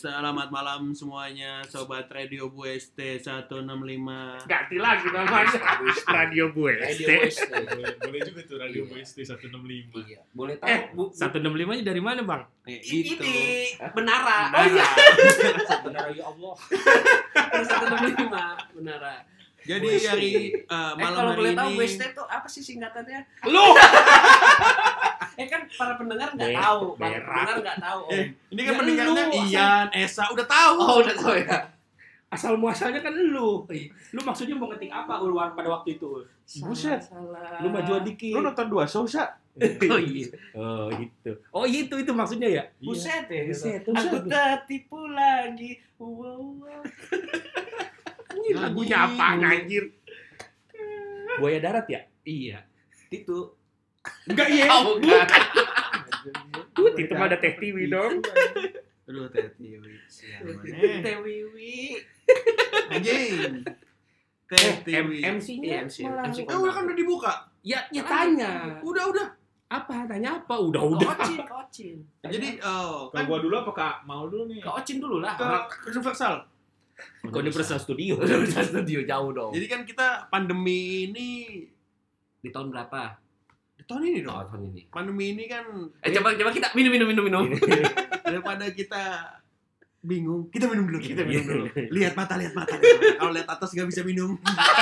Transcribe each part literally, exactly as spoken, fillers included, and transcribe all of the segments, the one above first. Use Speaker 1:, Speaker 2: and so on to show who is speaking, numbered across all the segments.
Speaker 1: Selamat malam semuanya, Sobat Radio Bu S T seratus enam puluh lima.
Speaker 2: Ganti lagi namanya. Radio Bu S T.
Speaker 3: Radio Bu S T.
Speaker 4: boleh, boleh juga tuh Radio
Speaker 3: Iya.
Speaker 4: Bu S T seratus enam puluh lima.
Speaker 3: Iya, boleh tahu.
Speaker 2: Eh,
Speaker 3: Bu,
Speaker 2: seratus enam puluh lima-nya dari mana, Bang?
Speaker 1: Eh,
Speaker 3: ini
Speaker 1: gitu.
Speaker 3: Menara.
Speaker 1: Oh iya.
Speaker 3: Menara ya Allah. seratus enam puluh lima Menara.
Speaker 1: Jadi
Speaker 3: Bu S T.
Speaker 1: hari uh,
Speaker 3: Eh,
Speaker 1: malam
Speaker 3: kalau
Speaker 1: hari
Speaker 3: boleh
Speaker 1: ini
Speaker 3: tahu Bu S T itu apa sih singkatannya?
Speaker 2: Lu.
Speaker 3: Eh kan para pendengar nggak
Speaker 2: Ber-
Speaker 3: tahu, para
Speaker 2: berak.
Speaker 3: pendengar nggak tahu. Om.
Speaker 1: Eh, ini kan
Speaker 3: Ya,
Speaker 1: pendengarnya
Speaker 3: lu,
Speaker 1: Ian, Esa udah tahu.
Speaker 3: Oh udah tahu ya.
Speaker 2: Asal muasalnya kan lu. Lu maksudnya mau ngetik apa Ulwan pada waktu itu?
Speaker 3: Salah,
Speaker 4: Buset.
Speaker 3: salah.
Speaker 2: Lu majuan dikit.
Speaker 4: Lu nonton dua show, Sa?
Speaker 3: Oh iya.
Speaker 2: Oh, gitu. Oh, itu itu maksudnya ya?
Speaker 3: Buset ya.
Speaker 2: Buset,
Speaker 3: Aku
Speaker 2: buset.
Speaker 3: tertipu lagi. Wow, wow.
Speaker 2: Ini lagunya apa anjir? Buaya darat ya?
Speaker 3: Iya. Itu.
Speaker 2: Enggak ya.
Speaker 3: Oh, enggak.
Speaker 2: Tuh, itu mah ada Teh Tiwi dong.
Speaker 1: Aduh, Teti. Sialan. Eh,
Speaker 3: Teh Wiwi.
Speaker 1: anjing.
Speaker 2: Eh,
Speaker 1: Teti.
Speaker 2: M- MC-nya
Speaker 3: Iya, M C.
Speaker 2: malah.
Speaker 3: M C.
Speaker 1: Eh, udah kan udah dibuka.
Speaker 2: Ya, ya tanya.
Speaker 1: Udah, udah.
Speaker 2: Apa? Tanya apa? Udah, udah.
Speaker 3: Kocin, kocin.
Speaker 1: Jadi, oh,
Speaker 4: Kalau
Speaker 1: kan
Speaker 4: gua dulu apa Kak? Mau dulu nih.
Speaker 3: Ke Ocin dulu lah.
Speaker 1: ke Universal.
Speaker 2: Universal Studio.
Speaker 3: Udah studio jauh dong.
Speaker 1: Jadi kan kita pandemi ini
Speaker 3: Di tahun berapa?
Speaker 1: di tahun ini dong.
Speaker 3: Oh, tahun ini.
Speaker 1: Pandemi ini kan
Speaker 3: Eh coba coba kita minum minum minum minum.
Speaker 1: daripada kita bingung, kita minum dulu, kita minum
Speaker 2: Iya.
Speaker 1: dulu. Lihat mata, lihat mata. lihat mata. Kalau lihat atas nggak bisa minum.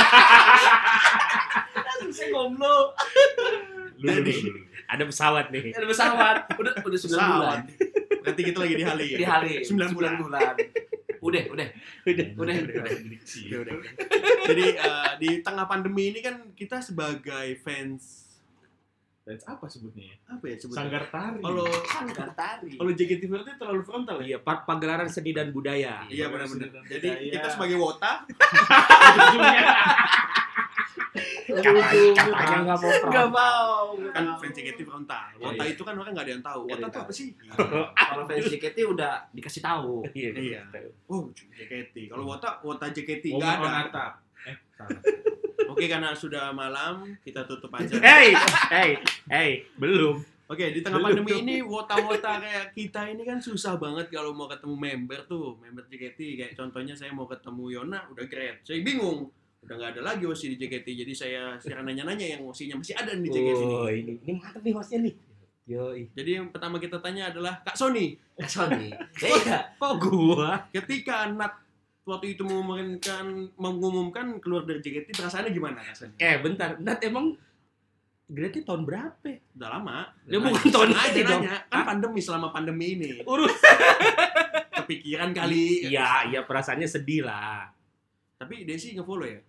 Speaker 3: Saya gomblo.
Speaker 4: Lu dulu, dulu.
Speaker 2: Ada pesawat nih.
Speaker 3: Ada pesawat. Udah udah sembilan bulan.
Speaker 1: Pesawat. Berarti kita lagi di Halim.
Speaker 3: Di hari.
Speaker 1: sembilan bulan.
Speaker 3: bulan. Udah, udah.
Speaker 2: Udah.
Speaker 3: Udah.
Speaker 4: Diksi.
Speaker 1: Udah, udah. Jadi eh, di tengah pandemi ini kan kita sebagai fans
Speaker 4: Fans apa sebutnya ya?
Speaker 1: apa ya sebutnya?
Speaker 4: Sanggar tari.
Speaker 1: Kalau
Speaker 3: Sanggar tari.
Speaker 1: kalau J K T berarti terlalu frontal ya?
Speaker 2: Iya, pa- pagelaran seni dan budaya.
Speaker 1: Iya benar-benar.
Speaker 4: Budaya.
Speaker 1: Jadi kita sebagai wota,
Speaker 4: Ujungnya.
Speaker 2: Katanya, katanya nggak mau
Speaker 3: Enggak
Speaker 2: pro.
Speaker 3: mau.
Speaker 1: kan fans J K T frontal. Wota
Speaker 2: Iya.
Speaker 1: itu kan orang nggak ada yang tahu.
Speaker 3: Nggak ada
Speaker 1: Wota
Speaker 3: yang
Speaker 1: itu
Speaker 3: tahu.
Speaker 1: apa sih?
Speaker 3: Kalau fans J K T udah dikasih tahu.
Speaker 2: Iya.
Speaker 1: Iya. Oh, J K T. Kalau wota, wota J K T
Speaker 4: Woman
Speaker 1: nggak
Speaker 4: on
Speaker 1: ada.
Speaker 4: Atap. Eh, salah.
Speaker 1: Oke, karena sudah malam, kita tutup aja.
Speaker 2: Hey, hey, hey, belum.
Speaker 1: Oke, di tengah
Speaker 2: Belum.
Speaker 1: pandemi ini wota-wota kayak kita ini kan susah banget kalau mau ketemu member tuh, member J K T. Kayak contohnya saya mau ketemu Yona, udah grade. Saya bingung, udah nggak ada lagi host di J K T. Jadi saya sekarang nanya-nanya yang hostnya masih ada di J K T
Speaker 2: Oh,
Speaker 1: ini.
Speaker 2: ini ini mantap nih hostnya nih. Yoi.
Speaker 1: Jadi yang pertama kita tanya adalah Kak Sony.
Speaker 3: Sony. Iya.
Speaker 2: Kok gua?
Speaker 1: Ketika Nat waktu itu mengumumkan mengumumkan keluar dari J K T, perasaannya gimana Kak Sony?
Speaker 2: Eh, bentar. Nat emang grade tahun berapa?
Speaker 1: Udah lama.
Speaker 2: Dia
Speaker 1: Nanya.
Speaker 2: bukan tahun
Speaker 1: Sengaja
Speaker 2: ini dong.
Speaker 1: nanya. Kan pandemi selama pandemi ini.
Speaker 2: Urus.
Speaker 1: Kepikiran kali.
Speaker 2: Iya, iya perasaannya sedih lah.
Speaker 1: Tapi Desi nge-follow ya?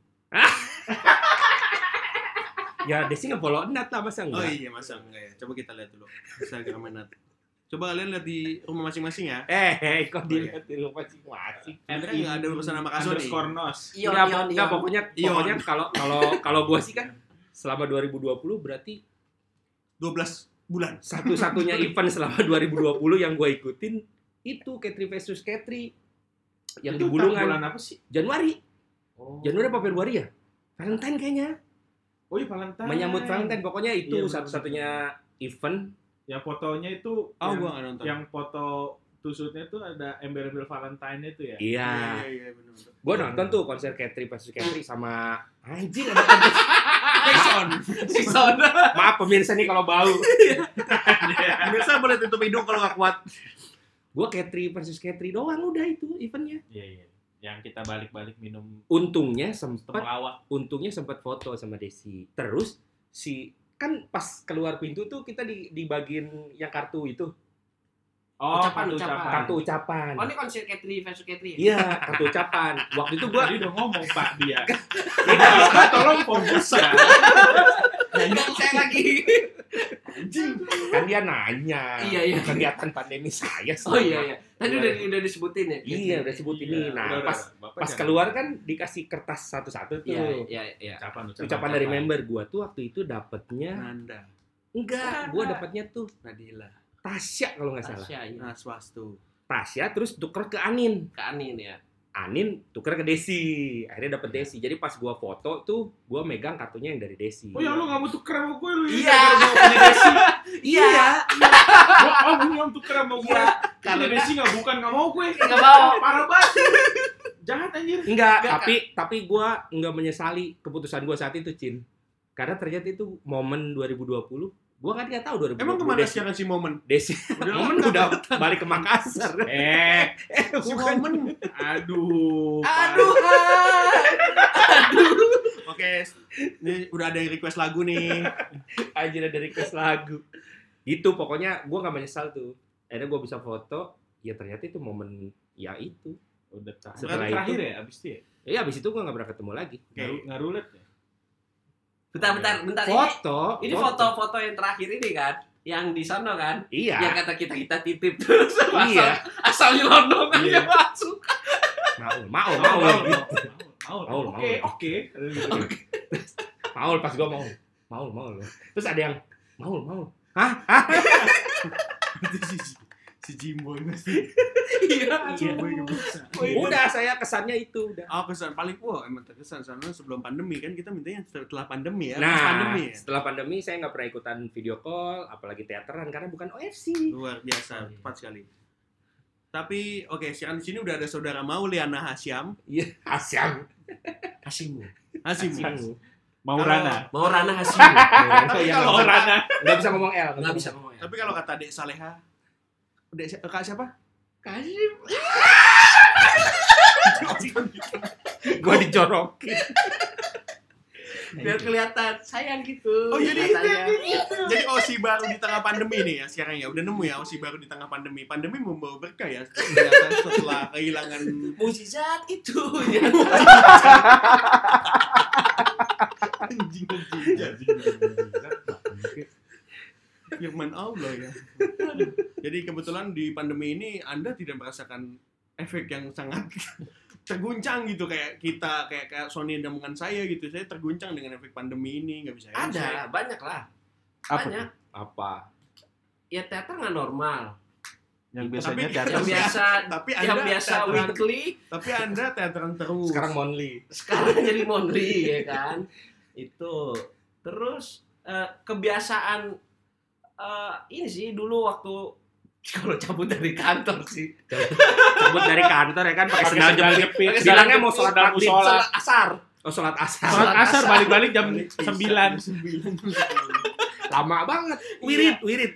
Speaker 2: Ya, Desi nge-follow Nat lah masa
Speaker 1: Oh
Speaker 2: enggak?
Speaker 1: iya, masa enggak ya? Coba kita lihat dulu Instagram Nat. Coba kalian lihat di rumah masing-masing ya.
Speaker 2: Eh, eh, kok
Speaker 1: Oh,
Speaker 2: dilihat di rumah masing-masing?
Speaker 1: Sebenarnya nggak ada urusan sama Kak Sony.
Speaker 4: Underscore nos.
Speaker 3: Ion,
Speaker 2: Enggak,
Speaker 3: Ion,
Speaker 2: enggak,
Speaker 3: Ion.
Speaker 2: pokoknya
Speaker 1: Ion.
Speaker 2: pokoknya kalau kalau kalau gua sih kan selama dua ribu dua puluh berarti
Speaker 1: dua belas bulan.
Speaker 2: satu-satunya event selama dua ribu dua puluh yang gua ikutin itu Katri versus Katri yang di
Speaker 4: Itu
Speaker 2: Bulungan
Speaker 4: bulan apa sih?
Speaker 2: Januari.
Speaker 3: Oh.
Speaker 2: Januari apa Februari ya? Valentine kayaknya.
Speaker 4: Oh iya Valentine.
Speaker 2: Menyambut Valentine pokoknya itu
Speaker 4: Iya, bener,
Speaker 2: satu-satunya event.
Speaker 4: Yang fotonya itu
Speaker 1: Oh,
Speaker 4: yang,
Speaker 1: gua nggak nonton.
Speaker 4: yang foto tusutnya tuh ada embel-embel Valentine itu ya.
Speaker 2: Iya.
Speaker 1: Iya, iya, benar-benar.
Speaker 2: Gua nonton tuh konser Katri versus Katri sama anjing ada konser.
Speaker 1: Jason.
Speaker 3: Jason.
Speaker 2: Maaf pemirsa nih kalau bau.
Speaker 1: Pemirsa boleh tutup hidung kalau nggak kuat.
Speaker 2: Gua Katri versus Katri doang udah itu eventnya.
Speaker 4: Iya iya. Yang kita balik-balik minum
Speaker 2: Untungnya sempet
Speaker 4: pelawak.
Speaker 2: untungnya sempat foto sama Desi. Terus si kan pas keluar pintu tuh kita di dibagiin yang kartu itu,
Speaker 4: Oh,
Speaker 3: Ucapan,
Speaker 4: kartu
Speaker 3: ucapan.
Speaker 4: ucapan.
Speaker 2: kartu ucapan.
Speaker 3: Oh ini konser Katri versus Katri.
Speaker 2: Iya, kartu ucapan. Waktu itu gua
Speaker 4: Tadi udah ngomong Pak dia.
Speaker 2: Iya.
Speaker 4: Tolong fokus ya.
Speaker 3: Enggak saya lagi.
Speaker 2: kan dia nanya.
Speaker 3: Iya, iya.
Speaker 2: Kegiatan pandemi saya sih.
Speaker 3: Oh iya iya. Tadi udah udah disebutin ya.
Speaker 2: Iya, udah sebut ini.
Speaker 4: Iya,
Speaker 2: Nah,
Speaker 4: udah, udah,
Speaker 2: pas
Speaker 4: udah. Bapak
Speaker 2: pas
Speaker 4: jangan-
Speaker 2: keluar kan dikasih kertas satu-satu tuh.
Speaker 3: Iya iya iya.
Speaker 4: ucapan ucapan,
Speaker 2: Ucapan dari member gua tuh waktu itu dapetnya
Speaker 1: Nanda,
Speaker 2: enggak, gua dapetnya tuh
Speaker 1: Nadila,
Speaker 2: Tasya kalau nggak salah.
Speaker 3: Tasya iya.
Speaker 1: Naswastu.
Speaker 2: Tasya terus tuker ke Anin.
Speaker 3: Ke Anin ya.
Speaker 2: Anin tuker ke Desi, akhirnya dapet Desi. Jadi pas gua foto tuh gua megang kartunya yang dari Desi.
Speaker 4: Oh ya lu nggak mau tuker sama gue lu
Speaker 3: Iya.
Speaker 4: ya? Mau punya Desi.
Speaker 3: Iya.
Speaker 4: Gua oh lu yang tuker sama gue.
Speaker 3: Iya.
Speaker 4: Karena Desi nggak bukan nggak mau gue.
Speaker 3: Nggak mau.
Speaker 4: Parah banget. Jahat anjir.
Speaker 2: Enggak,
Speaker 3: Enggak,
Speaker 2: tapi tapi gua enggak menyesali keputusan gua saat itu, Cin. Karena ternyata itu momen dua ribu dua puluh. Gua kan enggak tahu dua ribu dua puluh.
Speaker 1: Emang kemana
Speaker 2: Desi.
Speaker 1: sekarang si Momen?
Speaker 2: Desi.
Speaker 1: Udah
Speaker 2: Momen
Speaker 1: lama
Speaker 2: udah
Speaker 1: kelihatan.
Speaker 2: balik ke Makassar.
Speaker 4: Eh,
Speaker 1: Si
Speaker 2: Bukan.
Speaker 1: Momen.
Speaker 4: aduh.
Speaker 3: Aduh.
Speaker 1: Oke, ini udah ada yang request lagu nih.
Speaker 2: Anjir ada request lagu. Gitu pokoknya gua enggak menyesal tuh. Akhirnya gua bisa foto, ya ternyata itu momen ya itu.
Speaker 4: Udah
Speaker 2: Setelah
Speaker 4: terakhir
Speaker 2: itu-
Speaker 4: ya abis itu ya.
Speaker 2: Ya abis itu gua enggak pernah ketemu lagi.
Speaker 1: Oke.
Speaker 4: Ngaru- Ngarulet ya.
Speaker 3: Bentar, bentar, bentar. Ini,
Speaker 2: Foto.
Speaker 3: ini foto-foto yang terakhir ini kan, yang di sana kan,
Speaker 2: Iya.
Speaker 3: yang kata kita kita titip terus
Speaker 2: Iya.
Speaker 3: asal asal nyelonong aja
Speaker 2: Iya.
Speaker 3: masuk.
Speaker 2: Maul, maul,
Speaker 4: Maul,
Speaker 2: maul.
Speaker 4: Maul,
Speaker 2: Maul,
Speaker 4: Oke,
Speaker 2: maul.
Speaker 4: oke.
Speaker 2: Maul pas gua mau. Maul, maul. Terus ada yang maul, maul. Hah? Hah?
Speaker 1: Itu si si Jimbo pasti.
Speaker 3: Iya.
Speaker 1: Jimbo yang bisa.
Speaker 2: Udah saya kesannya itu udah.
Speaker 1: Oh, kesan paling wah emang terkesan soalnya sebelum pandemi kan kita mintanya setelah pandemi ya. Pas
Speaker 2: Nah,
Speaker 1: pandemi ya.
Speaker 2: setelah pandemi saya nggak pernah ikutan video call, apalagi teateran karena bukan O F C.
Speaker 1: Luar biasa,
Speaker 3: Oh, iya.
Speaker 1: tepat sekali. Tapi oke, sekarang di sini udah ada saudara Mauliana Hasyam.
Speaker 2: Iya, Asyam.
Speaker 3: Hasimu.
Speaker 1: Hasim.
Speaker 2: Asyam.
Speaker 4: Mau
Speaker 1: Kalau-
Speaker 4: Rana.
Speaker 3: Mau Rana Hasimu.
Speaker 2: Oh, iya,
Speaker 1: kalau-
Speaker 2: nggak bisa-
Speaker 4: Rana.
Speaker 2: nggak bisa ngomong L.
Speaker 3: Enggak bisa ngomong ya.
Speaker 1: Tapi kalau kata Dek Saleha, Dek si- Kak siapa?
Speaker 3: Kasim.
Speaker 2: Gua dijorokin.
Speaker 3: Biar kelihatan sayang gitu.
Speaker 1: Oh, jadi itu
Speaker 3: matanya.
Speaker 1: Jadi O S I baru di tengah pandemi nih ya sekarang ya. Udah nemu ya O S I baru di tengah pandemi. Pandemi membawa berkah ya. Ternyata setelah kehilangan
Speaker 3: Mukjizat itu.
Speaker 1: anjing firman Allah ya. Jadi kebetulan di pandemi ini Anda tidak merasakan efek yang sangat terguncang gitu kayak kita kayak kayak Sony dan dengan saya gitu. Saya terguncang dengan efek pandemi ini, nggak bisa saya.
Speaker 3: Ada, banyak lah.
Speaker 4: Apa
Speaker 3: Banyak.
Speaker 2: Apa?
Speaker 3: Ya teater nggak normal.
Speaker 4: Yang
Speaker 1: Tapi-
Speaker 4: biasanya
Speaker 1: tapi-
Speaker 4: datang
Speaker 3: Yang biasa
Speaker 1: Tapi
Speaker 3: yang
Speaker 1: Anda
Speaker 3: biasa
Speaker 1: teateran-
Speaker 3: weekly
Speaker 1: Tapi Anda teateran terus.
Speaker 2: Sekarang Monly.
Speaker 3: sekarang jadi monthly ya kan. Itu. Terus eh, kebiasaan eh, ini sih dulu waktu kalau cabut dari kantor sih.
Speaker 2: Cabut dari kantor ya kan pakai
Speaker 4: Pakai
Speaker 2: sendal
Speaker 4: sendal
Speaker 2: jepit.
Speaker 4: jepit.
Speaker 3: Pakai
Speaker 2: Bilangnya
Speaker 3: sendal
Speaker 2: mau
Speaker 3: jepit,
Speaker 2: sholat
Speaker 4: sendal
Speaker 2: maghrib.
Speaker 4: musola.
Speaker 3: Sholat asar.
Speaker 2: Oh sholat asar.
Speaker 4: Sholat
Speaker 3: Sholat
Speaker 4: asar
Speaker 3: asar.
Speaker 4: balik-balik jam
Speaker 1: Balik isya,
Speaker 4: sembilan.
Speaker 1: sembilan.
Speaker 2: Lama banget. Wirid, wirid.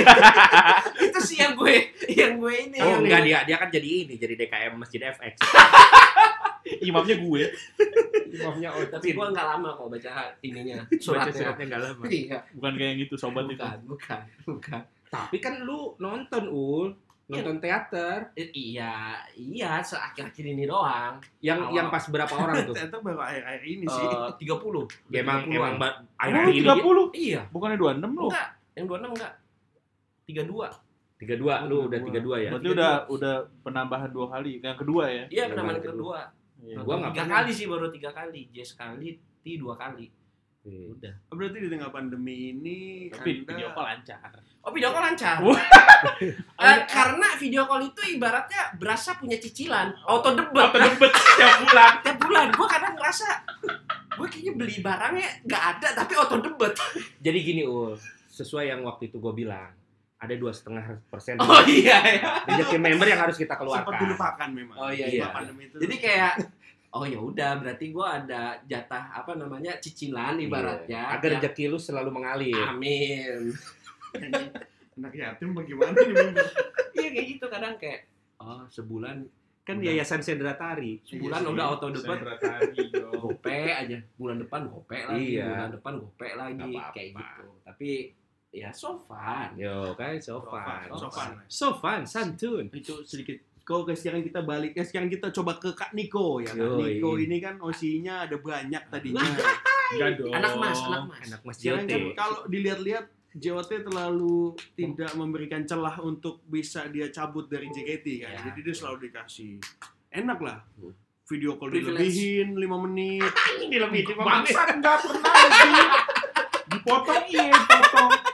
Speaker 3: Itu sih yang gue yang gue ini.
Speaker 2: Oh
Speaker 3: yang
Speaker 2: enggak, dia dia kan jadi ini, jadi D K M Masjid F X.
Speaker 4: Imamnya gue.
Speaker 2: Imamnya oh,
Speaker 3: Tapi gue nggak lama kok baca ininya
Speaker 2: baca
Speaker 3: suratnya.
Speaker 2: suratnya enggak lama.
Speaker 3: Iya.
Speaker 4: Bukan kayak yang gitu sobat itu.
Speaker 3: Bukan, bukan, bukan.
Speaker 2: Tapi kan lu nonton Ul, nonton teater
Speaker 3: Eh, iya, iya, seakhir-akhir ini doang.
Speaker 2: yang
Speaker 3: Awal.
Speaker 2: yang pas berapa orang tuh?
Speaker 1: Ternyata baru akhir-akhir ini sih.
Speaker 3: Eh, tiga puluh.
Speaker 2: Ya, emang emang ba-
Speaker 4: Oh,
Speaker 2: akhir-akhir ini
Speaker 4: tiga puluh.
Speaker 3: Iya.
Speaker 4: Bukannya dua puluh enam lu?
Speaker 3: Enggak, yang dua puluh enam enggak. tiga puluh dua.
Speaker 2: tiga puluh dua, lu udah tiga puluh dua ya.
Speaker 4: Berarti udah udah penambahan dua kali. Yang kedua ya.
Speaker 3: Iya,
Speaker 2: Yang
Speaker 3: penambahan
Speaker 2: kedua.
Speaker 3: kedua.
Speaker 4: Iya.
Speaker 2: Gua nggak
Speaker 3: tiga
Speaker 2: pernah.
Speaker 3: kali sih baru tiga kali. J sekali, T dua kali. Udah.
Speaker 1: Berarti di tengah pandemi ini
Speaker 4: Tapi
Speaker 1: Anda
Speaker 4: video call lancar.
Speaker 3: Oh, video call lancar.
Speaker 4: Wah.
Speaker 3: Eh, karena video call itu ibaratnya berasa punya cicilan, auto debat.
Speaker 4: Auto debat tiap bulan.
Speaker 3: Tiap bulan gue kadang ngerasa gue kayaknya beli barangnya nggak ada tapi auto debat.
Speaker 2: Jadi gini Ul, sesuai yang waktu itu gue bilang, ada dua setengah persen
Speaker 3: Oh iya ya.
Speaker 2: rezeki member yang harus kita
Speaker 1: sempat
Speaker 2: keluarkan.
Speaker 1: dilupakan memang.
Speaker 3: Oh, iya,
Speaker 1: Setelah
Speaker 2: iya.
Speaker 1: pandemi itu.
Speaker 3: Jadi kayak oh ya udah berarti gue ada jatah apa namanya cicilan ibaratnya.
Speaker 2: Iya. Agar
Speaker 3: yang-
Speaker 2: rezeki lu selalu mengalir.
Speaker 3: Amin.
Speaker 1: anak yatim bagaimana nih member?
Speaker 3: Iya kayak gitu kadang kayak oh sebulan
Speaker 2: Kan
Speaker 3: Udah.
Speaker 2: Yayasan Sendratari.
Speaker 3: sebulan
Speaker 1: Iya sih.
Speaker 3: udah auto debat
Speaker 4: Sendratari, yo.
Speaker 3: gope aja bulan depan gope lagi
Speaker 2: Iya.
Speaker 3: bulan depan gope lagi
Speaker 2: Nggak apa-apa.
Speaker 3: kayak gitu. Tapi ya so fun.
Speaker 2: Yo kan so fun.
Speaker 1: So fun.
Speaker 2: So fun, santun.
Speaker 1: Itu sedikit. Kalau ke sekarang kita balik, ya sekarang kita coba ke Kak Niko ya. Kak
Speaker 2: Yoi.
Speaker 1: Niko ini kan O S I-nya ada banyak tadinya.
Speaker 4: Enggak dong.
Speaker 3: Anak mas, anak mas.
Speaker 2: Anak Mas
Speaker 1: Sekarang
Speaker 2: J
Speaker 1: kan
Speaker 2: O T.
Speaker 1: kalau dilihat-lihat J O T terlalu tidak memberikan celah untuk bisa dia cabut dari J K T kan.
Speaker 3: Ya.
Speaker 1: Jadi dia selalu dikasih. Enak lah. Video call
Speaker 3: Privilege.
Speaker 1: dilebihin lima menit.
Speaker 2: Ini lebih
Speaker 4: Bangsat enggak pernah sih. Dipotong iya, potong.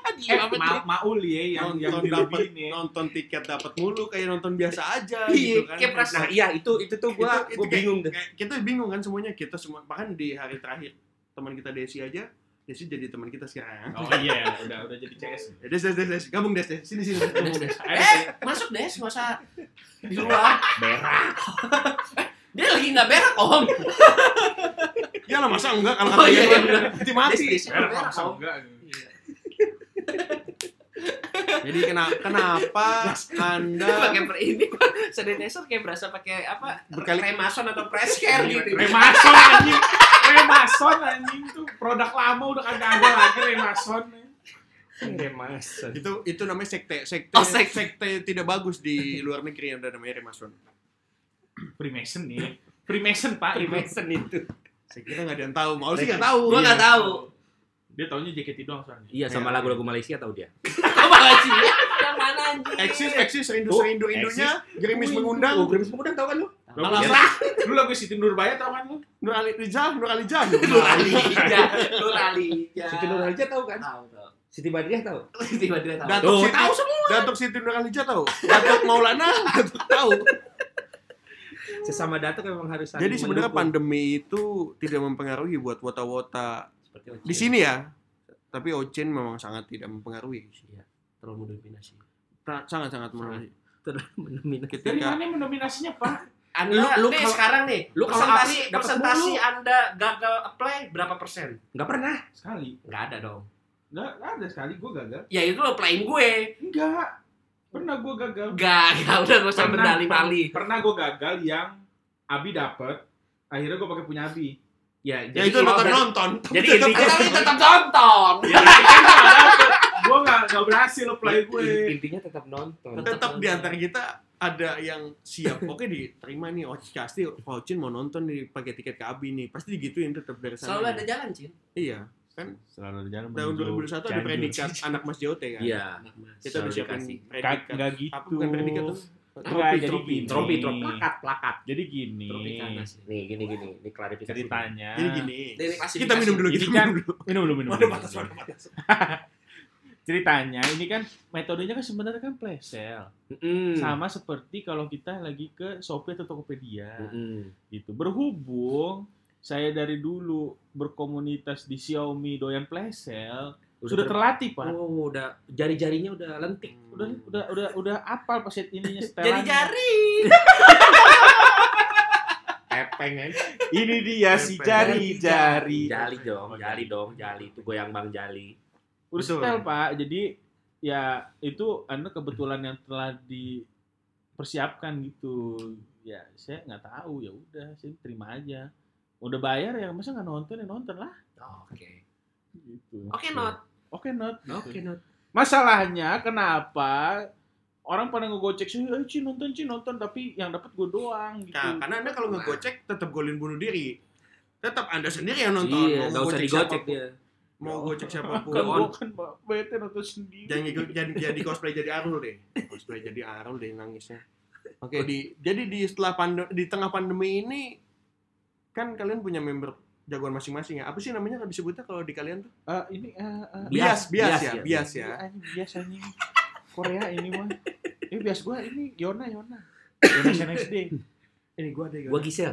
Speaker 4: Eh, ma Maul ya yang yang
Speaker 1: nonton dapat
Speaker 4: ini.
Speaker 1: nonton tiket dapat mulu kayak nonton biasa aja
Speaker 3: Iya,
Speaker 1: gitu kan.
Speaker 3: kayak perasaan-
Speaker 2: Nah, iya itu itu tuh gua
Speaker 1: Itu- itu
Speaker 2: gua
Speaker 1: kayak-
Speaker 2: bingung deh.
Speaker 1: kayak kita bingung kan semuanya, kita semua bahkan di hari terakhir teman kita Desi aja, Desi jadi teman kita sekarang.
Speaker 4: Oh iya, udah udah jadi C S.
Speaker 1: Ya, Des, Des, Des, Des, gabung Des, Des, sini sini Des, gabung Des.
Speaker 3: Eh, masuk deh, nggak usah di luar.
Speaker 2: Berak.
Speaker 3: Dia lagi nggak berak om.
Speaker 1: Ya lah masa enggak kalau
Speaker 3: Oh,
Speaker 1: kata
Speaker 3: iya,
Speaker 1: dia
Speaker 3: iya.
Speaker 1: mati mati.
Speaker 3: Des, Des,
Speaker 4: Berak
Speaker 3: berak,
Speaker 4: langsung
Speaker 3: Om.
Speaker 4: enggak.
Speaker 1: Jadi kenapa kenapa Anda
Speaker 3: Pakai per ini sanitizer kayak berasa pakai apa?
Speaker 1: Berkali-
Speaker 3: Remason atau Presscare gitu.
Speaker 4: Remason anjing. Remason anjing tuh produk lama udah kagak ada lagi Remason.
Speaker 2: Remason.
Speaker 1: itu itu namanya sekte sekte,
Speaker 3: Oh, sekte.
Speaker 1: sekte tidak bagus di luar negeri yang ada namanya Remason.
Speaker 4: Freemason nih. Freemason Pak, itu.
Speaker 2: Remason itu.
Speaker 1: Saya kira nggak ada yang tahu, mau sih nggak tahu.
Speaker 3: Gua nggak tahu.
Speaker 4: Dia taunya J K T doang soalnya.
Speaker 2: Iya, sama
Speaker 1: Iya.
Speaker 2: lagu-lagu Malaysia tahu dia.
Speaker 3: Apa sih? Yang mana anjing?
Speaker 1: Eksis eksis rindu
Speaker 2: Oh,
Speaker 1: serindu rindunya, gerimis
Speaker 2: Oh,
Speaker 1: mengundang.
Speaker 2: Gerimis mengundang tahu kan lu?
Speaker 4: Lu
Speaker 1: Alas-
Speaker 4: lagu, lu lagu Siti Nurbaya tau kan lu?
Speaker 1: Nur Ali Rijal, Nur Ali Jan.
Speaker 3: Nur Alija, Nur Alija.
Speaker 2: Siti Nurhaliza tahu kan?
Speaker 3: Tahu, tahu.
Speaker 2: Siti Badriah tahu?
Speaker 3: Tiba-tiba tahu.
Speaker 1: Datuk
Speaker 2: Tuh,
Speaker 1: Siti,
Speaker 3: tahu semua.
Speaker 1: Datuk Siti Nur Alija tahu. Datuk Maulana Datuk tahu.
Speaker 2: Sesama datuk memang harus saling
Speaker 1: Jadi sebenarnya
Speaker 2: mendukung.
Speaker 1: pandemi itu tidak mempengaruhi buat wota-wota
Speaker 3: Seperti Ocin.
Speaker 1: di sini ya. Tapi Ocin memang sangat tidak mempengaruhi.
Speaker 3: Iya, terlalu mendominasi.
Speaker 1: Ta- Sangat-sangat mempengaruhi.
Speaker 2: mendominasi.
Speaker 4: Dari
Speaker 1: Ketika
Speaker 4: mana mendominasinya Pak?
Speaker 3: Anda
Speaker 2: Lu- lu
Speaker 3: nih
Speaker 2: kalau-
Speaker 3: sekarang nih,
Speaker 2: lu kalau
Speaker 3: persentasi
Speaker 2: apply, dapat
Speaker 3: persentasi
Speaker 2: mulu.
Speaker 3: Anda gagal apply berapa persen?
Speaker 2: Enggak pernah.
Speaker 4: Sekali.
Speaker 3: Nggak ada dong.
Speaker 4: Enggak, enggak ada sekali gua gagal.
Speaker 3: Ya itu lo applyin gue.
Speaker 4: Enggak. Pernah gua gagal.
Speaker 3: Nggak, nggak udah nggak usah berdali-bali.
Speaker 4: Pernah gua gagal yang Abi dapet, akhirnya gua pakai punya Abi.
Speaker 2: Ya,
Speaker 1: ya itu
Speaker 2: kalau
Speaker 1: nonton
Speaker 2: dari-
Speaker 1: nonton.
Speaker 2: Jadi
Speaker 1: Tetap-
Speaker 2: intinya-
Speaker 3: Tapi tetap nonton.
Speaker 4: Gua enggak enggak berhasil apply gue.
Speaker 2: Intinya tetap nonton.
Speaker 1: tetap di antara kita ada yang siap. Oke diterima nih, oh pasti Ocin mau nonton nih pakai tiket ke Abi nih. Pasti digituin tetap dari sana.
Speaker 3: Selalu ada jalan, Cin.
Speaker 1: Iya, kan
Speaker 4: Selalu jalan
Speaker 1: tahun dua ribu dua puluh satu ada predikat anak Mas J O T kan.
Speaker 2: Iya.
Speaker 1: Kita udah
Speaker 2: Selalu
Speaker 1: siapin
Speaker 2: dikasih.
Speaker 1: predikat.
Speaker 4: Enggak gitu.
Speaker 1: Apa bukan predikat tuh?
Speaker 4: Enggak, jadi
Speaker 1: trofi.
Speaker 4: gini.
Speaker 2: Trofi, trofi, plakat, plakat.
Speaker 4: Jadi gini.
Speaker 3: Tropicana sih.
Speaker 2: Nih, gini gini, ini klarifikasi.
Speaker 4: Ceritanya.
Speaker 1: Jadi gini.
Speaker 3: Dari klasifikasi.
Speaker 1: Kita minum dulu,
Speaker 4: Ini
Speaker 1: kita
Speaker 4: kan-
Speaker 1: minum dulu.
Speaker 4: Minum dulu, minum
Speaker 1: Waduh,
Speaker 4: dulu.
Speaker 1: panas, waduh, panas.
Speaker 4: Ceritanya ini kan metodenya kan sebenarnya kan flash sale.
Speaker 2: Mm.
Speaker 4: Sama seperti kalau kita lagi ke Shopee atau Tokopedia
Speaker 2: Mm-mm.
Speaker 4: gitu. Berhubung saya dari dulu berkomunitas di Xiaomi doyan flash sale, sudah
Speaker 2: ter-
Speaker 4: terlatih, Pak.
Speaker 2: Oh, udah jari-jarinya udah lentik.
Speaker 4: Udah udah udah udah apal pas ininya setelan.
Speaker 3: Jari-jari.
Speaker 2: Tepeng aja.
Speaker 4: Ini dia si
Speaker 1: Pepeng.
Speaker 4: jari-jari.
Speaker 2: Jali dong, jali dong, jali itu goyang Bang Jali.
Speaker 4: Udah
Speaker 1: Betul.
Speaker 4: setel, Pak. Jadi ya itu Anda kebetulan yang telah dipersiapkan gitu. Ya, saya nggak tahu, ya udah, saya terima aja. Udah bayar ya, masa nggak nonton ya nonton lah.
Speaker 3: Oke.
Speaker 4: Gitu.
Speaker 3: Oke, Not.
Speaker 4: Oke, not.
Speaker 3: Oke, Not.
Speaker 4: Masalahnya kenapa orang pada ngegocek sih, eh Ci nonton Ci nonton, tapi yang dapat gue doang gitu.
Speaker 1: Nah, karena Anda kalau ngegocek tetap golin bunuh diri. Tetap Anda sendiri yang nonton.
Speaker 2: Iya,
Speaker 1: Mau
Speaker 2: nggak usah
Speaker 1: ngegocek
Speaker 2: digocek
Speaker 1: siapapun.
Speaker 2: dia.
Speaker 1: Mau gocek siapapun.
Speaker 4: kan gue kan bete nonton sendiri.
Speaker 1: Jangan ikut jadi, jadi cosplay jadi Arul deh. Cosplay jadi Arul deh nangisnya. Oke, di jadi di setelah pandemi, di tengah pandemi ini kan kalian punya member jagoan masing-masing ya. Apa sih namanya kalau disebutnya kalau di kalian tuh?
Speaker 4: Eh, ini eh, eh,
Speaker 1: Bias, bias,
Speaker 2: bias
Speaker 1: ya,
Speaker 2: ya.
Speaker 1: bias ya.
Speaker 4: Ini bias anjing. Korea ini mah. Ini bias gue ini Yona Yona. Yona S N S D.
Speaker 1: Ini gua ada
Speaker 2: Gua Gisel.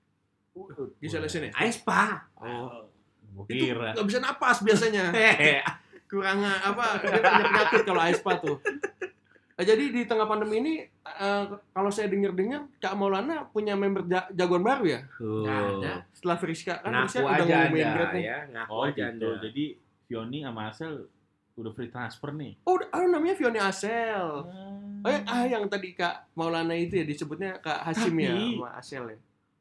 Speaker 1: bisa lesin ya?
Speaker 2: Aespa.
Speaker 1: Oh.
Speaker 4: Gua
Speaker 1: Itu
Speaker 4: kira.
Speaker 1: nggak bisa napas biasanya.
Speaker 2: Hehehe.
Speaker 1: Kurang apa? Dia punya penyakit kalau Aespa tuh. Nah, jadi di tengah pandemi ini eh, kalau saya dengar-dengar Kak Maulana punya member ja- jagoan baru ya?
Speaker 2: Tuh.
Speaker 3: Nggak ada.
Speaker 1: Setelah Friska kan Friska
Speaker 2: Ngaku
Speaker 1: udah
Speaker 2: aja
Speaker 1: ngumumin
Speaker 2: ada
Speaker 1: grade nih.
Speaker 2: ya, ngaku
Speaker 4: Oh
Speaker 2: aja
Speaker 4: gitu.
Speaker 2: ada.
Speaker 4: Jadi Fioni sama Asel udah free transfer nih.
Speaker 1: Oh, udah- oh namanya Fiona Asel.
Speaker 4: Hmm.
Speaker 1: Oh, yang, ah yang tadi Kak Maulana itu ya disebutnya Kak Hasim ya
Speaker 4: Tapi-
Speaker 1: sama Asel ya.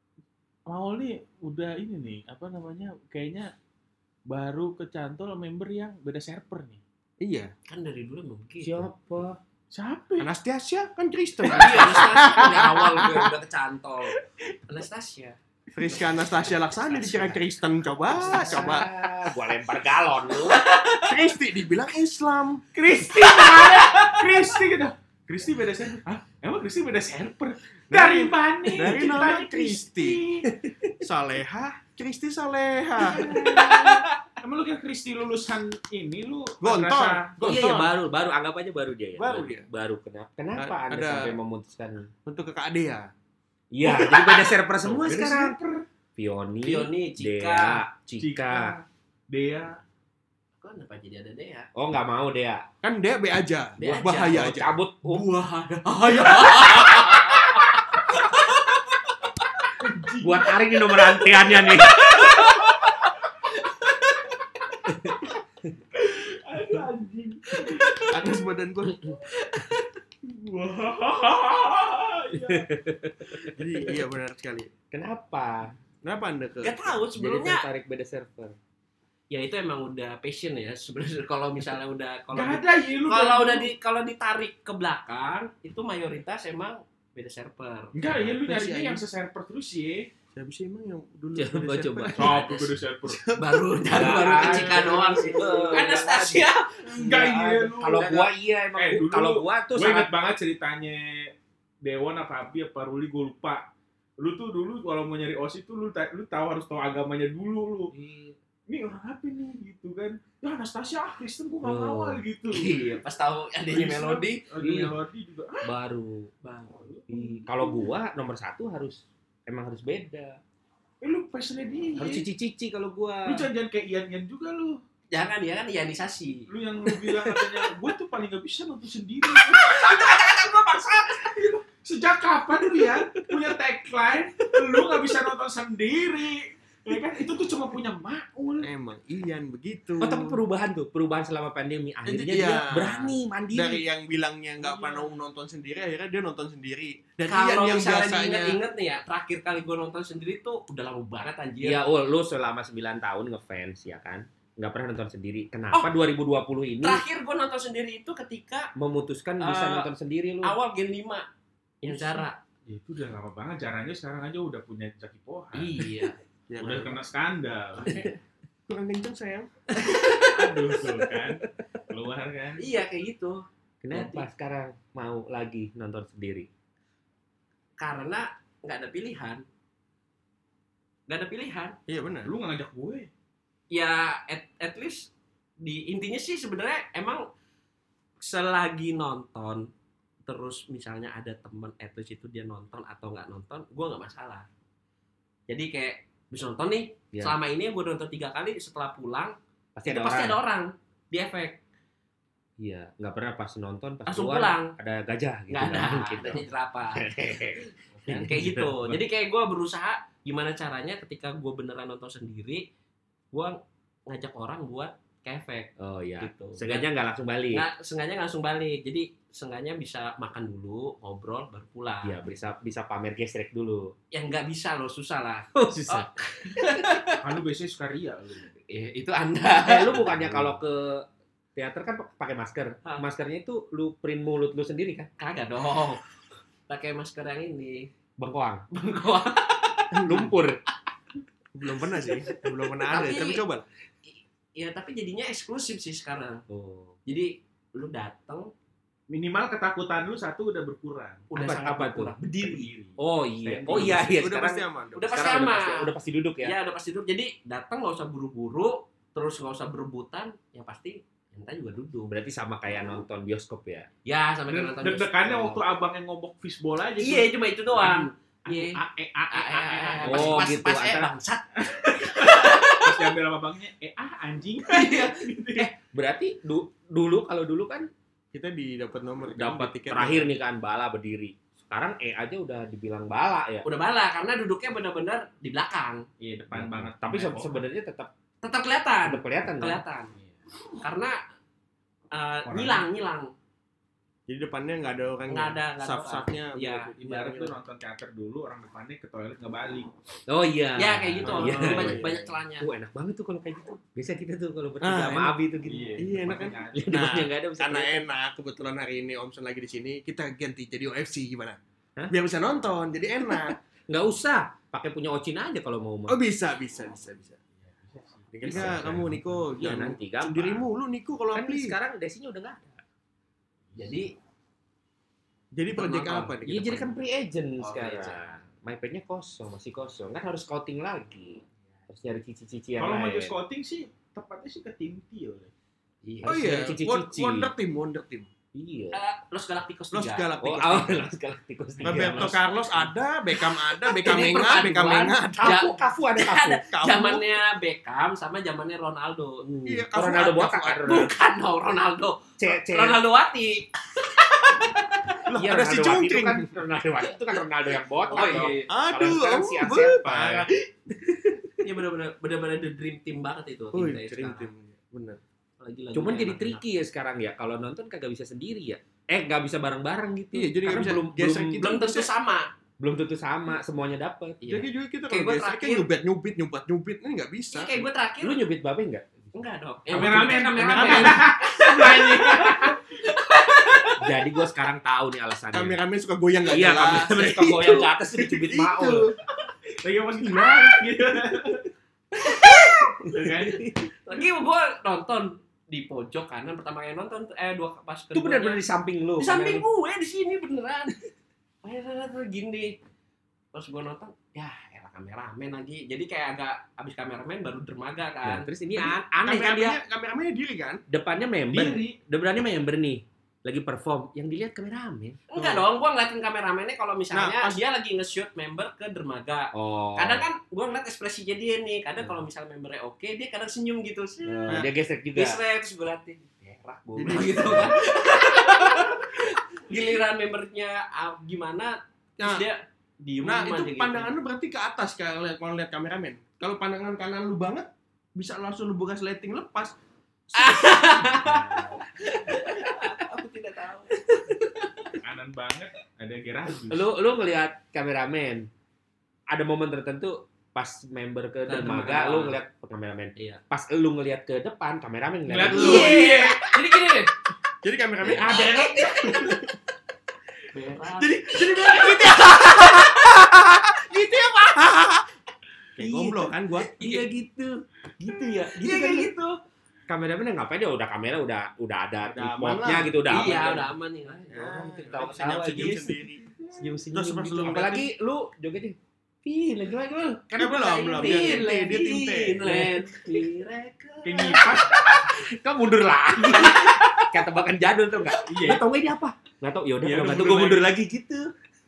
Speaker 4: Mauli udah ini nih, apa namanya? Kayaknya baru kecantol member yang beda server nih.
Speaker 1: Iya.
Speaker 3: Kan dari dulu emang begitu.
Speaker 2: Siapa?
Speaker 4: Siapa? ya?
Speaker 1: Anastasia kan Kristen.
Speaker 3: Iya, Anastasia dari awal gue udah kecantol. Anastasia.
Speaker 1: Friska Anastasia Laksana dikira Kristen. Coba, coba.
Speaker 2: Ah, gua lempar galon lu.
Speaker 1: Kristi dibilang Islam.
Speaker 4: Kristi mana? Kristi gitu. Kristi beda server. Hah? Emang Kristi beda server? Dari mana?
Speaker 1: Dari nama
Speaker 4: Ceritanya
Speaker 1: Kristi. Saleha, Kristi Saleha.
Speaker 4: Emang lu kira Kristi lulusan ini lu
Speaker 1: Gontor.
Speaker 4: madrasah-
Speaker 2: Oh iya, iya baru, baru anggap aja baru dia ya.
Speaker 1: Baru dia.
Speaker 2: Baru kenapa? Kenapa
Speaker 1: A-
Speaker 2: Anda
Speaker 1: ada-
Speaker 2: sampai memutuskan?
Speaker 1: Untuk ke K A D ya.
Speaker 2: Iya, jadi beda server semua
Speaker 4: Beda
Speaker 2: sekarang.
Speaker 4: server.
Speaker 2: Pioni,
Speaker 3: Pioni, Cika.
Speaker 2: Dea, Cika.
Speaker 4: Cika, Dea.
Speaker 3: Kok kenapa jadi ada Dea?
Speaker 2: Oh nggak mau Dea.
Speaker 1: Kan dia B aja,
Speaker 3: B
Speaker 1: buah
Speaker 3: aja.
Speaker 1: bahaya
Speaker 2: Oh,
Speaker 1: aja.
Speaker 2: cabut. Oh,
Speaker 3: Buah.
Speaker 2: buat tarik nih nomor antriannya nih.
Speaker 4: Aduh anjing.
Speaker 1: Panas badan gua.
Speaker 4: Wah. Ya.
Speaker 1: Jadi iya benar sekali.
Speaker 2: Kenapa?
Speaker 1: Kenapa Anda ke?
Speaker 3: Gak tahu
Speaker 2: Jadi
Speaker 3: sebelumnya.
Speaker 2: tertarik beda server.
Speaker 3: Ya itu emang udah passion ya sebenarnya. Kalau misalnya udah kalau
Speaker 4: Gak
Speaker 3: di-
Speaker 4: ada ya lu.
Speaker 3: kalau
Speaker 4: dari
Speaker 3: udah
Speaker 4: dulu.
Speaker 3: di kalau ditarik ke belakang itu mayoritas emang beda server.
Speaker 4: Enggak ya lu
Speaker 1: Apa sih,
Speaker 4: nyarinya yang
Speaker 1: anjing?
Speaker 4: seserver terus ya.
Speaker 1: Siapa sih emang yang dulu?
Speaker 2: Coba,
Speaker 1: beda server?
Speaker 2: coba.
Speaker 4: Siapa beda server?
Speaker 3: Baru dan baru ke Cika doang sih. Anastasia.
Speaker 4: Enggak iya lu.
Speaker 2: Kalau gua iya emang.
Speaker 4: Eh, dulu
Speaker 2: Kalau gua tuh
Speaker 4: gue inget
Speaker 2: sangat
Speaker 4: banget ceritanya Dewan apa Abi apa Ruli gue lupa. Lu tuh dulu kalau mau nyari O S I tuh lu ta- lu tahu harus tahu agamanya dulu lu. Ini orang apa nih gitu kan? Ya Anastasia ah Kristen gue nggak
Speaker 2: Oh.
Speaker 4: ngawal gitu.
Speaker 3: Iya, pas tahu adanya melodi.
Speaker 4: Ada
Speaker 2: Iya.
Speaker 4: melodi juga. Ah,
Speaker 2: baru.
Speaker 3: Baru.
Speaker 2: Ih, Kalau gua nomor satu harus emang harus beda.
Speaker 4: eh lu passionnya dia.
Speaker 2: Harus cici-cici kalau gua.
Speaker 4: Lu jangan kayak Ian Ian juga lu.
Speaker 3: Jangan ya kan ianisasi.
Speaker 4: Lu yang lu bilang katanya gue tuh paling gak bisa nonton sendiri.
Speaker 3: Kata-kata gua paksa.
Speaker 4: Sejak kapan lu ya punya tagline lu gak bisa nonton sendiri? Ya kan itu tuh cuma punya Maul.
Speaker 1: Emang Ian begitu.
Speaker 2: Oh tapi perubahan tuh, perubahan selama pandemi. Akhirnya
Speaker 1: Iya.
Speaker 2: dia berani mandiri.
Speaker 1: Dari yang bilangnya nggak
Speaker 4: Iya.
Speaker 1: pernah nonton sendiri, akhirnya dia nonton sendiri. Dan Ian
Speaker 3: Kalau
Speaker 1: yang
Speaker 3: misalnya
Speaker 1: biasanya
Speaker 3: diinget-inget nih ya, terakhir kali gua nonton sendiri tuh udah lama banget anjir.
Speaker 2: Iya, Ul, lu selama sembilan tahun ngefans ya kan? Nggak pernah nonton sendiri. Kenapa dua ribu dua puluh ini
Speaker 3: Terakhir gua nonton sendiri itu ketika
Speaker 2: memutuskan bisa
Speaker 3: Eh,
Speaker 2: nonton sendiri lu?
Speaker 3: awal Gen lima yang cara.
Speaker 4: Ya itu udah lama banget, caranya sekarang aja udah punya Jaki Pohan.
Speaker 3: Iya.
Speaker 1: ya,
Speaker 4: Udah kena skandal.
Speaker 1: kurang kenceng sayang.
Speaker 4: Aduh tuh kan. Keluar kan.
Speaker 3: Iya kayak gitu.
Speaker 2: Kenapa sekarang mau lagi nonton sendiri?
Speaker 3: Karena nggak ada pilihan. Nggak ada pilihan.
Speaker 1: Iya benar.
Speaker 4: Lu nggak ngajak gue.
Speaker 3: Ya at, at least di intinya sih sebenarnya emang selagi nonton terus misalnya ada temen at least itu dia nonton atau nggak nonton, gue nggak masalah. Jadi kayak bisa nonton nih.
Speaker 2: Ya.
Speaker 3: Selama ini gue nonton tiga kali, setelah pulang
Speaker 2: Pasti
Speaker 3: itu
Speaker 2: ada
Speaker 3: pasti
Speaker 2: orang.
Speaker 3: ada orang di efek.
Speaker 2: Iya, nggak pernah pas nonton pas
Speaker 3: Langsung
Speaker 2: keluar
Speaker 3: pulang.
Speaker 2: ada gajah gitu.
Speaker 3: Nggak ada,
Speaker 2: Nggak mungkin
Speaker 3: adanya
Speaker 2: dong.
Speaker 3: jerapah. Dan kayak gitu. Jadi kayak gue berusaha gimana caranya ketika gue beneran nonton sendiri, gue ngajak orang buat ke efek.
Speaker 2: Oh iya.
Speaker 3: Gitu.
Speaker 2: Sengaja nggak langsung balik.
Speaker 3: Nggak, sengaja nggak langsung balik. Jadi sengaja bisa makan dulu, ngobrol, baru pulang.
Speaker 2: Iya, bisa bisa pamer gesrek dulu.
Speaker 3: Yang nggak bisa loh, susah lah.
Speaker 2: Oh, susah.
Speaker 4: Kan lu biasanya suka ria lu.
Speaker 3: Eh, itu Anda.
Speaker 2: Eh, lu bukannya kalau ke teater kan pakai masker.
Speaker 3: Hah?
Speaker 2: Maskernya itu lu print mulut lu sendiri kan?
Speaker 3: Kagak dong. Pakai masker yang ini.
Speaker 2: Bengkoang.
Speaker 3: Bengkoang.
Speaker 2: Lumpur.
Speaker 1: Belum pernah sih. Belum pernah ada.
Speaker 3: Tapi-
Speaker 1: Tapi coba.
Speaker 3: Ya tapi jadinya eksklusif sih sekarang.
Speaker 2: Oh.
Speaker 3: Jadi lu datang
Speaker 4: Minimal ketakutan lu satu udah berkurang.
Speaker 3: udah
Speaker 2: Apa-
Speaker 3: sangat
Speaker 2: apa tuh?
Speaker 3: berkurang. Berdiri.
Speaker 2: Oh iya.
Speaker 4: Standing.
Speaker 2: Oh iya iya
Speaker 1: Udah
Speaker 2: sekarang.
Speaker 1: pasti aman.
Speaker 3: Udah pasti
Speaker 2: sekarang udah
Speaker 3: aman.
Speaker 2: pasti, udah pasti duduk ya.
Speaker 3: Ya udah pasti duduk. Jadi datang nggak usah buru-buru, terus nggak usah berebutan. Yang pasti kita juga duduk.
Speaker 2: Berarti sama kayak nonton bioskop ya.
Speaker 3: Ya sampai
Speaker 4: Dan
Speaker 3: nonton
Speaker 4: deg-degannya
Speaker 3: bioskop.
Speaker 4: waktu abang yang ngobok fishball aja.
Speaker 3: Iya cuma itu doang. Iya.
Speaker 4: A, E, A, E, A, E, A.
Speaker 3: Pas,
Speaker 2: Oh,
Speaker 3: pas,
Speaker 2: gitu.
Speaker 3: pas, eh,
Speaker 2: Antara-
Speaker 3: bangsat.
Speaker 4: Terus diambil sama abangnya, eh ah anjing. Gitu ya.
Speaker 2: Berarti du- dulu kalau dulu kan
Speaker 1: Kita di dapat nomor.
Speaker 2: dapat
Speaker 1: tiket.
Speaker 2: terakhir nih kan bala berdiri. Sekarang E aja udah dibilang bala ya.
Speaker 3: Udah bala karena duduknya benar-benar di belakang.
Speaker 4: Iya depan banget.
Speaker 2: Tapi se-
Speaker 4: Oh.
Speaker 2: sebenarnya tetap
Speaker 3: Tetap kelihatan.
Speaker 2: tetap kelihatan kan?
Speaker 3: Kelihatan. Karena uh,
Speaker 4: Orang-
Speaker 3: ngilang, ngilang.
Speaker 1: Jadi depannya nggak ada orang.
Speaker 3: Nggak ada, nggak ada
Speaker 1: Saf-safnya.
Speaker 3: Iya,
Speaker 4: Ibarat tuh nonton teater dulu, orang depannya ke toilet nggak balik.
Speaker 2: Oh iya.
Speaker 3: Ya kayak gitu.
Speaker 2: Iya.
Speaker 3: Jadi banyak
Speaker 1: iya,
Speaker 3: banyak
Speaker 1: iya.
Speaker 3: celahnya.
Speaker 2: Uh, enak banget tuh kalau kayak gitu. Biasa kita tuh kalau bertiga
Speaker 1: Ah,
Speaker 2: sama
Speaker 1: enak.
Speaker 2: Abi tuh gitu.
Speaker 1: Iya, enak kan?
Speaker 4: depannya
Speaker 2: Yang
Speaker 1: Nah,
Speaker 2: depannya nggak ada bisa
Speaker 1: Karena
Speaker 2: kelihatan.
Speaker 1: enak, kebetulan hari ini Om Son lagi di sini, kita ganti jadi O F C gimana?
Speaker 2: Hah?
Speaker 1: Biar bisa nonton, jadi enak.
Speaker 2: Nggak usah. Pakai punya Ocin aja kalau mau mah.
Speaker 1: Oh bisa, bisa, bisa, bisa. Dengar
Speaker 2: Bisa,
Speaker 1: nggak
Speaker 2: bisa.
Speaker 1: kamu Niko?
Speaker 2: Iya,
Speaker 1: Jangan
Speaker 2: nanti gampang.
Speaker 1: sendiri mulu Niko kalau
Speaker 2: Kan
Speaker 1: apply.
Speaker 2: sekarang desinya udah nggak ada.
Speaker 3: Jadi
Speaker 1: Jadi project
Speaker 3: Nonton.
Speaker 1: apa nih?
Speaker 2: Iya jadi kan free agent
Speaker 3: Oh,
Speaker 2: sekarang.
Speaker 3: free agent.
Speaker 2: MyPad-nya kosong, masih kosong. Kan harus scouting lagi. Harus nyari cici-cici yang
Speaker 4: Kalau mau
Speaker 2: lain.
Speaker 4: scouting sih tepatnya sih ke tim T ya.
Speaker 2: Iya.
Speaker 1: Oh iya,
Speaker 2: Cici-cici.
Speaker 1: Wonder Team, Wonder Team.
Speaker 2: Iya.
Speaker 3: Eh, Los Galacticos
Speaker 1: Los
Speaker 3: tiga.
Speaker 2: Oh,
Speaker 1: Galacticos.
Speaker 2: awal Los Galacticos tiga.
Speaker 1: Roberto
Speaker 2: Los-
Speaker 1: Carlos ada, Beckham ada, Beckham
Speaker 3: Ini
Speaker 1: Menga,
Speaker 3: perpaduan.
Speaker 1: Beckham Menga ada.
Speaker 2: Kafu, Kafu ada Kafu.
Speaker 1: Kamu.
Speaker 3: Zamannya Beckham sama zamannya Ronaldo.
Speaker 2: Hmm.
Speaker 1: Iya,
Speaker 2: Oh,
Speaker 1: Kafu
Speaker 2: Ronaldo
Speaker 1: ada,
Speaker 2: botak
Speaker 1: Kafu
Speaker 2: kan.
Speaker 1: ada.
Speaker 3: Bukan dong Ronaldo.
Speaker 2: C C.
Speaker 3: Ronaldo Wati.
Speaker 1: Loh,
Speaker 2: Iya,
Speaker 1: ada si
Speaker 2: Ronaldo Wati itu
Speaker 1: Cungkring.
Speaker 2: kan Ronaldo Wati itu kan Ronaldo yang botak.
Speaker 3: Oh
Speaker 2: dong.
Speaker 3: iya.
Speaker 1: Aduh,
Speaker 2: Kalau sekarang
Speaker 1: oh,
Speaker 2: si Asia
Speaker 1: be-
Speaker 2: parah.
Speaker 3: Ini benar-benar benar-benar the dream team banget itu. tim
Speaker 1: Wih,
Speaker 3: saya
Speaker 1: Dream
Speaker 3: sekarang.
Speaker 1: Team. Bener.
Speaker 3: Lagi-lagi
Speaker 2: Cuman
Speaker 3: enak,
Speaker 2: jadi
Speaker 3: enak.
Speaker 2: tricky ya sekarang ya. Kalau nonton kagak bisa sendiri ya. Eh, nggak bisa bareng-bareng gitu.
Speaker 1: Iya, jadi nggak
Speaker 2: Karena
Speaker 1: bisa
Speaker 2: belum
Speaker 1: gesek
Speaker 2: belum
Speaker 1: gitu.
Speaker 3: Belum tentu sama.
Speaker 2: belum tentu sama, semuanya dapet.
Speaker 3: Iya.
Speaker 1: Jadi juga kita
Speaker 3: Kayak
Speaker 1: kalau
Speaker 3: gua
Speaker 1: biasa kan
Speaker 3: terakhir-
Speaker 1: nyubit nyubit nyubat nyubit ini nggak bisa.
Speaker 3: Iya kayak gue terakhir.
Speaker 2: Lu nyubit babe nggak?
Speaker 3: Enggak dong.
Speaker 4: Kameramen,
Speaker 3: kameramen.
Speaker 2: Jadi gue sekarang tahu nih alasannya.
Speaker 1: Kameramen suka goyang nggak
Speaker 2: Iya,
Speaker 1: jelas.
Speaker 2: kameramen suka goyang ke atas terus dicubit Maul.
Speaker 4: Lagi pas gimana gitu. Gitu kan?
Speaker 3: Lagi gue nonton di pojok kanan pertama kali nonton eh dua pas kedua.
Speaker 2: Itu benar-benar di samping lu.
Speaker 3: di samping gue di sini beneran. Akhirnya terus gini. Terus gue nonton, ya elah kameramen lagi. Jadi kayak agak abis kameramen baru dermaga kan.
Speaker 2: Nah, terus ini
Speaker 3: Nah,
Speaker 2: an- aneh kan dia.
Speaker 1: Kameramennya kameramennya diri kan?
Speaker 2: Depannya member,
Speaker 4: Diri.
Speaker 2: depannya member nih. Lagi perform, yang dilihat kameramen.
Speaker 3: Enggak dong, gue ngeliatin kameramennya kalau misalnya
Speaker 1: Nah, pas-
Speaker 3: dia lagi nge-shoot member ke dermaga.
Speaker 2: Oh.
Speaker 3: Kadang kan gue ngeliat ekspresinya dia nih. Kadang kalau misalnya membernya oke, dia kadang senyum gitu.
Speaker 2: Nah, dia gesek juga.
Speaker 3: Gesrek, terus gue liatin. Berak gue
Speaker 1: Jadi-
Speaker 3: bilang gitu kan. Giliran membernya ah, gimana, terus
Speaker 1: Nah,
Speaker 3: dia diem
Speaker 1: Nah,
Speaker 3: aja
Speaker 1: itu
Speaker 3: gitu.
Speaker 1: pandangan lu berarti ke atas kalau lihat kalau lihat kameramen. Kalau pandangan kanan lu banget bisa langsung lu buka sleting lepas.
Speaker 3: Aku tidak tahu.
Speaker 4: Kanan banget ada Gerardus.
Speaker 2: Lu lu ngelihat kameramen. Ada momen tertentu pas member ke
Speaker 3: Ke
Speaker 2: dermaga,
Speaker 3: dermaga.
Speaker 2: lu ngelihat kameramen.
Speaker 3: Iya.
Speaker 2: Pas lu ngelihat ke depan, kameramen
Speaker 4: Ngeliat
Speaker 2: ngeliat
Speaker 4: lu.
Speaker 2: lu.
Speaker 3: Iya. Jadi gini deh.
Speaker 1: Jadi kameramen
Speaker 3: Ada.
Speaker 1: ada.
Speaker 3: Berak.
Speaker 1: Jadi jadi bilang gitu ya. Gitu ya, Pak. Kayak goblok kan gua.
Speaker 2: Iya gitu. Gitu ya. Gitu
Speaker 3: Iya
Speaker 2: kan
Speaker 3: kayak
Speaker 2: lu.
Speaker 3: gitu.
Speaker 2: Kameramen yang ngapain dia udah kamera udah udah ada
Speaker 1: Udah aman
Speaker 2: tripodnya
Speaker 1: lah.
Speaker 2: gitu udah
Speaker 3: Iya,
Speaker 2: aman.
Speaker 3: udah aman nih.
Speaker 2: Orang ketawa ketawa
Speaker 1: Senyum-senyum
Speaker 2: gitu.
Speaker 1: sendiri.
Speaker 2: Senyum-senyum
Speaker 1: Terus pas
Speaker 2: gitu.
Speaker 1: lu
Speaker 2: Apalagi lu jogetnya Pin lagi lagi lu.
Speaker 1: Kan belum, belum. Dia tim T, dia tim T.
Speaker 3: Finland Miracle.
Speaker 4: Kayak ngipas.
Speaker 2: Kan mundur lagi. Kayak tebakan jadul tuh enggak?
Speaker 4: Iya.
Speaker 2: Lu tau gak ini apa? Enggak tau. Ya udah
Speaker 4: Iya,
Speaker 2: kalau
Speaker 4: udah
Speaker 2: enggak tuh
Speaker 4: mundur
Speaker 2: gua mundur lagi gitu.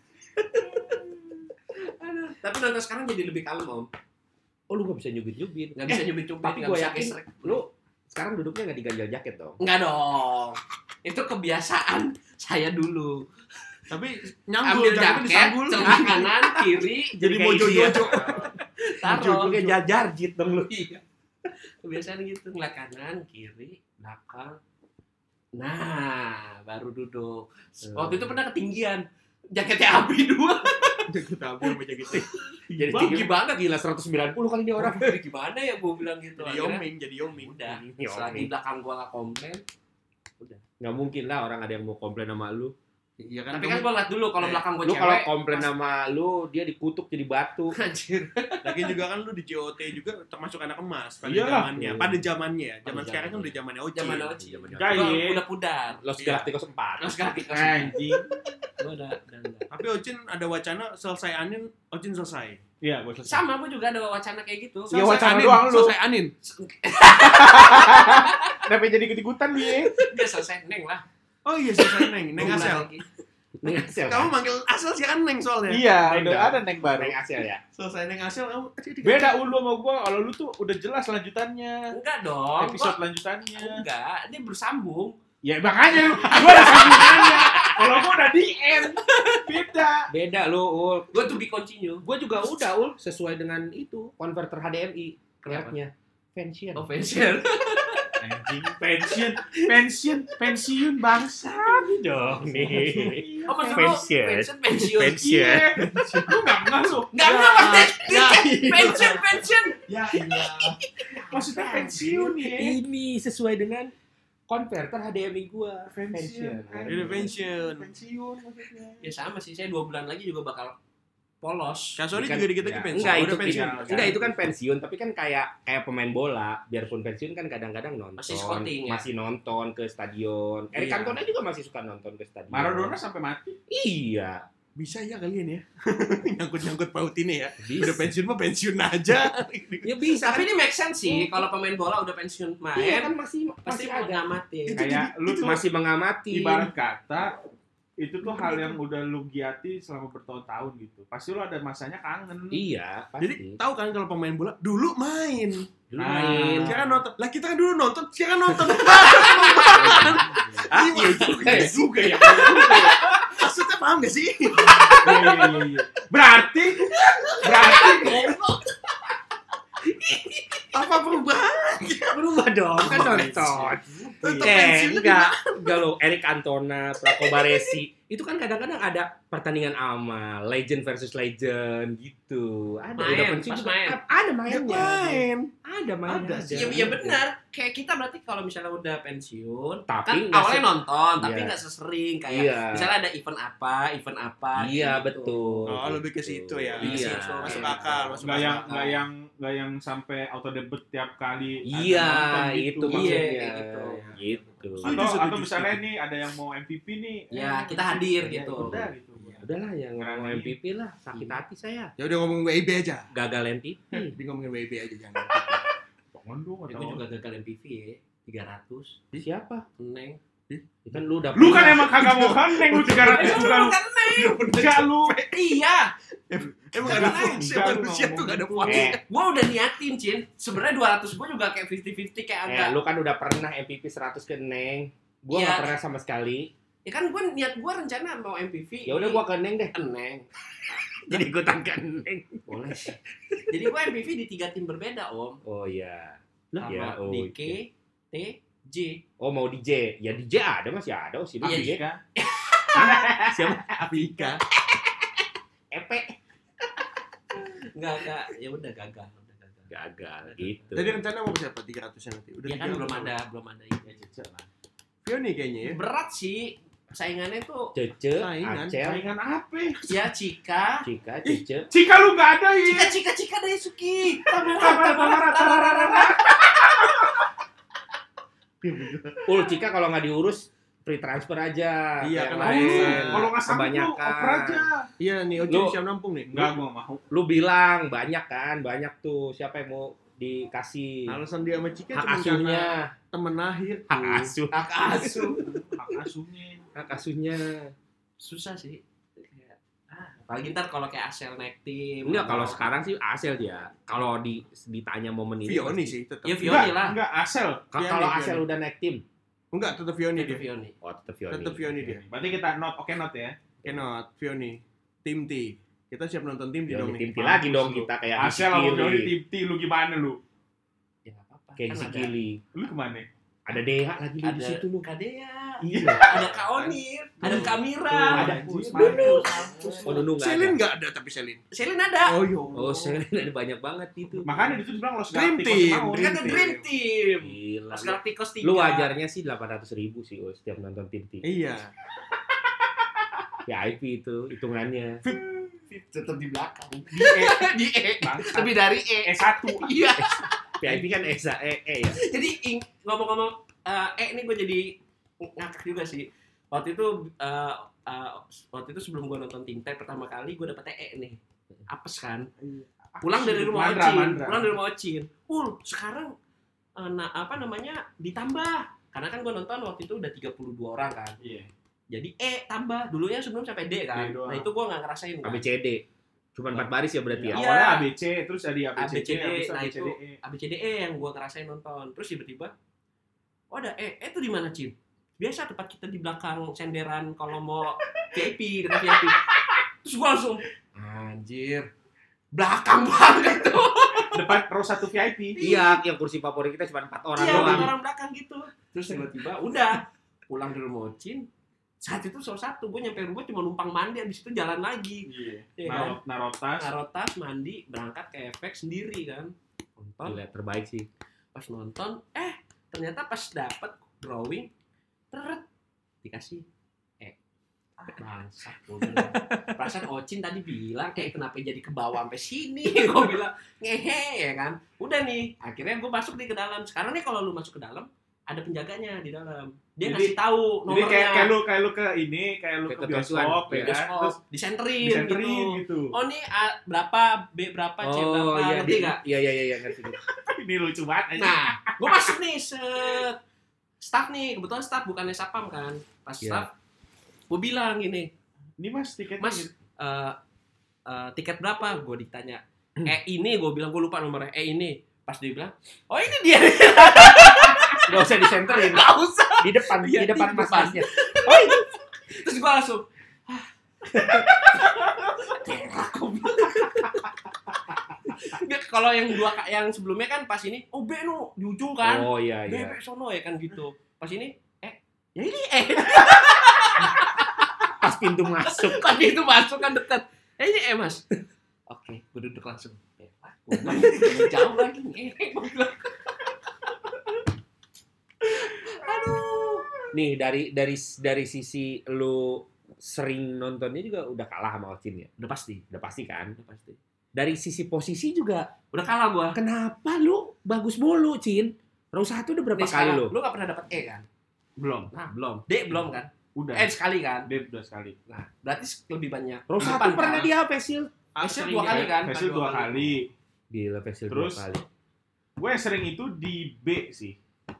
Speaker 3: Aduh. Tapi nonton sekarang jadi lebih kalem om.
Speaker 2: Oh lu gak bisa nyubit-nyubit.
Speaker 3: Nggak bisa nyubit-nyubit.
Speaker 2: Tapi
Speaker 3: nggak
Speaker 2: gue
Speaker 3: bisa
Speaker 2: yakin
Speaker 3: gesrek.
Speaker 2: lu sekarang duduknya nggak diganjal jaket dong.
Speaker 3: Enggak dong. Itu kebiasaan saya dulu.
Speaker 1: Tapi nyambul
Speaker 3: Ambil
Speaker 1: jaketnya
Speaker 3: jaket,
Speaker 1: disanggul.
Speaker 3: celana kanan, kiri,
Speaker 1: Jadi
Speaker 2: kayak
Speaker 1: mojo
Speaker 2: iya.
Speaker 1: jojo.
Speaker 3: taruh.
Speaker 2: Kayak jajar jit dong lu.
Speaker 3: Iya. Kebiasaan gitu, ngeliat kanan, kiri, belakang. Nah, baru duduk. Waktu itu pernah ketinggian. Jaketnya Abi dua.
Speaker 1: Jaket apa sama jaket T.
Speaker 2: Jadi
Speaker 3: Bang,
Speaker 2: tinggi
Speaker 3: gimana?
Speaker 2: gila seratus sembilan puluh kali ini orang.
Speaker 3: Jadi gimana ya gue bilang gitu.
Speaker 1: Jadi
Speaker 3: Akhirnya,
Speaker 1: yoming, jadi yoming.
Speaker 3: udah.
Speaker 2: Yoming.
Speaker 3: Selagi belakang gua nggak komplain.
Speaker 2: Nggak mungkin lah orang ada yang mau komplain sama lu.
Speaker 1: Iya kan.
Speaker 3: Tapi kan gua ngeliat dulu kalau
Speaker 1: Eh,
Speaker 3: belakang gua
Speaker 2: Lu kalau
Speaker 3: cewek.
Speaker 2: komplain
Speaker 3: pas-
Speaker 2: sama lu dia dikutuk jadi batu.
Speaker 3: Anjir.
Speaker 1: lagi juga kan lu di J O T juga termasuk anak emas pada
Speaker 4: Iyalah.
Speaker 1: zamannya.
Speaker 2: Iya.
Speaker 1: Pada zamannya. Zaman
Speaker 3: Pada
Speaker 1: sekarang kan
Speaker 3: zamannya.
Speaker 1: udah zamannya Oci.
Speaker 3: Zaman Oci.
Speaker 2: Zamannya
Speaker 4: Oci.
Speaker 3: Gua
Speaker 4: Iya.
Speaker 3: udah pudar.
Speaker 2: Los
Speaker 1: Iya.
Speaker 2: Galacticos empat.
Speaker 3: Terus ganti kelas.
Speaker 4: Anjing.
Speaker 3: Gua udah udah enggak.
Speaker 1: Tapi Ocin ada wacana selesai anin, Ocin selesai.
Speaker 4: Iya, gua selesai.
Speaker 3: Sama gua juga ada wacana kayak gitu.
Speaker 4: Iya,
Speaker 1: Selesai
Speaker 4: wacana
Speaker 1: anin,
Speaker 4: doang lu.
Speaker 1: Selesai anin.
Speaker 4: Kenapa jadi ikut-ikutan lu ya?
Speaker 3: Dia selesai neng lah.
Speaker 1: Oh iya selesai Neng, Neng
Speaker 3: Gua
Speaker 1: Asel.
Speaker 3: bilang lagi.
Speaker 2: Neng Asel.
Speaker 1: Kamu
Speaker 2: Kan?
Speaker 1: manggil Asel sekarang Neng soalnya.
Speaker 4: Iya,
Speaker 2: Neng
Speaker 4: udah
Speaker 2: dah.
Speaker 4: ada neng baru.
Speaker 2: Neng Asel ya.
Speaker 1: Selesai Neng Asel kamu aduh,
Speaker 4: Beda ulu sama gua, kalau lu tuh udah jelas lanjutannya.
Speaker 3: Enggak dong.
Speaker 4: Episode
Speaker 3: Gua-
Speaker 4: lanjutannya.
Speaker 3: enggak, dia bersambung.
Speaker 4: Ya makanya gua ada sambungannya. Kalau gua udah di end. Beda.
Speaker 2: Beda lu, Ul.
Speaker 3: Gua tuh be continue.
Speaker 2: Gua juga udah, Ul, sesuai dengan itu, konverter H D M I.
Speaker 3: Kenapa?
Speaker 2: Keretnya. Pensiun.
Speaker 3: Oh, pensiun.
Speaker 4: Anjing, pensiun, pensiun, pensiun bangsa.
Speaker 2: dong nih.
Speaker 3: Oh, maksud lu
Speaker 2: Pensiun.
Speaker 3: pensiun pensiun.
Speaker 2: Pensiun.
Speaker 4: Iya. Lu enggak ngasuh.
Speaker 3: Enggak enggak maksudnya pensiun pensiun.
Speaker 1: Ya iya.
Speaker 4: Maksudnya pensiun ya.
Speaker 2: Ini sesuai dengan konverter H D M I gua.
Speaker 4: Pensiun.
Speaker 1: Ini pensiun.
Speaker 4: Pensiun maksudnya.
Speaker 3: Ya sama sih, saya dua bulan lagi juga bakal polos.
Speaker 1: Kasori
Speaker 2: Bukan-
Speaker 1: juga dikit lagi
Speaker 4: ya.
Speaker 1: pensiun.
Speaker 2: Enggak, itu
Speaker 1: Udah pensiun.
Speaker 4: pensiun.
Speaker 2: Enggak, itu kan pensiun, tapi kan kayak kayak pemain bola, biarpun pensiun kan kadang-kadang nonton.
Speaker 3: Masih scouting, ya?
Speaker 2: Masih nonton ke stadion. Eric
Speaker 1: Iya.
Speaker 2: Cantona juga masih suka nonton ke stadion.
Speaker 4: Maradona sampai mati.
Speaker 2: Iya.
Speaker 1: bisa ya kalian ya nyangkut-nyangkut paut ini ya.
Speaker 2: Bisa.
Speaker 1: Udah pensiun mah pensiun aja.
Speaker 2: Ya bisa.
Speaker 3: Tapi ini make sense sih kalau pemain bola udah pensiun main,
Speaker 2: Iya kan masih
Speaker 3: pasti
Speaker 2: masih ada.
Speaker 3: mengamati.
Speaker 1: Itu
Speaker 4: Kayak
Speaker 1: jadi-
Speaker 4: lu
Speaker 1: itu
Speaker 4: tuh
Speaker 2: Masih mengamati.
Speaker 4: ibarat kata itu tuh hal yang udah lu giati selama bertahun-tahun gitu. Pasti lu ada masanya kangen.
Speaker 2: Iya,
Speaker 1: Jadi
Speaker 2: pasti.
Speaker 1: tahu kan kalau pemain bola dulu main,
Speaker 2: Dulu
Speaker 4: Nah.
Speaker 2: main.
Speaker 1: sekarang nonton. Lah kita kan dulu nonton, sekarang nonton.
Speaker 2: Ah, iya juga ya.
Speaker 4: juga ya.
Speaker 1: Maksudnya paham gak sih?
Speaker 4: Iya, iya, iya, iya. Berarti berarti
Speaker 1: Apa perubahan?
Speaker 2: Berubah dong, kan nonton.
Speaker 1: Tetap
Speaker 2: Eh,
Speaker 1: pensiun
Speaker 2: enggak. Enggak lo, Eric Cantona, Praco Baresi. Itu kan kadang-kadang ada pertandingan amal, legend versus legend gitu. Ada
Speaker 3: Main,
Speaker 2: udah pensiun
Speaker 3: pas
Speaker 2: juga.
Speaker 3: main.
Speaker 2: Ada
Speaker 1: Nggak
Speaker 2: mainnya.
Speaker 1: main.
Speaker 2: Ada mainnya.
Speaker 1: Ada sih.
Speaker 3: Iya, iya benar. Kayak kita berarti kalau misalnya udah pensiun,
Speaker 2: Tapi
Speaker 3: kan
Speaker 2: nggak
Speaker 3: awalnya
Speaker 2: se-
Speaker 3: nonton, tapi
Speaker 2: Iya.
Speaker 3: nggak sesering kayak
Speaker 2: Iya.
Speaker 3: misalnya ada event apa, event apa.
Speaker 2: Iya,
Speaker 3: gitu.
Speaker 2: betul.
Speaker 1: Oh, lebih ke situ ya.
Speaker 2: Iya.
Speaker 1: Masuk akal, masuk
Speaker 4: nggak yang
Speaker 1: akal.
Speaker 4: nggak yang nggak yang sampai auto debut tiap kali ada
Speaker 2: Iya,
Speaker 4: nonton
Speaker 2: itu
Speaker 4: gitu.
Speaker 3: Iya,
Speaker 2: maksudnya.
Speaker 3: kayak gitu.
Speaker 2: Gitu.
Speaker 1: Setuju,
Speaker 4: Atau
Speaker 1: setuju,
Speaker 4: atau misalnya
Speaker 1: setuju.
Speaker 4: nih ada yang mau M V P nih.
Speaker 3: Ya,
Speaker 4: eh,
Speaker 3: kita hadir
Speaker 4: ya
Speaker 3: gitu.
Speaker 4: Udah gitu.
Speaker 2: Udahlah yang
Speaker 4: Karena
Speaker 2: mau
Speaker 4: ini-
Speaker 2: M V P lah, sakit hati saya.
Speaker 1: Ya udah ngomong W I B aja.
Speaker 2: Gagal M V P.
Speaker 1: Di ngomongin W I B aja jangan.
Speaker 4: Jangan dong,
Speaker 3: Ya,
Speaker 4: atau-
Speaker 3: gue juga gagal M V P ya, tiga ratus.
Speaker 2: Siapa?
Speaker 3: Neng.
Speaker 2: Kan lu udah
Speaker 4: Lu kan
Speaker 2: pernah.
Speaker 4: emang kagak mau kandeng lu tiga ratus juga lu. Enggak lu.
Speaker 3: Iya,
Speaker 1: Emang ada
Speaker 3: Jangan,
Speaker 1: fungsi
Speaker 4: jangan
Speaker 1: manusia tuh gak ada
Speaker 4: ngomong
Speaker 1: fungsi.
Speaker 2: Eh,
Speaker 3: gue udah niatin, Cin. Sebenarnya dua ratus gue juga kayak lima puluh lima puluh kayak
Speaker 2: eh,
Speaker 3: agak.
Speaker 2: lu kan udah pernah M V P seratus ke Neng. Gua
Speaker 3: Iya.
Speaker 2: nggak pernah sama sekali.
Speaker 3: Ya kan gue niat gue rencana mau M V P.
Speaker 2: Ya udah gua ke Neng deh.
Speaker 3: Neng.
Speaker 2: Jadi ikutan ke Neng.
Speaker 3: Boleh sih. Jadi gue M V P di tiga tim berbeda, Om.
Speaker 2: Oh iya.
Speaker 3: Sama
Speaker 2: ya, oh,
Speaker 3: di K,
Speaker 2: iya.
Speaker 3: T, J.
Speaker 2: Oh mau D J. Ya D J ada masih ada oh sih
Speaker 3: Iya,
Speaker 2: D J.
Speaker 4: Iya.
Speaker 2: Siapa?
Speaker 1: Afrika.
Speaker 2: Epe.
Speaker 3: Enggak, enggak. Ya udah gagal, udah gagal.
Speaker 2: Gagal gitu.
Speaker 1: Jadi rencana mau siapa tiga ratus nanti? Udah
Speaker 3: Ya kan
Speaker 1: tiga ratus
Speaker 3: belum
Speaker 1: apa?
Speaker 3: ada, belum ada ini.
Speaker 1: Fioni kayaknya ya.
Speaker 3: Berat sih. Saingannya tuh
Speaker 2: Cece,
Speaker 1: Saingan.
Speaker 2: Acel,
Speaker 4: Saingan apa?
Speaker 3: ya Cika.
Speaker 2: Cika, Cece.
Speaker 4: Cika lu enggak ada ya.
Speaker 3: Cika, Cika, Cika Daisuki. Tamara,
Speaker 4: Tamara,
Speaker 3: Tamara,
Speaker 4: Tamara,
Speaker 3: Tamara.
Speaker 2: Ul Cika kalau nggak diurus free transfer aja.
Speaker 1: Iya,
Speaker 2: Kayak
Speaker 1: kan
Speaker 2: lain.
Speaker 1: ada.
Speaker 4: Kalau nggak sanggup lu
Speaker 2: Kebanyakan.
Speaker 4: oper aja.
Speaker 1: Iya nih, Oji
Speaker 2: Lu-
Speaker 1: siap nampung nih.
Speaker 4: Enggak, gua nggak mau.
Speaker 2: Lu bilang banyak kan, banyak tuh siapa yang mau dikasih
Speaker 1: Alasan dia sama Cika
Speaker 2: hak
Speaker 1: cuma
Speaker 2: asuhnya,
Speaker 1: karena temen akhir tuh.
Speaker 2: hak asuh,
Speaker 3: Hak asuh.
Speaker 4: Hak asuhnya.
Speaker 2: hak asuhnya.
Speaker 3: Susah sih. Kayak, ah, apalagi ntar kalau kayak Asel naik tim.
Speaker 2: Enggak, kalau
Speaker 3: atau-
Speaker 2: sekarang sih Asel dia. Kalau di ditanya momen ini
Speaker 1: Fioni
Speaker 2: pasti-
Speaker 1: sih tetap.
Speaker 3: Ya,
Speaker 4: Enggak,
Speaker 3: Fioni lah.
Speaker 4: enggak Asel.
Speaker 2: Ka-
Speaker 1: Fioni,
Speaker 2: Kalau
Speaker 1: Fioni.
Speaker 2: Asel udah naik tim,
Speaker 1: Enggak, tetap Fioni
Speaker 3: Itu
Speaker 1: dia.
Speaker 3: Fioni.
Speaker 2: oh tetap Fioni.
Speaker 1: Tetap Fioni dia.
Speaker 4: Berarti kita note, oke note ya.
Speaker 1: Cannot, Fioni. Tim T. Kita siap nonton tim T
Speaker 2: Fioni
Speaker 1: dong
Speaker 2: tim
Speaker 1: nih.
Speaker 2: T lagi dong
Speaker 4: Mampus lu.
Speaker 2: kita kayak
Speaker 4: Asel sama Fioni
Speaker 2: Sikili.
Speaker 4: tim T lu gimana lu?
Speaker 3: Ya nggak apa-apa.
Speaker 2: Kayak
Speaker 3: Kan ada-
Speaker 2: Sikili.
Speaker 4: Lu kemana?
Speaker 2: Ada Dea lagi lu di
Speaker 3: Ada
Speaker 2: situ lu.
Speaker 3: Kadea.
Speaker 2: Iya.
Speaker 3: Ada Kak Onir. Ada Kamira.
Speaker 2: Ada.
Speaker 3: Mampus,
Speaker 2: Dulu.
Speaker 3: mampus.
Speaker 2: Oh, Nunu nggak
Speaker 1: Selin
Speaker 2: ada.
Speaker 1: enggak ada tapi Selin.
Speaker 3: Selin ada.
Speaker 1: Oh yo.
Speaker 2: Oh, Selin ada banyak banget itu.
Speaker 4: Makanya itu dibilang Los
Speaker 1: Dream
Speaker 4: Galacticos
Speaker 1: Team,
Speaker 4: mau.
Speaker 3: Kan ada Dream Team.
Speaker 2: Gila.
Speaker 3: Los Galacticos tiga.
Speaker 2: Lu wajarnya sih delapan ratus ribu sih oh, setiap nonton tim T.
Speaker 1: Iya.
Speaker 2: V I P itu hitungannya.
Speaker 3: Tetap di belakang.
Speaker 4: Di E.
Speaker 3: Di E.
Speaker 4: Bangsat.
Speaker 3: Lebih dari E.
Speaker 4: E satu.
Speaker 3: Iya.
Speaker 2: V I P kan Esa E E ya.
Speaker 3: Jadi ing- ngomong-ngomong eh E ini gue jadi ngakak juga sih. Waktu itu eh, eh, waktu itu sebelum gue nonton Tim Tech pertama kali gue dapet E nih. Apes kan. Pulang dari rumah
Speaker 4: Mandra,
Speaker 3: Ocin.
Speaker 4: Mandra.
Speaker 3: Pulang dari rumah Ocin. Ul, sekarang eh, nah, apa namanya ditambah. Karena kan gue nonton waktu itu udah tiga puluh dua orang kan.
Speaker 4: Iya.
Speaker 3: Jadi E tambah. Dulunya sebelum sampai D kan.
Speaker 4: D doang.
Speaker 3: Nah itu gue gak ngerasain kan.
Speaker 2: A B C D. Cuman empat baris ya berarti ya.
Speaker 3: Iya.
Speaker 4: Awalnya A B C, terus ada A B C D,
Speaker 3: A B C D,
Speaker 4: habis
Speaker 3: nah
Speaker 4: A B C D
Speaker 3: itu
Speaker 4: E.
Speaker 3: A B C D E yang gue ngerasain nonton. Terus tiba-tiba, oh ada E, E itu di mana Cin? Biasa tempat kita di belakang senderan kalau mau V I P, dekat V I P. Terus gue langsung, anjir, belakang banget tuh.
Speaker 4: Depan row satu V I P.
Speaker 2: Iya, yang kursi favorit kita cuma empat orang
Speaker 3: Iya,
Speaker 2: doang.
Speaker 3: orang belakang gitu. Terus tiba-tiba, udah pulang dari rumah Cin. Saat itu salah satu, gue nyampe rumah cuma numpang mandi, abis itu jalan lagi.
Speaker 4: Iya.
Speaker 3: Iya kan?
Speaker 4: Narot, narotas.
Speaker 3: Taruh tas, mandi, berangkat ke efek sendiri kan. Nonton,
Speaker 2: Gila, terbaik sih.
Speaker 3: pas nonton eh ternyata pas dapet drawing teret dikasih eh bangsat gue bilang. Perasaan Ocin tadi bilang eh kenapa jadi ke bawah sampai sini gue bilang ngehe ya kan udah nih akhirnya gue masuk nih ke dalam sekarang nih kalau lu masuk ke dalam ada penjaganya di dalam. Dia
Speaker 4: Jadi-
Speaker 3: ngasih tahu
Speaker 4: Jadi
Speaker 3: nomornya.
Speaker 4: kayak, kayak lu kayak lu ke ini, kayak lu
Speaker 2: Kayak
Speaker 4: ke
Speaker 2: ke
Speaker 4: bioskop,
Speaker 2: bioskop,
Speaker 4: ya
Speaker 2: ya.
Speaker 4: kan?
Speaker 3: Bioskop,
Speaker 4: Terus
Speaker 3: disenterin,
Speaker 4: disenterin
Speaker 3: gitu.
Speaker 4: gitu.
Speaker 3: Oh nih A berapa, B berapa, C berapa,
Speaker 2: Oh iya,
Speaker 3: ngerti
Speaker 2: di-
Speaker 3: nggak?
Speaker 2: iya iya iya iya, ngerti.
Speaker 4: Ini lucu banget aja.
Speaker 3: Nah, gue masuk nih, set. Staff nih, kebetulan staff bukannya sapam kan. Pas
Speaker 2: Iya.
Speaker 3: staff, gue bilang gini,
Speaker 4: Ini Mas tiketnya.
Speaker 3: Mas,
Speaker 4: gitu.
Speaker 3: eh eh, tiket berapa? Gue ditanya. Eh ini, gue bilang gue lupa nomornya. Eh ini. Pas dia bilang, oh ini dia.
Speaker 2: Gak usah disenterin.
Speaker 3: Gak usah.
Speaker 2: Di depan,
Speaker 3: Iya,
Speaker 2: di depan
Speaker 3: di
Speaker 2: mas
Speaker 3: depan.
Speaker 2: masnya. Oh ini.
Speaker 3: Terus gue langsung, "Hah." Terak, gua bilang. Dia kalau yang dua yang sebelumnya kan pas ini, oh B no di ujung kan.
Speaker 2: Oh iya
Speaker 3: B
Speaker 2: iya.
Speaker 3: B sono ya kan gitu. Pas ini, eh ya ini eh
Speaker 2: Pas pintu masuk.
Speaker 3: pas itu masuk kan dekat. Eh ini eh mas. Oke, gue duduk langsung. Eh, Pak, gua bilang, "Jangan jauh lagi nih. Eh, gua bilang. Aduh.
Speaker 2: Nih dari dari dari sisi lu sering nontonnya juga udah kalah sama Ocin ya.
Speaker 3: Udah pasti,
Speaker 2: Udah pasti kan.
Speaker 3: udah pasti.
Speaker 2: Dari sisi posisi juga
Speaker 3: Udah kalah gua.
Speaker 2: kenapa lu bagus mulu, Cin? Row satu udah berapa
Speaker 3: Nih,
Speaker 2: kali
Speaker 3: sekarang,
Speaker 2: lu?
Speaker 3: Lu gak pernah dapet E kan?
Speaker 4: Belum.
Speaker 3: Nah, belum. D belum kan?
Speaker 4: Udah.
Speaker 3: Eh sekali kan?
Speaker 4: Dia udah sekali.
Speaker 3: Nah, berarti lebih banyak.
Speaker 2: Row
Speaker 3: Di
Speaker 2: satu
Speaker 3: depan
Speaker 2: pernah
Speaker 3: kan?
Speaker 2: dia Facial.
Speaker 3: Facial
Speaker 1: Sering
Speaker 3: dua
Speaker 1: ya.
Speaker 3: kali kan?
Speaker 4: Facial dua kali.
Speaker 2: Gila Facial
Speaker 4: Terus?
Speaker 2: dua kali.
Speaker 4: Gue yang sering itu di B sih.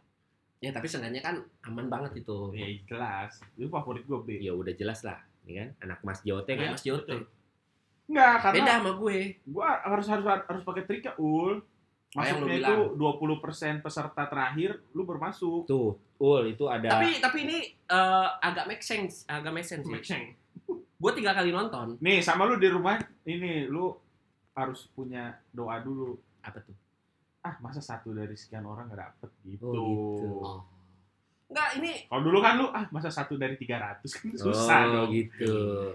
Speaker 3: Ya tapi seenggaknya kan aman banget itu.
Speaker 4: Ya jelas. Itu favorit gue B.
Speaker 2: Ya udah jelas lah, ini kan anak Mas Jote
Speaker 3: Kayak
Speaker 2: kan.
Speaker 3: Mas Jote.
Speaker 4: Enggak, karena
Speaker 3: Beda sama gue.
Speaker 4: gue harus harus harus pakai triknya ul.
Speaker 3: Oh, yang lu
Speaker 4: Masuknya
Speaker 3: bilang.
Speaker 4: itu dua puluh persen peserta terakhir lu bermasuk.
Speaker 2: Tuh, Ul itu ada.
Speaker 3: Tapi tapi ini eh, agak make sense, agak make sense sih. Gue tiga kali nonton.
Speaker 4: Nih, sama lu di rumah ini lu harus punya doa dulu.
Speaker 3: Apa tuh?
Speaker 4: Ah, masa satu dari sekian orang gak dapet gitu.
Speaker 2: Oh, gitu.
Speaker 3: Oh. Enggak, ini
Speaker 4: Kalau dulu kan lu ah masa satu dari tiga ratus kan susah
Speaker 2: oh,
Speaker 4: dong.
Speaker 2: gitu.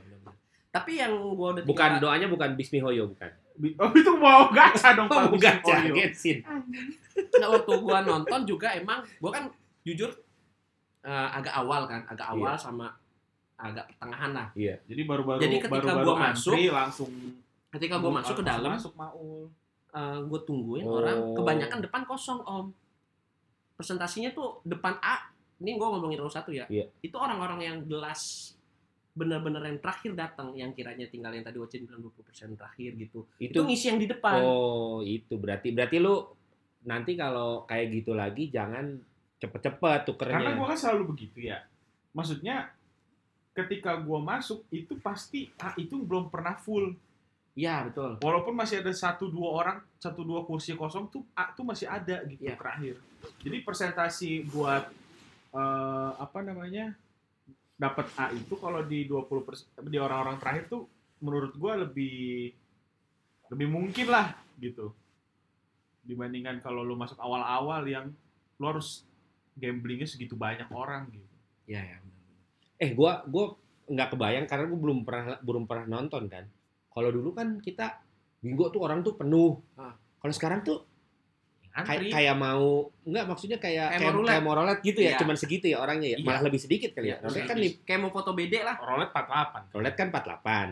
Speaker 3: tapi yang gue udah
Speaker 2: Bukan
Speaker 3: tiga-
Speaker 2: doanya bukan Bismihoyo bukan.
Speaker 4: Bi- Oh, itu mau gacha dong Pak.
Speaker 2: Oh, bukan
Speaker 4: Oh, iya.
Speaker 2: Gensin.
Speaker 3: Nah, waktu gua nonton juga emang gua kan jujur eh, agak awal kan, agak awal sama agak pertengahan lah.
Speaker 4: Jadi baru-baru
Speaker 3: Jadi ketika
Speaker 4: baru-baru
Speaker 3: gua masuk,
Speaker 4: antri langsung
Speaker 3: Ketika gua masuk ke dalam,
Speaker 4: Masuk Maul.
Speaker 3: eh, gua tungguin
Speaker 2: Oh.
Speaker 3: orang, kebanyakan depan kosong om. Presentasinya tuh depan A. Ini gua ngomongin row satu ya.
Speaker 2: Iya.
Speaker 3: Itu orang-orang yang gelas bener-bener yang terakhir datang, yang kiranya tinggal yang tadi Ocin bilang dua puluh persen terakhir gitu. Itu,
Speaker 2: Itu
Speaker 3: ngisi yang di depan.
Speaker 2: oh, itu berarti berarti lu nanti kalau kayak gitu lagi jangan cepet-cepet tukernya.
Speaker 4: Karena gua kan selalu begitu ya. Maksudnya ketika gua masuk itu pasti A itu belum pernah full.
Speaker 3: Iya, betul.
Speaker 4: Walaupun masih ada satu dua orang, satu dua kursi kosong tuh A tuh masih ada gitu
Speaker 3: Iya.
Speaker 4: terakhir. Jadi presentasi buat eh, apa namanya? Dapat A itu kalau di dua puluh persen di orang-orang terakhir tuh menurut gua lebih lebih mungkin lah gitu. Dibandingkan kalau lu masuk awal-awal yang lu harus gamblingnya segitu banyak orang gitu.
Speaker 3: Iya, ya.
Speaker 2: Eh, gua gua nggak kebayang karena gua belum pernah belum pernah nonton kan. Kalau dulu kan kita bingo tuh orang tuh penuh.
Speaker 3: Ah.
Speaker 2: Kalau sekarang tuh kayak
Speaker 3: Antri.
Speaker 2: kayak mau enggak maksudnya kayak
Speaker 3: Kayak
Speaker 2: kayak,
Speaker 3: mau roulette.
Speaker 2: kayak mau roulette gitu ya,
Speaker 3: Iya.
Speaker 2: cuman segitu ya orangnya ya.
Speaker 3: Iya.
Speaker 2: Malah lebih sedikit kali ya.
Speaker 3: Iya,
Speaker 2: Roulette kan
Speaker 3: lebih.
Speaker 2: di
Speaker 3: Kayak mau foto bede lah.
Speaker 4: Roulette empat puluh delapan.
Speaker 2: roulette kan empat puluh delapan.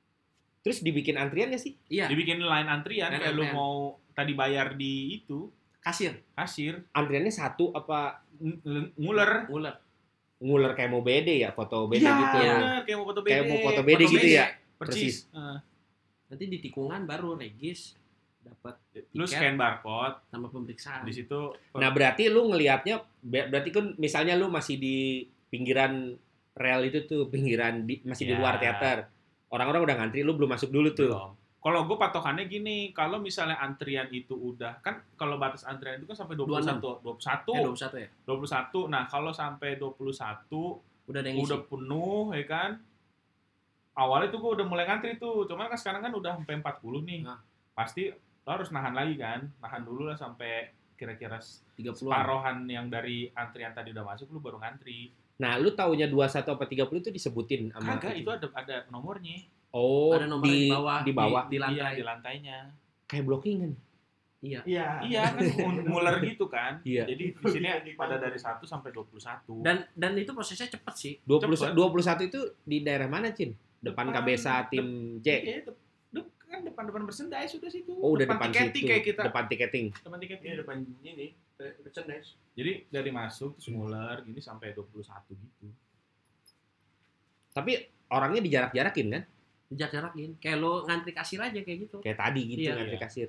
Speaker 2: Terus dibikin antrian nggak sih?
Speaker 3: Iya,
Speaker 4: Dibikin line antrian
Speaker 3: Line
Speaker 4: kayak lu
Speaker 3: antrian.
Speaker 4: mau tadi bayar di itu
Speaker 3: kasir,
Speaker 4: kasir
Speaker 2: Antriannya satu apa
Speaker 4: ng- ng- nguler.
Speaker 3: nguler.
Speaker 2: nguler kayak mau B D ya, foto B D
Speaker 4: Iya,
Speaker 2: gitu.
Speaker 3: Iya.
Speaker 4: bener, kayak mau foto B D.
Speaker 2: Kayak mau foto B D gitu ya.
Speaker 4: Persis. Eh,
Speaker 3: Nanti di tikungan baru regis dapat
Speaker 4: lu
Speaker 3: tiket
Speaker 4: scan barcode
Speaker 3: sama pemeriksaan.
Speaker 4: di situ.
Speaker 2: Nah, berarti lu ngelihatnya ber- berarti kan misalnya lu masih di pinggiran rel itu tuh, pinggiran di, masih di
Speaker 4: Ya.
Speaker 2: luar teater. Orang-orang udah ngantri, lu belum masuk dulu tuh.
Speaker 4: Belum. Kalau gue patokannya gini, kalau misalnya antrian itu udah kan kalau batas antrian itu kan sampai dua puluh satu, dua puluh satu,
Speaker 3: Eh, dua puluh satu ya?
Speaker 4: dua puluh satu. Nah, kalau sampai dua puluh satu
Speaker 3: Udah ada yang ngisi.
Speaker 4: udah penuh ya kan. Awalnya tuh gue udah mulai ngantri tuh. Cuman kan sekarang kan udah sampai empat puluh nih.
Speaker 3: Nah.
Speaker 4: Pasti lo harus nahan lagi kan. Nahan dulu lah sampai kira-kira
Speaker 3: tiga puluh.
Speaker 4: separohan yang dari antrian tadi udah masuk lu baru ngantri.
Speaker 2: Nah, lu taunya dua puluh satu apa tiga puluh itu disebutin sama
Speaker 4: Kagak, itu ada ada nomornya.
Speaker 2: Oh,
Speaker 3: Ada nomor
Speaker 2: di
Speaker 3: di bawah.
Speaker 2: di bawah
Speaker 3: Di, di lantai.
Speaker 4: Iya, di lantainya.
Speaker 2: kayak blockingan.
Speaker 3: Iya.
Speaker 4: Iya, iya kan ngu- nguler gitu kan.
Speaker 2: Iya.
Speaker 4: Jadi di sini pada dari satu sampai dua puluh satu.
Speaker 3: Dan dan itu prosesnya cepet sih.
Speaker 2: dua puluh
Speaker 4: Cepet.
Speaker 2: dua puluh satu itu di daerah mana, Cin? Depan
Speaker 4: Depan-
Speaker 2: Kabesa tim J.
Speaker 4: Iya, dep- dep- kan depan-depan merchandise sudah situ.
Speaker 2: Oh, udah depan
Speaker 4: tiketing
Speaker 2: situ.
Speaker 4: kayak kita.
Speaker 2: Depan tiketing.
Speaker 4: Depan tiketing.
Speaker 1: Iya depan ini
Speaker 3: Merchandise.
Speaker 4: Jadi dari masuk terus nguler gini sampai dua puluh satu gitu.
Speaker 2: Tapi orangnya dijarak-jarakin kan?
Speaker 3: Dijarak-jarakin. Kayak lo ngantri kasir aja kayak gitu.
Speaker 2: Kayak tadi gitu
Speaker 3: Iya.
Speaker 2: ngantri
Speaker 4: Iya.
Speaker 2: kasir.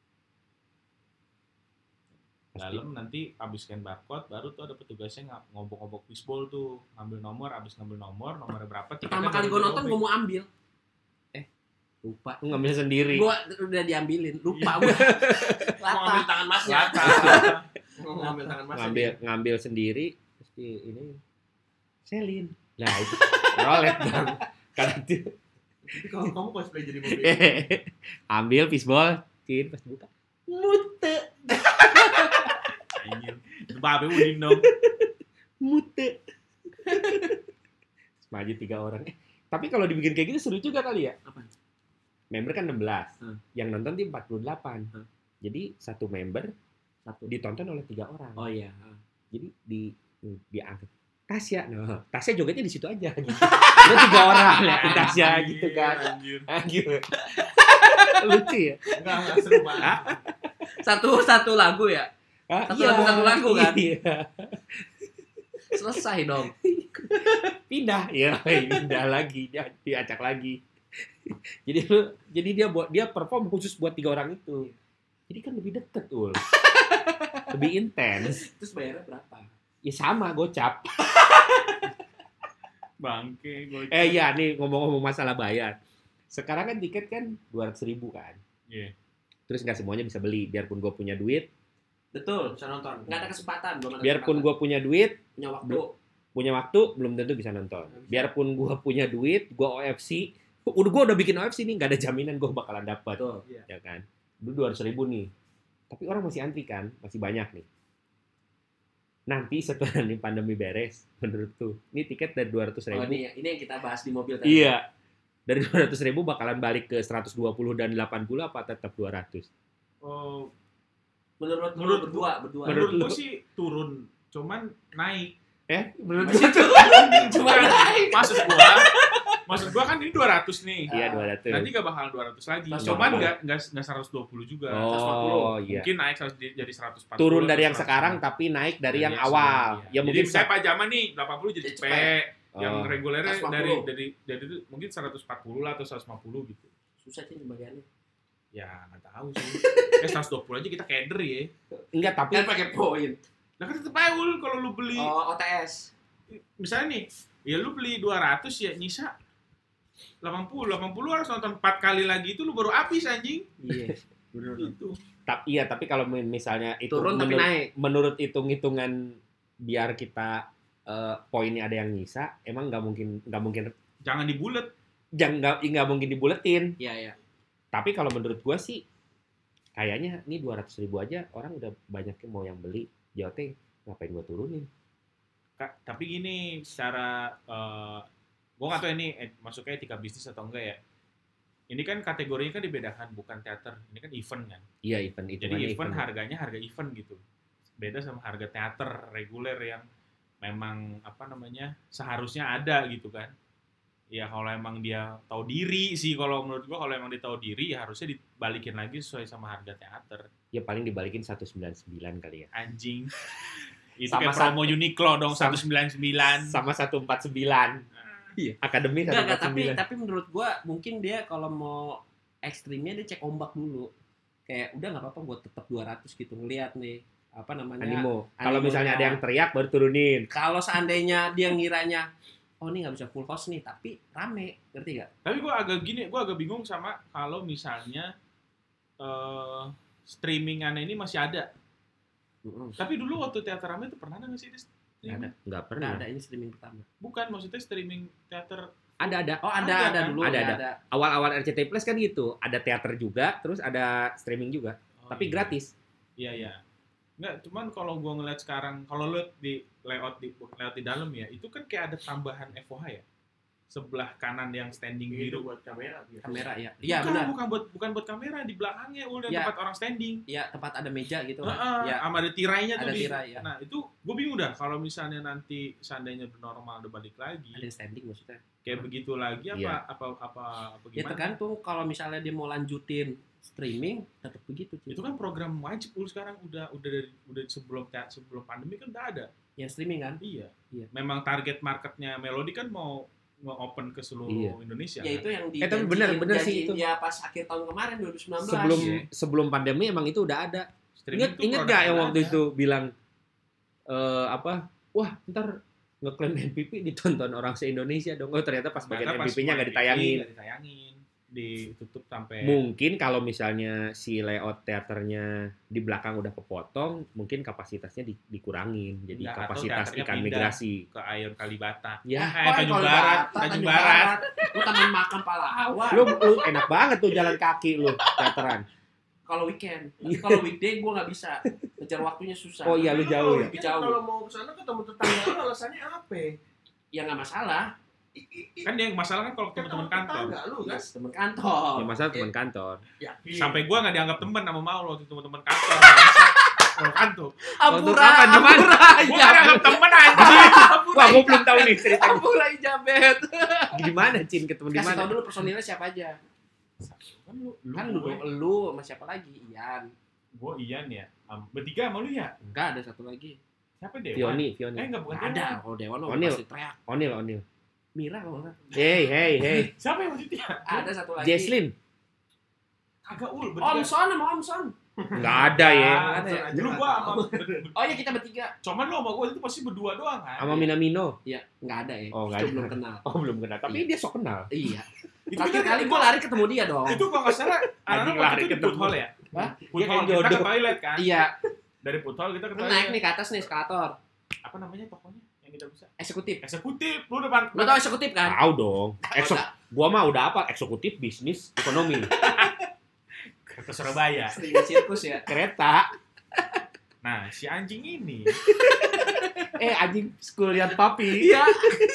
Speaker 2: Pasti.
Speaker 4: Dalam nanti abis scan barcode baru tuh ada petugasnya ng- ngobok-ngobok fishbowl tuh, ngambil nomor, abis ngambil nomor, nomornya berapa?
Speaker 3: Pertama
Speaker 4: tiketnya
Speaker 3: kali
Speaker 4: baru
Speaker 3: gue nonton
Speaker 4: dirobek.
Speaker 3: gue mau ambil. Eh, lupa.
Speaker 2: Lu ngambil sendiri.
Speaker 3: Gue udah diambilin, lupa gue.
Speaker 1: Mau
Speaker 3: Lata.
Speaker 1: ambil tangan masnya.
Speaker 4: Lata.
Speaker 1: Mau ngambil tangan masnya.
Speaker 2: ngambil ngambil sendiri terus di ini selin. Nah, itu rolet Bang. Karena itu
Speaker 1: Jadi kalau kamu cosplay jadi mobil.
Speaker 2: ambil fishball, cin pas buka. Mute,
Speaker 4: Anjir. Babe udin dong.
Speaker 2: mute. Maju tiga orang. Eh, tapi kalau dibikin kayak gitu seru juga kali ya.
Speaker 3: Apa?
Speaker 2: Member kan enam belas.
Speaker 3: Hmm.
Speaker 2: Yang nonton di empat puluh delapan.
Speaker 3: Hmm.
Speaker 2: Jadi satu member
Speaker 3: Satu.
Speaker 2: ditonton oleh tiga orang.
Speaker 3: Oh iya.
Speaker 2: Jadi di diangkat Tasya, nah Tasya jogetnya di situ aja. Gitu. Lu tiga orang liatin Tasya gitu kan.
Speaker 4: Anjir.
Speaker 2: Ah, gitu. Lucu ya.
Speaker 1: Enggak, enggak seru banget.
Speaker 3: Satu satu lagu ya.
Speaker 2: Ah,
Speaker 3: Satu lagu, satu lagu kan?
Speaker 2: Iya.
Speaker 3: Selesai dong.
Speaker 2: Pindah, ya pindah lagi, dia diacak lagi. Jadi lu, jadi dia buat dia perform khusus buat tiga orang itu. Jadi kan lebih deket ul, lebih intens.
Speaker 3: Terus bayarnya berapa?
Speaker 2: Ya sama gocap.
Speaker 4: Bangke gue.
Speaker 2: Eh iya nih ngomong-ngomong masalah bayar. Sekarang kan tiket kan dua ratus ribu kan.
Speaker 4: Iya.
Speaker 2: Terus nggak semuanya bisa beli. Biarpun gue punya duit,
Speaker 3: Betul.
Speaker 1: Bisa nonton.
Speaker 3: Nggak ada kesempatan. Belum ada
Speaker 2: biarpun
Speaker 3: kesempatan.
Speaker 2: gue punya duit,
Speaker 3: punya waktu.
Speaker 2: belum- punya waktu belum tentu bisa nonton.
Speaker 1: Nggak bisa.
Speaker 2: Biarpun gue punya duit, gue O F C, udah gue udah bikin O F C nih, nggak ada jaminan gue bakalan dapat,
Speaker 3: Betul.
Speaker 2: ya kan? Dulu dua ratus ribu nih, tapi orang masih antri kan, masih banyak nih. Nanti setelah nih pandemi beres, menurut tuh, ini tiket dari dua ratus
Speaker 3: Oh,
Speaker 2: ribu,
Speaker 3: ini, ini yang kita bahas di mobil tadi.
Speaker 2: iya, dari dua ratus ribu bakalan balik ke seratus dua puluh dan delapan puluh apa tetap dua ratus?
Speaker 4: Oh,
Speaker 3: Menurut
Speaker 4: Menurut
Speaker 3: menurut berdua, berdua.
Speaker 2: Menurut
Speaker 4: menurut
Speaker 2: lu?
Speaker 4: gue sih turun, cuman naik.
Speaker 2: Eh, menurut
Speaker 3: Masih
Speaker 2: gue
Speaker 3: cuma
Speaker 4: Bukan.
Speaker 3: naik.
Speaker 4: Maksud gua, maksud gua kan ini dua ratus nih.
Speaker 2: iya dua ratus.
Speaker 4: Nanti gak bakal dua ratus lagi.
Speaker 3: seratus
Speaker 4: Cuman
Speaker 2: dua puluh.
Speaker 4: nggak nggak nggak seratus dua puluh juga.
Speaker 2: Oh iya.
Speaker 4: Mungkin naik seratus jadi seratus empat puluh.
Speaker 2: Turun dari
Speaker 4: atau
Speaker 2: yang sekarang
Speaker 4: seratus
Speaker 2: tapi naik dari
Speaker 4: Dari
Speaker 2: yang
Speaker 4: yang
Speaker 2: awal.
Speaker 4: sebelum, iya.
Speaker 2: Ya
Speaker 4: Jadi
Speaker 2: mungkin
Speaker 4: misalnya pajaman nih delapan puluh jadi
Speaker 3: Jadi
Speaker 4: cepet.
Speaker 3: cepet.
Speaker 4: Yang
Speaker 2: Oh.
Speaker 4: regulernya
Speaker 3: seratus lima
Speaker 4: dari
Speaker 3: puluh.
Speaker 4: dari dari itu mungkin seratus empat puluh lah atau seratus lima puluh gitu.
Speaker 3: Susah sih bagiannya.
Speaker 4: Ya nggak tahu sih. Eh seratus dua puluh aja kita keder ya.
Speaker 2: enggak tapi
Speaker 3: Kan pakai poin.
Speaker 4: Nah kan tetep aja Ul, kalau lu beli
Speaker 3: Oh, O T S.
Speaker 4: misalnya nih, ya lu beli dua ratus ya nyisa delapan puluh. delapan puluh harus nonton empat kali lagi itu lu baru habis anjing.
Speaker 3: Iya. Bener.
Speaker 4: Gitu.
Speaker 2: tapi iya tapi kalau mi- misalnya itu
Speaker 3: Turun tapi
Speaker 2: menurut,
Speaker 3: naik.
Speaker 2: menurut hitung-hitungan biar kita eh, poinnya ada yang nyisa, emang nggak mungkin nggak mungkin
Speaker 4: Jangan dibulet.
Speaker 2: jangan nggak nggak mungkin dibuletin.
Speaker 3: Iya, iya.
Speaker 2: Tapi kalau menurut gua sih kayaknya ini dua ratus ribu aja orang udah banyak yang mau yang beli. J O T ngapain gua turunin?
Speaker 4: Kak, tapi gini secara uh, gue nggak tahu ini eh, masuknya etika bisnis atau enggak ya. Ini kan kategorinya kan dibedakan, bukan teater. Ini kan event kan.
Speaker 2: Iya event itu.
Speaker 4: Jadi event harganya harga event gitu. Beda sama harga teater reguler yang memang apa namanya seharusnya ada gitu kan. Ya kalau emang dia tahu diri sih, kalau menurut gua kalau emang dia tahu diri ya harusnya dibalikin lagi sesuai sama harga teater.
Speaker 2: Ya paling dibalikin seratus sembilan puluh sembilan kali ya.
Speaker 4: Anjing. Itu
Speaker 2: Sama
Speaker 4: kayak promo Uniqlo dong
Speaker 2: sama-
Speaker 4: seratus sembilan puluh sembilan.
Speaker 2: Sama seratus empat puluh sembilan. Iya. Akademi
Speaker 3: Enggak,
Speaker 2: seratus
Speaker 3: enggak,
Speaker 2: empat puluh
Speaker 3: tapi
Speaker 2: sembilan.
Speaker 3: tapi menurut gua mungkin dia kalau mau ekstrimnya dia cek ombak dulu. Kayak udah nggak apa-apa gua tetap dua ratus gitu ngeliat nih apa namanya
Speaker 2: Animo. Kalau
Speaker 3: animonya.
Speaker 2: misalnya ada yang teriak baru turunin.
Speaker 3: Kalau seandainya dia ngiranya oh ini nggak bisa full house nih tapi rame, ngerti nggak?
Speaker 4: Tapi gue agak gini, gue agak bingung sama kalau misalnya uh, streamingannya ini masih ada. Tapi dulu waktu teater rame itu pernah nggak sih di
Speaker 3: Nggak
Speaker 4: streaming?
Speaker 3: ada.
Speaker 2: Nggak
Speaker 3: Nggak
Speaker 2: pernah.
Speaker 3: ada, ini streaming pertama.
Speaker 4: Bukan, maksudnya streaming teater.
Speaker 2: Ada ada.
Speaker 3: Oh ada
Speaker 4: Ada,
Speaker 3: ada,
Speaker 4: kan?
Speaker 3: dulu
Speaker 2: Ada,
Speaker 3: ya,
Speaker 2: ada. Awal-awal R C T I Plus kan gitu. Ada teater juga, terus ada streaming juga.
Speaker 4: Oh,
Speaker 2: Tapi
Speaker 4: iya.
Speaker 2: gratis.
Speaker 4: Iya, iya. Nggak, cuman kalau gue ngeliat sekarang, kalau lu di layout di layout di dalam ya, itu kan kayak ada tambahan F O H ya. sebelah kanan yang standing
Speaker 1: Itu
Speaker 4: biru.
Speaker 1: buat kamera. biasa.
Speaker 3: Kamera ya. Iya
Speaker 4: bukan,
Speaker 3: benar.
Speaker 4: bukan buat bukan buat kamera, di belakangnya ul yang
Speaker 3: Ya.
Speaker 4: tempat orang standing.
Speaker 3: Iya, tempat ada meja gitu kan.
Speaker 4: Heeh,
Speaker 3: Ya.
Speaker 4: sama ada tirainya tuh
Speaker 3: Ada
Speaker 4: di.
Speaker 3: tirai, ya.
Speaker 4: Nah, itu gue bingung dah kalau misalnya nanti seandainya normal udah balik lagi.
Speaker 3: Ada yang standing maksudnya.
Speaker 4: Kayak begitu lagi apa
Speaker 2: Iya.
Speaker 4: apa apa apa
Speaker 3: Ya
Speaker 4: gimana?
Speaker 3: tergantung kalau misalnya dia mau lanjutin streaming tetap begitu sih.
Speaker 4: Itu kan program wajib ul sekarang udah udah dari udah sebelum sebelum pandemi kan udah ada.
Speaker 3: Yang streaming kan.
Speaker 4: Iya.
Speaker 3: Iya.
Speaker 4: Memang target marketnya Melody kan mau nge-open ke seluruh
Speaker 2: Iya.
Speaker 4: Indonesia.
Speaker 3: Ya
Speaker 4: kan?
Speaker 3: itu yang di
Speaker 2: Eh, tapi bener- bener sih itu.
Speaker 3: Ya pas akhir tahun kemarin dua ribu sembilan belas.
Speaker 2: Sebelum
Speaker 4: Iya.
Speaker 2: sebelum pandemi emang itu udah ada.
Speaker 4: Streaming
Speaker 2: Ingat
Speaker 4: tuh
Speaker 2: ingat
Speaker 4: produk
Speaker 2: gak yang waktu
Speaker 4: ada.
Speaker 2: itu bilang eh apa? Wah, ntar ngeklaim M V P ditonton orang se-Indonesia dong. Oh, ternyata pas bagian
Speaker 4: Ternyata
Speaker 2: M V P-nya
Speaker 4: pas
Speaker 2: nggak ditayangin.
Speaker 4: nggak ditayangin, ditutup sampai
Speaker 2: Mungkin kalau misalnya si layout teaternya di belakang udah kepotong, mungkin kapasitasnya di- dikurangin. Jadi
Speaker 4: Nggak, atau
Speaker 2: kapasitas
Speaker 4: teaternya
Speaker 2: ikan
Speaker 4: pindah.
Speaker 2: migrasi.
Speaker 4: ke Ayon Kalibata.
Speaker 2: Ya,
Speaker 4: Eh,
Speaker 3: Oh,
Speaker 4: Tanjung
Speaker 3: kalau
Speaker 4: Barat,
Speaker 3: Barat,
Speaker 4: Tanjung Barat.
Speaker 3: Lu taman makan Palawan.
Speaker 2: lu lu enak banget tuh jalan kaki lu teateran.
Speaker 3: Kalau weekend, kalau weekday gua nggak bisa. Kejar waktunya susah.
Speaker 2: Oh iya, lu jauh ya.
Speaker 3: Lebih jauh.
Speaker 1: Kalau mau ke sana ketemu tetangga lu alasannya apa?
Speaker 3: Ya nggak masalah.
Speaker 1: I- i- i-
Speaker 4: Kan yang masalah kan kalau
Speaker 1: kan
Speaker 4: teman-teman
Speaker 1: sama
Speaker 4: kantor.
Speaker 1: tetangga lu kan.
Speaker 3: Yes, temen kantor.
Speaker 2: Ya masalah teman kantor.
Speaker 1: Yakin.
Speaker 4: Sampai gua nggak dianggap teman sama Maul waktu teman-teman kantor. Kalau kantor.
Speaker 2: Untuk
Speaker 3: Ampura,
Speaker 2: apa? Di mana?
Speaker 3: Ampura,
Speaker 4: Gua nggak dianggap
Speaker 3: Ijabet.
Speaker 4: teman anjing.
Speaker 2: Wah, gua belum tahu nih ceritanya.
Speaker 3: Ampura, Ijabet.
Speaker 2: Gimana, Cin? Ketemu di
Speaker 3: Kasih
Speaker 2: mana?
Speaker 3: tau dulu personilnya siapa aja.
Speaker 4: Kan lu, lu,
Speaker 3: Kan lu,
Speaker 4: gue,
Speaker 3: lu sama siapa lagi? Ian.
Speaker 4: gua Ian ya. Am- Bertiga sama lu ya?
Speaker 3: Enggak, ada satu lagi.
Speaker 4: Siapa Dewan?
Speaker 2: Fioni,
Speaker 4: Eh
Speaker 2: Fioni.
Speaker 4: enggak bukan
Speaker 3: Nggak ada.
Speaker 4: Dewan.
Speaker 3: Kalau Dewan lo
Speaker 2: Onil.
Speaker 3: pasti teriak.
Speaker 2: Onil, Onil.
Speaker 3: Mira kalau nggak.
Speaker 2: Hey, hey, hey.
Speaker 4: Siapa yang waktu itu ya?
Speaker 3: Ada satu lagi.
Speaker 2: Jesslyn.
Speaker 4: Kagak ul, bertiga.
Speaker 3: Omson sama Omson.
Speaker 2: Enggak ada ya.
Speaker 4: Ah,
Speaker 3: ada ya?
Speaker 4: Dulu gua sama
Speaker 3: Oh iya kita bertiga.
Speaker 4: cuman lu sama gua itu pasti berdua doang kan.
Speaker 2: Sama Minamino.
Speaker 3: Iya, nggak ada ya.
Speaker 2: Oh, nggak
Speaker 3: Itu
Speaker 2: ada.
Speaker 3: belum kenal.
Speaker 2: Oh, belum kenal. Tapi dia sok kenal.
Speaker 3: Iya.
Speaker 4: Itu
Speaker 3: Terakhir
Speaker 4: kita-
Speaker 3: kali gue lari ketemu dia dong.
Speaker 4: Itu kalau nggak salah anak-anak
Speaker 2: Anjing
Speaker 4: waktu
Speaker 2: lari
Speaker 4: itu di
Speaker 2: ketemu.
Speaker 4: food hall ya.
Speaker 3: Hah?
Speaker 4: Food
Speaker 2: Dia
Speaker 4: hall
Speaker 2: kayak
Speaker 4: kita ke
Speaker 2: jodoh.
Speaker 4: toilet kan.
Speaker 3: Iya.
Speaker 4: Dari food hall kita ke
Speaker 3: Lu
Speaker 4: toilet.
Speaker 3: naik nih ke atas nih eskalator.
Speaker 4: Apa namanya tokonya yang kita bisa?
Speaker 3: Eksekutif.
Speaker 4: Eksekutif. Lu depan.
Speaker 3: Lu tau eksekutif kan?
Speaker 2: Tahu dong. Eksek
Speaker 3: Nggak.
Speaker 2: gua mah udah apa? Eksekutif bisnis ekonomi.
Speaker 4: Ke Surabaya.
Speaker 3: Sering sirkus ya.
Speaker 2: Kereta.
Speaker 4: Nah, si anjing ini
Speaker 2: Eh, anjing school lihat papi.
Speaker 3: Iya.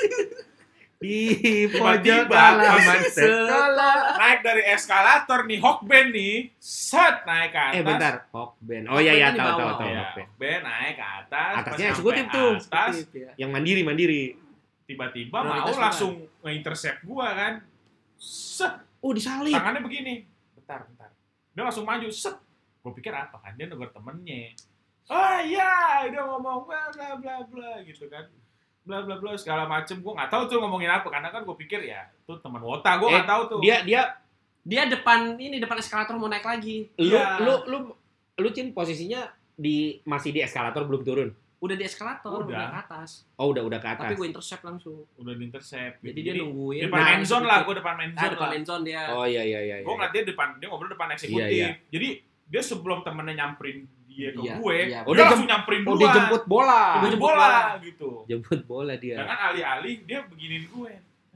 Speaker 2: Di
Speaker 4: Tiba-tiba,
Speaker 2: pojok halaman
Speaker 4: pas-
Speaker 2: sekolah.
Speaker 4: naik dari eskalator nih, Hokben nih, set naik ke atas.
Speaker 2: Eh, bentar. Hokben. Oh iya iya
Speaker 3: Hokben di
Speaker 2: tahu tahu
Speaker 3: bawah.
Speaker 2: tahu
Speaker 4: Ya,
Speaker 2: Hokben.
Speaker 4: Hokben naik ke atas.
Speaker 2: Atasnya
Speaker 4: pas
Speaker 2: eksekutif
Speaker 4: sampai
Speaker 2: tuh.
Speaker 4: Atas,
Speaker 3: Eksekutif, ya.
Speaker 2: Yang mandiri mandiri.
Speaker 4: tiba-tiba
Speaker 3: Prioritas
Speaker 4: mau
Speaker 3: gua.
Speaker 4: langsung nge-intercept gua kan. Set,
Speaker 2: Oh, disalip.
Speaker 4: tangannya begini. Bentar, bentar. Dia langsung maju, set. Gua pikir apa kan, dia negur temennya. Oh iya, dia ngomong bla bla bla bla gitu kan. Bla bla bla segala macem. Gua nggak tahu tuh ngomongin apa karena kan gua pikir ya tuh teman Wota, gua
Speaker 2: Eh,
Speaker 4: nggak tahu tuh.
Speaker 2: Dia dia
Speaker 3: Dia depan ini depan eskalator mau naik lagi.
Speaker 2: lu
Speaker 4: Iya.
Speaker 2: lu lu lu Cin posisinya di masih di eskalator belum turun.
Speaker 3: Udah di eskalator,
Speaker 4: Udah.
Speaker 3: udah ke atas.
Speaker 2: Oh, udah udah ke
Speaker 3: Tapi
Speaker 2: atas.
Speaker 3: gue intercept langsung.
Speaker 4: Udah di-intercept.
Speaker 3: Jadi dia nungguin.
Speaker 4: depan
Speaker 2: Nah,
Speaker 4: main zone lah, gua depan main
Speaker 3: Ah,
Speaker 4: zone
Speaker 3: depan
Speaker 4: lah.
Speaker 3: endzone dia.
Speaker 2: Oh iya iya iya.
Speaker 4: Gue
Speaker 2: iya.
Speaker 4: ngeliat dia depan, dia ngobrol depan eksekutif.
Speaker 2: Iya, iya.
Speaker 4: Jadi dia sebelum temennya nyamperin dia ke
Speaker 3: Iya,
Speaker 4: gue,
Speaker 3: iya.
Speaker 4: dia
Speaker 2: Oh, dia
Speaker 4: langsung nyamperin
Speaker 2: Oh,
Speaker 4: duluan.
Speaker 2: dia jemput bola.
Speaker 3: Dia
Speaker 4: Jemput
Speaker 3: jemput
Speaker 4: bola,
Speaker 3: bola.
Speaker 4: gitu.
Speaker 2: Jemput bola dia.
Speaker 4: Jangan alih-alih dia beginin gue.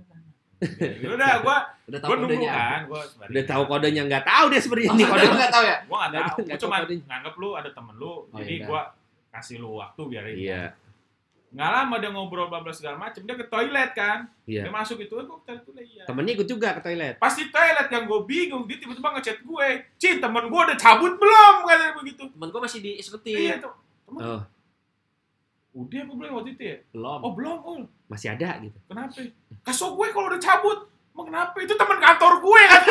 Speaker 4: Ya udah, gue
Speaker 3: Udah
Speaker 4: gue
Speaker 3: tahu
Speaker 4: nunggu
Speaker 3: kodenya.
Speaker 4: kan, gue
Speaker 2: Udah tahu kodenya nggak tahu dia sebenarnya
Speaker 3: Oh,
Speaker 2: ini
Speaker 3: kode
Speaker 2: kode.
Speaker 3: enggak tahu ya?
Speaker 4: Gue nggak
Speaker 2: Nggak-
Speaker 4: tahu, gue
Speaker 2: nggak
Speaker 4: cuma
Speaker 2: tahu kodenya.
Speaker 4: nganggep lu ada temen lu,
Speaker 3: Oh,
Speaker 4: jadi
Speaker 3: iya.
Speaker 4: gue kasih lu waktu biar ini.
Speaker 2: Iya,
Speaker 4: Nggak lama dia ngobrol bla bla segala macem, dia ke toilet kan,
Speaker 2: iya.
Speaker 4: dia masuk itu, gue ke toilet dulu iya.
Speaker 2: Temennya ikut juga ke toilet.
Speaker 4: Pas di toilet yang gue bingung, dia tiba-tiba ngechat gue, Cin temen gue udah cabut belum, katanya begitu.
Speaker 3: Temen gue masih di eksekutif.
Speaker 4: Iya tuh, temen
Speaker 2: Oh,
Speaker 4: udah apa belum waktu itu ya?
Speaker 3: Belum.
Speaker 4: Oh belum, Ul.
Speaker 2: masih ada gitu.
Speaker 4: Kenapa? Kasih gue kalau udah cabut. Emang kenapa? Itu teman kantor gue kan.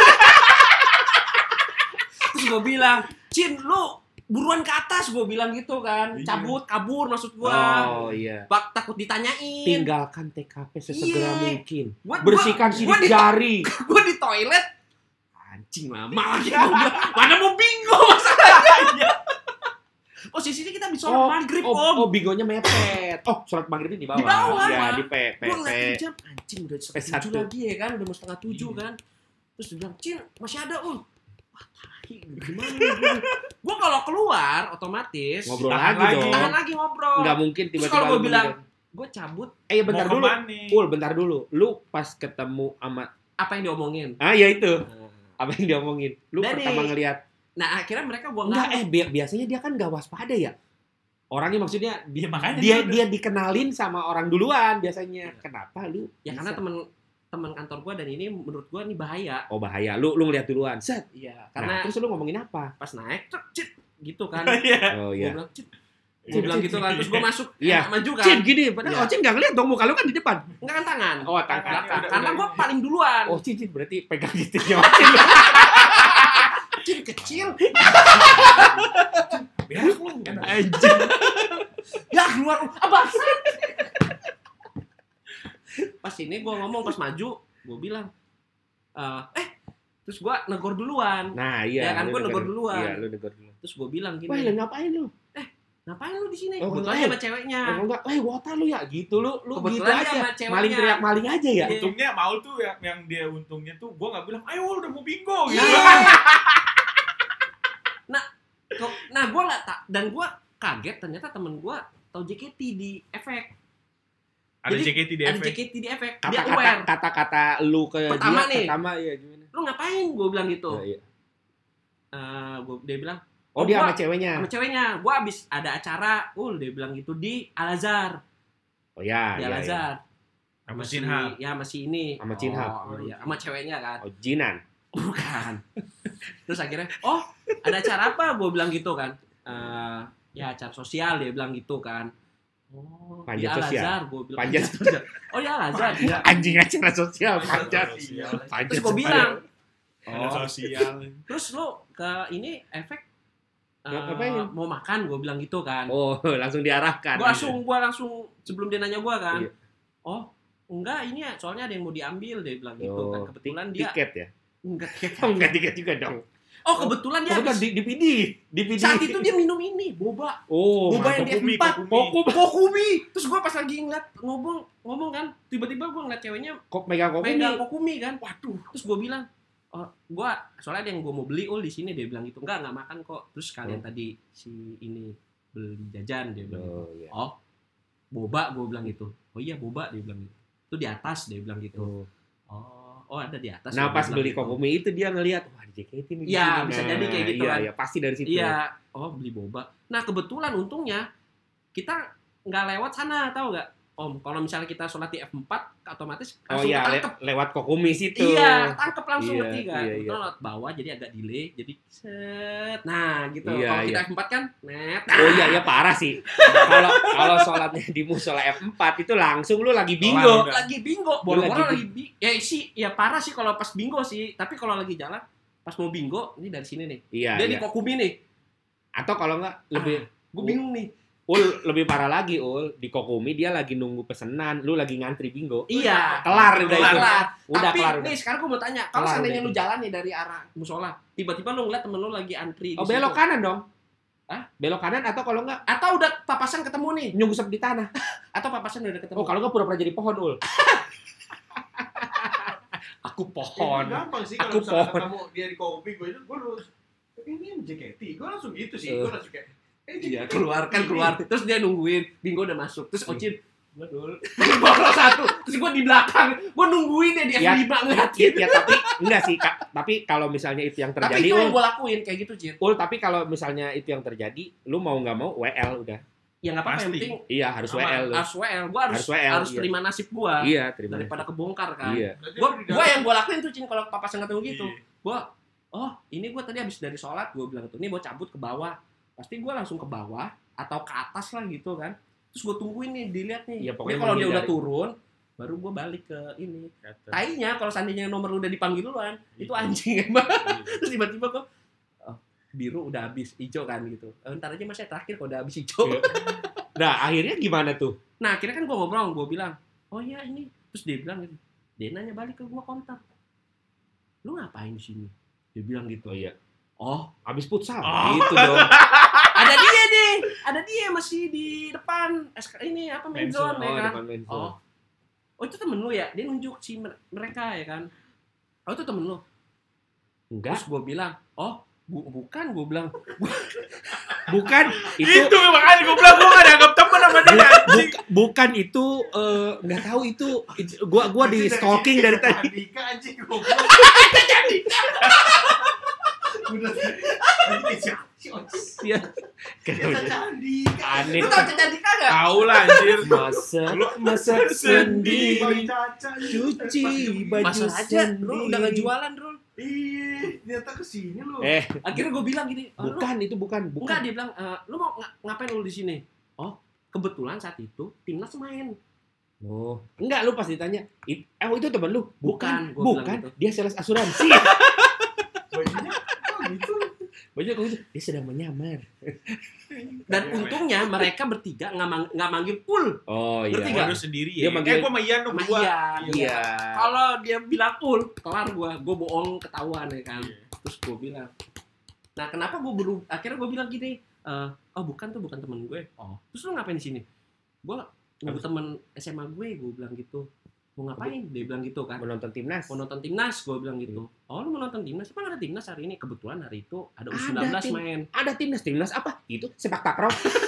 Speaker 3: Terus gue bilang, Cin, lu buruan ke atas, gue bilang gitu kan.
Speaker 4: Iya.
Speaker 3: Cabut, kabur maksud gue.
Speaker 2: Oh iya.
Speaker 3: Bak takut ditanyain.
Speaker 2: Tinggalkan T K P sesegera
Speaker 3: Iya.
Speaker 2: mungkin.
Speaker 3: Gua-
Speaker 2: Bersihkan
Speaker 3: gua-
Speaker 2: sidik
Speaker 3: gua di-
Speaker 2: jari.
Speaker 3: Gue di toilet. Anjing lama lagi. Gua bilang, mana mau bingo masalahnya. Posisinya kita di sholat
Speaker 2: Oh,
Speaker 3: maghrib,
Speaker 2: oh,
Speaker 3: Om.
Speaker 2: oh, bingonya mepet. Oh, sholat maghribnya di bawah.
Speaker 3: Di bawah,
Speaker 2: Ya,
Speaker 3: Pak.
Speaker 2: di P P
Speaker 3: Gue
Speaker 2: P.
Speaker 3: ngeliatin jam, anjing udah setengah
Speaker 2: P satu.
Speaker 3: tujuh lagi ya kan, udah mau setengah tujuh
Speaker 4: Iya.
Speaker 3: kan. Terus dia bilang, Cin, masih ada, Om. Wah, tahi, gimana nih? Gue kalau keluar, otomatis
Speaker 2: Ngobrol
Speaker 4: Tahan
Speaker 2: lagi
Speaker 4: lagi.
Speaker 2: dong.
Speaker 3: tahan lagi ngobrol.
Speaker 2: Nggak mungkin
Speaker 3: Terus
Speaker 2: tiba-tiba
Speaker 3: kalau gue
Speaker 2: lu
Speaker 3: bilang,
Speaker 2: bener.
Speaker 3: gue cabut,
Speaker 2: Eh, ya bentar
Speaker 4: Mau
Speaker 2: dulu.
Speaker 4: kemana nih?
Speaker 2: Ul, bentar dulu. Lu pas ketemu sama
Speaker 3: apa yang diomongin?
Speaker 2: ah ya itu. Apa yang diomongin? Lu
Speaker 3: Dan
Speaker 2: pertama
Speaker 3: nih,
Speaker 2: ngelihat
Speaker 3: Nah, akhirnya mereka gue
Speaker 2: enggak
Speaker 3: nggak.
Speaker 2: eh bi- biasanya dia kan nggak waspada ya. Orangnya maksudnya
Speaker 4: Dia makanya
Speaker 2: dia
Speaker 4: udah-
Speaker 2: dia dikenalin sama orang duluan biasanya. Kenapa lu?
Speaker 3: Ya
Speaker 2: bisa?
Speaker 3: karena temen teman kantor gue dan ini menurut gue nih bahaya.
Speaker 2: Oh bahaya. Lu lu ngeliat duluan. Set.
Speaker 3: Iya,
Speaker 2: Karena
Speaker 3: karena
Speaker 2: terus lu ngomongin apa?
Speaker 3: pas naik cek, cit gitu kan.
Speaker 2: Oh
Speaker 3: Gue
Speaker 2: iya.
Speaker 3: bilang cit. Gue bilang gitu kan, terus gue masuk,
Speaker 2: Iya.
Speaker 3: eh, maju kan.
Speaker 2: Cin gini, padahal
Speaker 3: Iya.
Speaker 2: oh Cin nggak ngeliat dong muka lu kan di depan.
Speaker 3: Enggak kan tangan.
Speaker 2: Oh tangan.
Speaker 3: Belakang.
Speaker 4: Udah,
Speaker 3: Karena
Speaker 4: udah,
Speaker 3: gue
Speaker 4: udah.
Speaker 3: paling duluan.
Speaker 2: Oh Cin Cin berarti pegang titiknya oh, Cin.
Speaker 3: Cin kecil.
Speaker 4: Berak lu.
Speaker 2: Anjing.
Speaker 3: Ya keluar. Abang. Pas ini gue ngomong pas maju, gue bilang, eh, eh, terus gue negor duluan.
Speaker 2: Nah iya.
Speaker 3: Ya kan,
Speaker 2: lu
Speaker 3: gua negor
Speaker 2: negor-
Speaker 3: duluan.
Speaker 2: Iya lu negor duluan.
Speaker 3: Terus gue bilang gini,
Speaker 2: Wah lu ngapain lu?
Speaker 3: ngapain lu di sini?
Speaker 2: Oh,
Speaker 3: Kebetulan
Speaker 2: eh.
Speaker 3: dia sama ceweknya.
Speaker 2: Oh enggak, eh wota lu ya gitu lu lu gitu
Speaker 3: Kebetulan dia
Speaker 2: aja.
Speaker 3: sama ceweknya.
Speaker 2: Maling teriak maling aja ya.
Speaker 3: Iya.
Speaker 4: Untungnya Maul tuh yang, yang dia untungnya tuh gue nggak bilang, ayo udah mau bingo gitu.
Speaker 3: Iya. Nah, kok- nah gue nggak tak dan gue kaget ternyata temen gue tahu J K T di efek.
Speaker 4: Ada
Speaker 3: Jadi,
Speaker 4: J K T di
Speaker 3: Ada
Speaker 4: efek.
Speaker 3: J K T di efek. Dia
Speaker 2: Kata-kata
Speaker 3: aware.
Speaker 2: kata-kata lu ke
Speaker 3: Pertama
Speaker 2: dia
Speaker 3: nih.
Speaker 2: pertama iya gimana?
Speaker 3: Lu ngapain? Gue bilang gitu.
Speaker 2: Oh, iya.
Speaker 3: Eh, gua, dia bilang
Speaker 2: Oh, dia
Speaker 3: gua-
Speaker 2: sama ceweknya.
Speaker 3: sama ceweknya. Gue abis ada acara. Uh, dia bilang gitu di Al Azhar.
Speaker 2: Oh ya,
Speaker 3: Di
Speaker 2: iya,
Speaker 3: Al
Speaker 2: iya.
Speaker 3: Azhar.
Speaker 4: Sama
Speaker 3: Si-
Speaker 4: Sinhab.
Speaker 3: Ya masih ini.
Speaker 2: Sama Cinhab.
Speaker 3: Oh, iya. Sama ceweknya kan.
Speaker 2: Oh, Jinan.
Speaker 3: Bukan. Terus akhirnya, oh ada acara apa? Gue bilang gitu kan. Eh, ya acara sosial dia bilang gitu kan. Oh,
Speaker 2: Panjat
Speaker 3: di Al
Speaker 2: sosial.
Speaker 3: Azhar gue bilang.
Speaker 2: Panjat
Speaker 3: sosial. Oh ya Al Azhar. Iya.
Speaker 2: Anjing acara sosial panjat.
Speaker 4: Sosial.
Speaker 2: Panjat
Speaker 3: Terus gue
Speaker 2: sosial.
Speaker 3: bilang,
Speaker 4: Ada
Speaker 3: oh,
Speaker 4: sosial.
Speaker 3: terus lo ke ini efek eh,
Speaker 2: Ngapain?
Speaker 3: mau makan? Gue bilang gitu kan.
Speaker 2: Oh, langsung diarahkan.
Speaker 3: Gue langsung, gue langsung sebelum dia nanya gue kan.
Speaker 2: Iya.
Speaker 3: Oh enggak, ini ya soalnya ada yang mau diambil dia bilang gitu
Speaker 2: Oh,
Speaker 3: kan. Kebetulan dia
Speaker 2: tiket ya?
Speaker 3: enggak.
Speaker 2: Oh, enggak tiket juga dong.
Speaker 3: Oh kebetulan dia
Speaker 2: Oh, bukan
Speaker 3: habis-
Speaker 2: di D V D. D V D.
Speaker 3: saat itu dia minum ini boba.
Speaker 2: Oh,
Speaker 3: Boba yang di F
Speaker 4: Kokumi,
Speaker 3: empat.
Speaker 4: Kokumi.
Speaker 3: Kokumi. Kokumi. Terus gue pas lagi ngeliat ngomong ngomong kan, tiba-tiba gue ngeliat ceweknya
Speaker 2: kok megang kokumi.
Speaker 3: megang Kokumi kan. Waduh. Terus gue bilang, oh, gue soalnya ada yang gue mau beli ul di sini, dia bilang gitu. Enggak, enggak makan kok. Terus kalian
Speaker 2: Oh.
Speaker 3: tadi si ini beli jajan dia bilang gitu.
Speaker 2: Oh, iya.
Speaker 3: Oh, boba gue bilang gitu. Oh iya boba dia bilang gitu. Itu di atas dia bilang gitu.
Speaker 2: Oh.
Speaker 3: Oh, oh ada di atas.
Speaker 2: Nah,
Speaker 3: dia
Speaker 2: pas
Speaker 3: bilang
Speaker 2: beli
Speaker 3: gitu.
Speaker 2: kokumi itu dia ngelihat wah di J K T nih.
Speaker 3: Iya,
Speaker 2: gini.
Speaker 3: bisa jadi kayak gitu
Speaker 2: Iya,
Speaker 3: kan.
Speaker 2: iya, pasti dari situ.
Speaker 3: Iya, oh beli boba. Nah kebetulan untungnya kita nggak lewat sana, tahu nggak? Om, kalau misalnya kita sholat di F empat, otomatis
Speaker 2: Oh
Speaker 3: langsung
Speaker 2: iya, le-
Speaker 3: ketangkep.
Speaker 2: lewat kokumi situ.
Speaker 3: Iya, tangkep langsung
Speaker 2: Iya,
Speaker 3: ngerti kan?
Speaker 2: iya, iya.
Speaker 3: Kebetulan lewat bawah, jadi agak delay, jadi set. Nah gitu.
Speaker 2: Iya,
Speaker 3: Kalau kita
Speaker 2: iya.
Speaker 3: F empat kan, net.
Speaker 2: Oh iya, iya parah sih. Kalau kalau sholatnya di musola F empat itu langsung lu lagi bingo.
Speaker 4: Udah.
Speaker 3: Lagi bingo,
Speaker 2: Lu
Speaker 3: boro-boro
Speaker 2: lagi
Speaker 3: lagi bi. Ya sih, ya parah sih kalau pas bingo sih. Tapi kalau lagi jalan, pas mau bingo, ini dari sini nih.
Speaker 2: Iya,
Speaker 3: Dia
Speaker 2: iya.
Speaker 3: di Kokumi nih.
Speaker 2: Atau kalau enggak lebih
Speaker 3: Gue bingung nih.
Speaker 2: Ul lebih parah lagi Ul di kokumi dia lagi nunggu pesenan, lu lagi ngantri bingo.
Speaker 3: Iya.
Speaker 2: Kelar udah
Speaker 3: Kelar,
Speaker 2: itu.
Speaker 3: kelar.
Speaker 2: Udah
Speaker 3: Tapi
Speaker 2: kelar.
Speaker 3: nih sekarang gue mau tanya, kalau
Speaker 2: Kelar
Speaker 3: seandainya
Speaker 2: udah
Speaker 3: lu
Speaker 2: itu.
Speaker 3: jalan nih dari arah musola, tiba-tiba lu ngeliat temen lu lagi antri
Speaker 2: Oh
Speaker 3: di
Speaker 2: belok
Speaker 3: situ.
Speaker 2: kanan dong.
Speaker 3: Hah?
Speaker 2: Belok kanan atau kalau enggak
Speaker 3: Atau udah papasan ketemu nih?
Speaker 2: nyungsep di tanah.
Speaker 3: Atau papasan udah ketemu?
Speaker 2: Oh kalau enggak pura-pura jadi pohon Ul.
Speaker 3: aku
Speaker 1: Ya,
Speaker 3: pohon.
Speaker 1: gampang sih
Speaker 2: Aku
Speaker 1: kalau misalnya
Speaker 2: pohon.
Speaker 1: ketemu dia di kopi gue itu gue lurus. Ini J K T, gue langsung gitu sih,
Speaker 2: Eh.
Speaker 1: gue langsung kayak eh, J K T.
Speaker 3: Iya, keluar kan
Speaker 1: Ini.
Speaker 3: keluar. Terus dia nungguin, bingo udah masuk. Terus Ocin, gue dulu. Bawa satu. Terus gue di belakang, gue nungguin dia di F
Speaker 2: Ya,
Speaker 3: lima
Speaker 2: Ya,
Speaker 3: ngeliatin.
Speaker 2: ya tapi enggak sih Kak. Tapi kalau misalnya itu yang
Speaker 3: Tapi
Speaker 2: terjadi
Speaker 3: itu yang
Speaker 2: Ul,
Speaker 3: gue lakuin kayak gitu, Cin.
Speaker 2: Ul, tapi kalau misalnya itu yang terjadi, lu mau nggak mau W L udah.
Speaker 3: Ya nggak apa-apa, yang
Speaker 4: Pasti.
Speaker 3: penting
Speaker 2: Iya, harus W
Speaker 3: aman.
Speaker 2: L lu.
Speaker 3: Harus W L. Gue harus
Speaker 2: Harus W L,
Speaker 3: harus
Speaker 2: iya.
Speaker 3: terima nasib gue.
Speaker 2: Iya, terima kasih.
Speaker 3: Daripada kebongkar kan.
Speaker 2: Iya.
Speaker 1: Berarti
Speaker 3: Gua,
Speaker 1: lu di
Speaker 3: gua
Speaker 1: dalam-
Speaker 3: yang gua lakuin tuh Cin kalau papasan ketemu gitu.
Speaker 4: Iya.
Speaker 3: Gua, oh ini gua tadi habis dari sholat, gua bilang tuh, ini gua cabut ke bawah. Pasti gua langsung ke bawah atau ke atas lah gitu kan. Terus gua tungguin nih, dilihat nih.
Speaker 2: Iya, pokoknya
Speaker 3: Dia kalau dia udah
Speaker 2: menghindari.
Speaker 3: turun, baru gua balik ke ini. Tainya kalau seandainya nomor udah dipanggil duluan, itu anjing emang. Terus tiba-tiba gua, oh, biru udah habis, hijau kan gitu. Eh, ntar aja masih terakhir kalau udah habis hijau.
Speaker 2: Iya. Nah, akhirnya gimana tuh?
Speaker 3: Nah akhirnya kan gue ngobrol, gue bilang, oh iya ini. Terus dia bilang gitu, dia nanya balik ke gue kontak. Lu ngapain di sini? Dia bilang gitu.
Speaker 2: Oh iya.
Speaker 3: Oh,
Speaker 2: Habis futsal.
Speaker 4: Oh.
Speaker 2: Gitu dong.
Speaker 3: ada dia nih, ada dia masih di depan S K ini apa main
Speaker 4: Main
Speaker 3: zone
Speaker 4: zone,
Speaker 3: ya
Speaker 2: Oh,
Speaker 3: kan?
Speaker 2: depan main zone.
Speaker 3: Oh, oh itu temen lu ya? Dia nunjuk si mer- mereka ya kan? Oh itu temen lu.
Speaker 2: Enggak.
Speaker 3: Terus gue bilang, oh bu- bukan, gue bilang,
Speaker 2: Bukan itu
Speaker 4: Itu makanya gue bilang gue gak dianggap temen sama dia.
Speaker 2: Buk- bukan itu eh, nggak tahu itu, itu gua gua di
Speaker 1: Itu
Speaker 2: stalking dari tadi.
Speaker 1: Andika anjing goblok. Udah anjing siapa
Speaker 2: Dia
Speaker 1: Biasa candi.
Speaker 2: aneh.
Speaker 3: Lu tau Candi kagak?
Speaker 4: Tahu lah anjir.
Speaker 2: Masak, masak sendiri,
Speaker 1: Caca.
Speaker 2: cuci baju
Speaker 3: Masa aja,
Speaker 2: sendiri.
Speaker 3: Rul udah gak jualan, Rul.
Speaker 1: Ih, ternyata kesini lu.
Speaker 2: Eh,
Speaker 3: Akhirnya gue bilang gini, "Oh, lu-"
Speaker 2: bukan itu bukan,
Speaker 3: Enggak,
Speaker 2: bukan.
Speaker 3: dia bilang, "Eh, lu mau ng- ngapain lu di sini?" Oh, kebetulan saat itu timnas main.
Speaker 2: Oh, enggak lu pas ditanya, "It- eh itu teman lu?"
Speaker 3: Bukan,
Speaker 2: Bukan,
Speaker 3: gua
Speaker 2: bukan.
Speaker 3: bilang gitu.
Speaker 2: Dia sales asuransi.
Speaker 1: Bajunya kok gitu?
Speaker 2: Baju kok gitu. Dia sedang menyamar.
Speaker 3: Dan untungnya mereka bertiga nggak mang- nggak manggil Ul.
Speaker 2: Oh
Speaker 3: Ngerti
Speaker 2: iya.
Speaker 3: nggak?
Speaker 4: Lu sendiri
Speaker 2: Dia
Speaker 4: ya.
Speaker 2: manggil-
Speaker 4: Eh gua sama Ian dong
Speaker 3: Sama
Speaker 4: berdua.
Speaker 3: Ian.
Speaker 2: Iya.
Speaker 3: Kalau dia bilang Ul, kelar gua, gua bohong ketahuan ya kan.
Speaker 4: Iya.
Speaker 3: Terus gua bilang, nah kenapa gua belum? Akhirnya gua bilang gini, "Eh, oh bukan tuh bukan temen gue. Oh, terus lu ngapain di sini? Gua nunggu temen S M A gue, gua bilang gitu. Mau ngapain? Dia bilang gitu kan.
Speaker 2: Menonton timnas.
Speaker 3: Mau nonton timnas, gue bilang gitu. Oh lu mau nonton timnas? Emang ada timnas hari ini? Kebetulan hari itu ada U sembilan belas
Speaker 2: Ada tim-
Speaker 3: main.
Speaker 2: Ada timnas, timnas apa? Itu sepak takraw.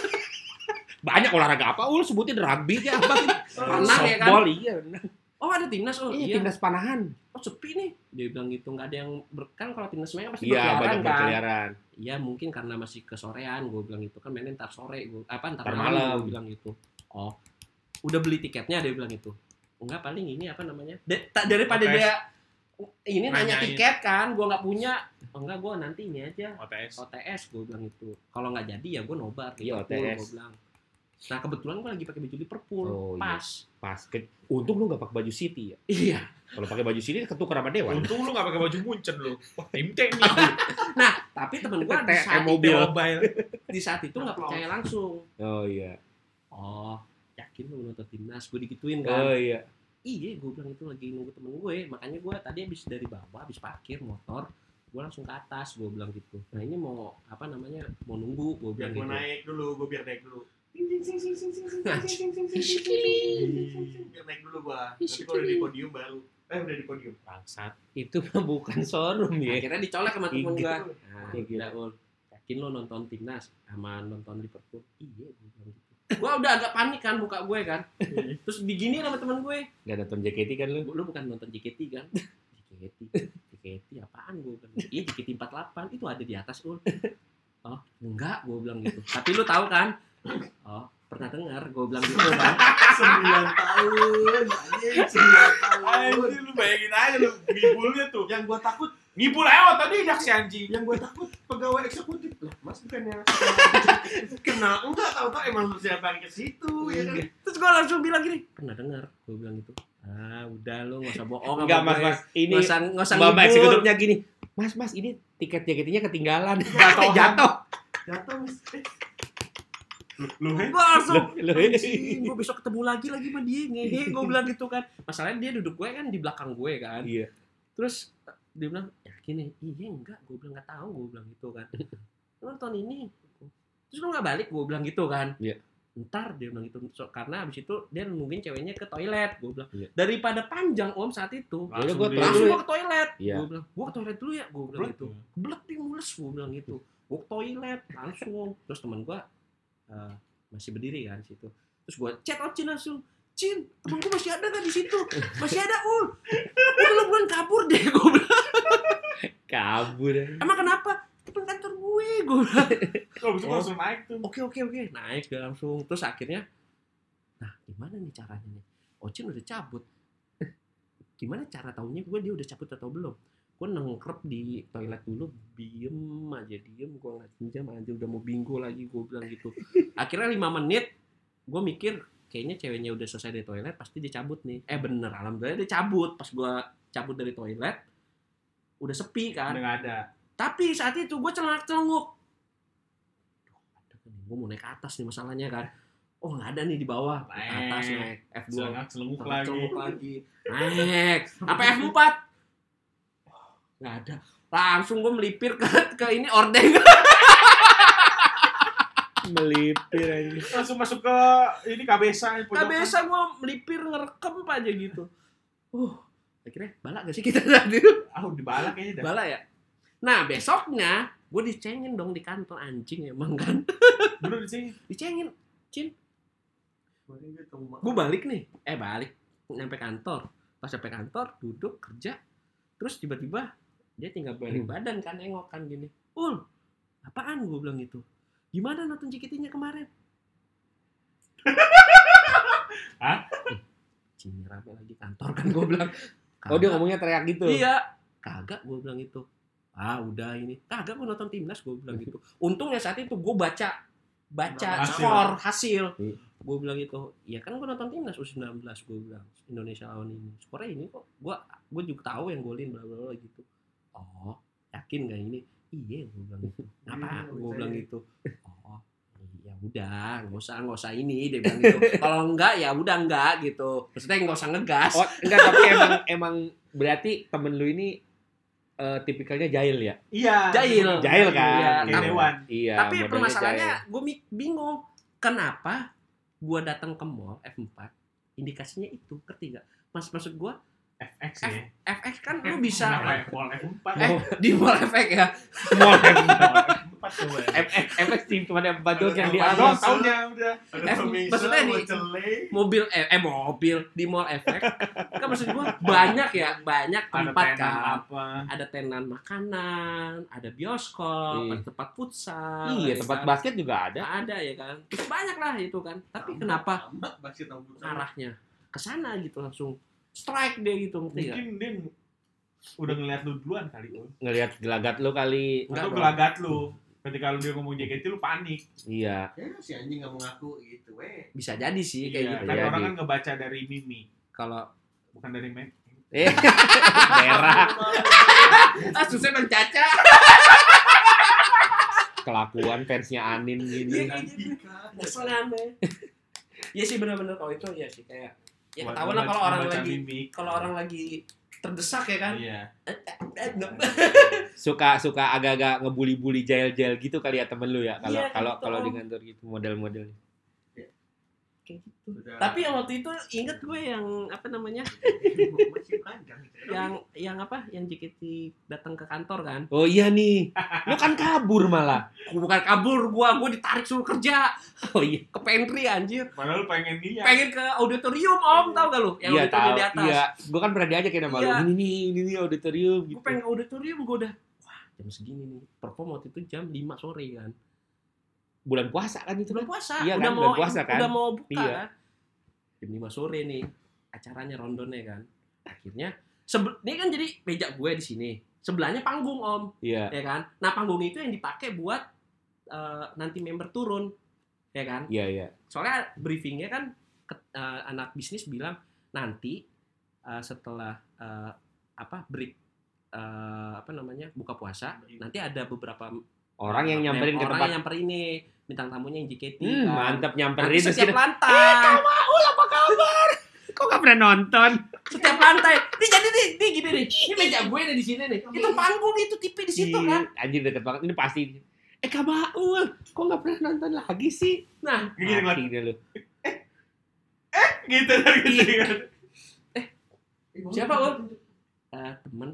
Speaker 2: Banyak olahraga apa? Ul sebutin rugby kayak apa gitu.
Speaker 3: Renang ya kan?
Speaker 2: Softball iya. renang.
Speaker 3: Oh ada timnas, oh
Speaker 2: Iya,
Speaker 3: iya.
Speaker 2: timnas panahan.
Speaker 3: Oh sepi nih. Dia bilang gitu, nggak ada yang ber... kan kalau timnas main pasti
Speaker 2: Iya,
Speaker 3: berkeliaran
Speaker 2: banyak
Speaker 3: kan.
Speaker 2: berkeliaran.
Speaker 3: Iya mungkin karena masih kesorean, gue bilang gitu kan mainnya ntar sore, gue apa ntar,
Speaker 2: Ntar
Speaker 3: malam,
Speaker 2: malam.
Speaker 3: gue bilang gitu. Oh udah beli tiketnya, dia bilang gitu. Enggak paling ini apa namanya? Da- ta- daripada
Speaker 4: O T S.
Speaker 3: dia ini nanya
Speaker 4: Nanyain.
Speaker 3: tiket kan, gue nggak punya. Oh, enggak, gue nanti ini aja.
Speaker 4: O T S.
Speaker 3: O T S gue bilang itu. Kalau nggak jadi ya gue nobar.
Speaker 2: Iya, O T
Speaker 3: Liverpool,
Speaker 2: S.
Speaker 3: gue bilang. Nah kebetulan gue lagi pakai baju Liverpool,
Speaker 2: Oh, iya.
Speaker 3: pas.
Speaker 2: Pas ke, untung lu gak pakai baju City ya.
Speaker 3: Iya.
Speaker 2: Kalau pakai baju City ketukar sama Dewan.
Speaker 4: Untung lu gak pakai baju Munchen lu. Wah, tim T nih.
Speaker 3: Nah tapi temen gue di
Speaker 2: T
Speaker 3: saat
Speaker 2: M
Speaker 3: itu,
Speaker 2: mobil.
Speaker 4: Mobile.
Speaker 3: di saat itu nggak percaya langsung.
Speaker 2: Oh iya.
Speaker 3: Oh yakin lu nonton timnas? Gue digituin
Speaker 2: Oh
Speaker 3: kan.
Speaker 2: iya.
Speaker 3: Iya gue bilang itu lagi nunggu temen gue. Makanya gue tadi habis dari bawah, habis parkir motor, gue langsung ke atas, gue bilang gitu. Nah ini mau apa namanya, mau nunggu, gue
Speaker 1: Biar
Speaker 3: bilang
Speaker 1: gue
Speaker 3: gitu.
Speaker 1: naik dulu, gue biar naik dulu. Biar naik dulu gua. Nanti kalau udah di podium baru. Eh udah di podium.
Speaker 4: Bangsat.
Speaker 2: Itu mah bukan showroom ya.
Speaker 3: Akhirnya dicolek sama temen gue.
Speaker 2: Iya.
Speaker 3: Nah,
Speaker 2: Iya, gitu.
Speaker 3: udah Ul, yakin lo nonton timnas sama nonton Liverpool? Iya gue bilang gitu. Gue udah agak panik kan muka gue kan. Terus digini sama temen gue.
Speaker 2: Gak nonton J K T kan lu?
Speaker 3: Lu bukan nonton J K T kan? J K T, J K T apaan gue bilang? Iya J K T empat puluh delapan itu ada di atas Ul. Oh enggak gue bilang gitu. Tapi lu tahu kan? Oh pernah dengar gue bilang gitu kan?
Speaker 1: sembilan tahun. Anjing, sembilan tahun.
Speaker 4: Anjir lu bayangin aja lu ngibulnya tuh.
Speaker 1: Yang gua takut,
Speaker 4: Ngibul lewat tadi dak si anjing.
Speaker 1: yang gua takut pegawai eksekutif. Lah, Mas bukannya kenal enggak tahu-tahu emang lu siapa ke situ ya kan.
Speaker 3: Terus gue langsung bilang gini. Pernah dengar? Gue bilang gitu. Ah udah lu nggak usah bohong. sama
Speaker 2: Enggak mas
Speaker 3: gue.
Speaker 2: mas. Ini
Speaker 3: Nggak usah nggak usah
Speaker 2: Mbak
Speaker 3: ngibul.
Speaker 2: eksekutifnya gini. Mas mas ini tiket J K T-nya ketinggalan.
Speaker 1: Jatuh.
Speaker 2: Jatuh.
Speaker 1: Jatuh Mas. Eh,
Speaker 4: Lu he.
Speaker 3: Gue langsung
Speaker 2: Lu-
Speaker 3: gue besok ketemu lagi lagi sama dia ngehe gue bilang gitu kan. Masalahnya dia duduk gue kan di belakang gue kan.
Speaker 2: Iya.
Speaker 3: Terus dia bilang yakin nih, iya enggak, gue bilang nggak tahu, gue bilang gitu kan. Lu nonton ini, terus lu nggak balik, gue bilang gitu kan.
Speaker 2: Iya.
Speaker 3: Ntar dia bilang gitu, so, karena abis itu dia nungguin ceweknya ke toilet, gue bilang.
Speaker 2: Iya.
Speaker 3: Daripada panjang om saat itu,
Speaker 2: Yaudah,
Speaker 4: Langsung
Speaker 2: gua
Speaker 4: di-
Speaker 2: tolong
Speaker 3: langsung
Speaker 2: dulu
Speaker 3: gue ke toilet,
Speaker 2: Iya.
Speaker 3: gue bilang, gue ke toilet dulu ya, gue bilang
Speaker 4: Kebelet
Speaker 3: gitu.
Speaker 4: tuh.
Speaker 3: Kebelet nih mules, gue bilang gitu. Gue ke toilet langsung, terus teman gue uh, masih berdiri kan di situ. Terus gue chat Ocin langsung. Cin, temen gue masih ada gak di situ? Masih ada, Ul. Udah lu bulan kabur deh, gue bilang.
Speaker 2: Kabur.
Speaker 3: Emang kenapa? Temen kantor gue, gue bilang.
Speaker 4: Kalau bisa langsung naik tuh.
Speaker 3: Oke, oke, oke. Naik dia langsung. Terus akhirnya, nah gimana nih caranya nih? Ocin udah cabut. Gimana cara taunya gue dia udah cabut atau belum? Gue nengkrep di toilet dulu, diem aja, diem. Gue ngeliatin jam aja, udah mau bingo lagi, gue bilang gitu. Akhirnya lima menit, gue mikir, kayaknya ceweknya udah selesai dari toilet, pasti dia cabut nih. Eh bener, alhamdulillah dia cabut. Pas gue cabut dari toilet, udah sepi kan.
Speaker 4: Udah nggak ada.
Speaker 3: Tapi saat itu gue celengak-celenguk. Gue mau naik ke atas nih masalahnya kan. Oh nggak ada nih di bawah. Naik ke atas naik F dua.
Speaker 4: Celengak celenguk lagi.
Speaker 3: Celenguk lagi. Naik. Sampai F empat. Nggak ada. Langsung gue melipir ke, ke ini ordeng.
Speaker 2: Melipir aja.
Speaker 4: Langsung masuk ke ini kabesa.
Speaker 3: Gak biasa gue melipir ngerekam apa aja gitu. Uh, akhirnya balak gak sih kita tadi?
Speaker 4: Ah, udah balak kayaknya dah.
Speaker 3: Balak ya? Nah besoknya gue dicengin dong di kantor anjing emang kan.
Speaker 4: Bener di sini.
Speaker 3: Dicengin. Cin,
Speaker 1: Kemarin gue ketemu Mak.
Speaker 3: gue balik nih. Eh balik. Nyampe kantor. Pas sampai kantor duduk kerja. Terus tiba-tiba dia tinggal balik badan kan nengok kan gini. Ul, apaan apaan gue bilang gitu. Gimana nonton J K T-nya kemarin?
Speaker 4: Hah?
Speaker 3: Sini rame lagi kantor kan gue bilang.
Speaker 2: Oh dia ngomongnya teriak gitu.
Speaker 3: Iya. Kagak gue bilang itu. Ah udah ini. Kagak gue nonton timnas gue bilang gitu. Untungnya saat itu gue baca baca
Speaker 4: Hasil.
Speaker 3: skor hasil.
Speaker 2: Iya.
Speaker 3: Gue bilang gitu. Ya kan gue nonton timnas U sembilan belas gue bilang. Indonesia lawan ini. Skornya ini kok. Gue gue juga tahu yang golin bla bla bla gitu. Oh yakin gak ini? Iya gue bilang gitu. Apa? Gue bilang gitu. Oh ya udah nggak usah nggak usah ini dia bilang gitu. Kalau enggak ya udah enggak gitu. Maksudnya nggak usah ngegas.
Speaker 2: Oh enggak, tapi emang emang berarti temen lu ini uh, tipikalnya jahil ya?
Speaker 4: Iya.
Speaker 3: Jahil.
Speaker 2: Jahil kan?
Speaker 3: Iya,
Speaker 4: Kayak dewan.
Speaker 2: Iya.
Speaker 3: Tapi
Speaker 2: modelnya
Speaker 3: permasalahannya
Speaker 2: jahil.
Speaker 3: gue bingung kenapa gue datang ke mall F empat indikasinya itu ngerti gak? Mas maksud gue
Speaker 4: F X ya.
Speaker 3: F X kan lu bisa
Speaker 4: Kenapa mall F empat?
Speaker 3: eh di mall F X ya.
Speaker 2: Mall F
Speaker 4: empat coba.
Speaker 2: F X F X tim cuma ada empat doang yang di
Speaker 4: Tahu
Speaker 2: atas.
Speaker 4: tahunya udah.
Speaker 3: Eh, maksudnya di- mobil eh, eh mobil di mall F X kan maksud gue banyak ya banyak
Speaker 4: Ada
Speaker 3: tempat
Speaker 4: tenan
Speaker 3: kan.
Speaker 4: apa?
Speaker 3: Ada tenan makanan, ada bioskop,
Speaker 2: Iya.
Speaker 3: ada tempat futsal.
Speaker 2: Iya
Speaker 3: ya
Speaker 2: tempat
Speaker 3: kan?
Speaker 2: basket juga ada.
Speaker 3: Ada ya kan. Terus banyak lah itu kan. Tapi kenapa
Speaker 1: Sama basket sama futsal.
Speaker 3: arahnya ke sana gitu langsung strike dia gitu ngerti gak?
Speaker 4: Mungkin dia udah ngeliat lu duluan kali lu.
Speaker 2: Ngelihat gelagat lu kali.
Speaker 3: Enggak
Speaker 4: Atau
Speaker 3: dong.
Speaker 4: gelagat lu. Ketika lu dia ngomong J K T lu panik.
Speaker 2: Iya.
Speaker 1: Ya si anjing nggak mau ngaku gitu, weh.
Speaker 3: Bisa jadi sih kayak
Speaker 4: Iya,
Speaker 3: gitu.
Speaker 4: kan
Speaker 2: Jadi.
Speaker 4: orang kan ngebaca dari mimi,
Speaker 3: Kalau
Speaker 4: bukan dari meme.
Speaker 2: Eh, merah.
Speaker 3: ah susah mencaca.
Speaker 2: Kelakuan fansnya Anin gini.
Speaker 3: Iya, gitu. Ngeselan deh. Iya sih benar-benar kalau itu ya sih kayak ya ketahuan lah kalau orang lagi kalau orang lagi terdesak ya kan.
Speaker 4: Iya.
Speaker 3: Eh, eh, nggak.
Speaker 2: Suka suka agak-agak ngebully-bully jail-jail gitu kali ya temen lu ya kalau
Speaker 3: Iya,
Speaker 2: kalau
Speaker 3: gitu.
Speaker 2: kalau di kantor gitu model-modelnya.
Speaker 3: Kayak gitu.
Speaker 1: Udah.
Speaker 3: Tapi yang waktu itu inget gue yang apa namanya?
Speaker 1: masih panjang.
Speaker 3: yang yang apa? Yang J K T datang ke kantor kan?
Speaker 2: Oh iya nih. Lu kan kabur malah.
Speaker 3: Bukan kabur gua, gua ditarik suruh kerja
Speaker 2: Oh iya.
Speaker 3: ke pantry anjir.
Speaker 4: Padahal lu pengen dia.
Speaker 3: Pengen ke auditorium om, tau gak lu? Yang
Speaker 2: Iya
Speaker 3: auditorium
Speaker 2: tahu.
Speaker 3: di atas.
Speaker 2: Iya. Gua kan pernah diajak ya sama lu.
Speaker 3: Iya.
Speaker 2: Ini nih, ini nih auditorium gitu.
Speaker 3: Gue pengen ke auditorium, gue udah wah jam segini nih. Perform waktu itu jam lima sore kan.
Speaker 2: Bulan puasa kan itu.
Speaker 3: Bulan
Speaker 2: kan?
Speaker 3: puasa,
Speaker 2: Iya
Speaker 3: udah
Speaker 2: kan,
Speaker 3: mau
Speaker 2: bulan puasa kan?
Speaker 3: udah mau buka
Speaker 2: Iya.
Speaker 3: kan. Jam lima sore nih acaranya rondonnya kan. Akhirnya sebel ini kan jadi meja gue di sini. Sebelahnya panggung om,
Speaker 2: Iya.
Speaker 3: ya kan. Nah panggung itu yang dipakai buat eh, nanti member turun, ya kan.
Speaker 2: Iya iya.
Speaker 3: Soalnya briefingnya kan ke- eh, anak bisnis bilang nanti eh, setelah eh, apa break eh, apa namanya buka puasa nanti ada beberapa
Speaker 2: Orang yang nyamperin ke
Speaker 3: orang
Speaker 2: tempat.
Speaker 3: yang nyamperin ini bintang tamunya yang J K T
Speaker 2: Hmm,
Speaker 3: kan.
Speaker 2: mantap
Speaker 3: Nanti
Speaker 2: nyamperin terus
Speaker 3: setiap
Speaker 2: kita.
Speaker 3: lantai
Speaker 2: Maul apa kabar? Kok gak pernah nonton?
Speaker 3: setiap lantai nih jadi nih nih gini nih ini meja gue nih di sini nih itu panggung itu T V di situ
Speaker 2: Ih,
Speaker 3: kan.
Speaker 2: Anjir deket banget. Ini pasti. Eh Kak Maul, kok gak pernah nonton lagi sih?
Speaker 3: Nah
Speaker 4: Gini
Speaker 2: Mati
Speaker 4: ngeliat.
Speaker 2: dia lu.
Speaker 4: Gitu dari gitu kan.
Speaker 3: siapa Ul? Eh, temen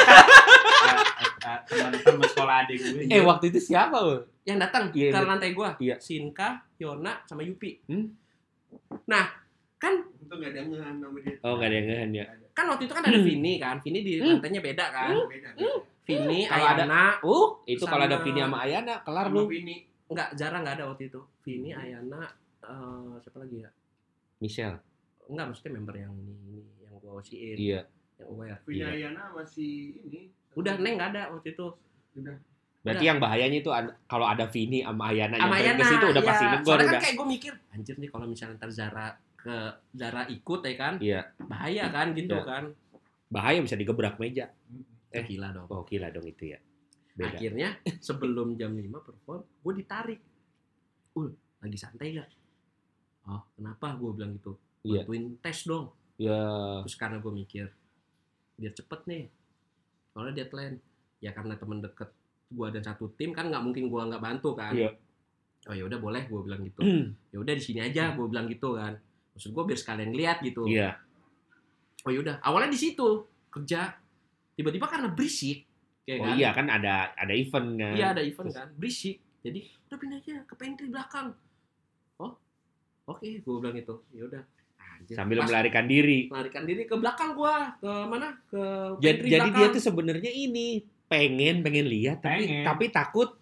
Speaker 4: Teman-teman sekolah adik gue.
Speaker 2: Eh waktu itu siapa lu?
Speaker 3: yang datang
Speaker 2: Iya,
Speaker 3: ke
Speaker 2: iya.
Speaker 3: lantai gue
Speaker 2: Iya.
Speaker 3: Sinka, Yona sama Yupi.
Speaker 2: Hmm?
Speaker 3: Nah kan
Speaker 1: Itu nggak ada ngehan sama dia.
Speaker 2: Oh gak ada yang ngehan ya.
Speaker 3: kan waktu itu kan ada Vini kan Vini di
Speaker 2: Hmm.
Speaker 3: lantainya beda kan
Speaker 1: Beda.
Speaker 3: Vini,
Speaker 2: Kalau ada-
Speaker 3: Ayana
Speaker 2: Uh, itu kalau ada
Speaker 3: Sama-
Speaker 2: Vini sama Ayana kelar
Speaker 1: Sama
Speaker 2: lu.
Speaker 1: Vini.
Speaker 3: enggak jarang nggak ada waktu itu Vini, Ayana eh, siapa lagi ya
Speaker 2: Michelle.
Speaker 3: enggak maksudnya member yang ini, ini yang gue wasiin
Speaker 2: Iya.
Speaker 3: yang aware
Speaker 1: Vini
Speaker 2: Iya.
Speaker 1: Ayana masih ini.
Speaker 3: udah Neng nggak ada waktu itu
Speaker 1: Udah.
Speaker 2: Berarti yang bahayanya itu ad- kalau ada Vini sama Ayana
Speaker 3: sama
Speaker 2: nyamperin
Speaker 3: Ayana
Speaker 2: ke situ udah
Speaker 3: iya.
Speaker 2: pasti negor
Speaker 3: soalnya kan
Speaker 2: udah.
Speaker 3: kayak gue mikir anjir nih kalau misalnya ntar Zara ke Zara ikut ya kan
Speaker 2: Iya.
Speaker 3: bahaya kan gitu
Speaker 2: Iya.
Speaker 3: kan
Speaker 2: Bahaya bisa digebrak meja.
Speaker 3: eh
Speaker 2: Eh.
Speaker 3: gila dong
Speaker 2: Oh gila dong itu ya. Beda.
Speaker 3: akhirnya sebelum jam lima perform gue ditarik ul lagi santai gak oh kenapa gue bilang gitu
Speaker 2: Iya.
Speaker 3: bantuin tes dong
Speaker 2: Ya.
Speaker 3: terus karena gue mikir biar cepet nih soalnya deadline ya karena temen deket gue dan satu tim kan nggak mungkin gue nggak bantu kan
Speaker 2: Iya.
Speaker 3: oh ya udah boleh gue bilang gitu
Speaker 2: Hmm.
Speaker 3: ya udah di sini aja gue bilang gitu kan maksud gue biar sekalian lihat gitu
Speaker 2: Iya.
Speaker 3: oh ya udah awalnya di situ kerja tiba-tiba karena berisik kayak
Speaker 2: Oh
Speaker 3: kan
Speaker 2: iya kan ada ada event kan.
Speaker 3: iya ada event kan berisik jadi udah pindah aja ke pantry belakang oh oke gue bilang gitu ya udah Anjir.
Speaker 2: Sambil
Speaker 3: Pas
Speaker 2: melarikan diri.
Speaker 3: melarikan diri ke belakang gue ke mana ke
Speaker 2: Jadi,
Speaker 3: pantry
Speaker 2: jadi dia
Speaker 3: belakang.
Speaker 2: tuh sebenarnya ini pengen pengen lihat tapi
Speaker 4: Pengen.
Speaker 2: tapi takut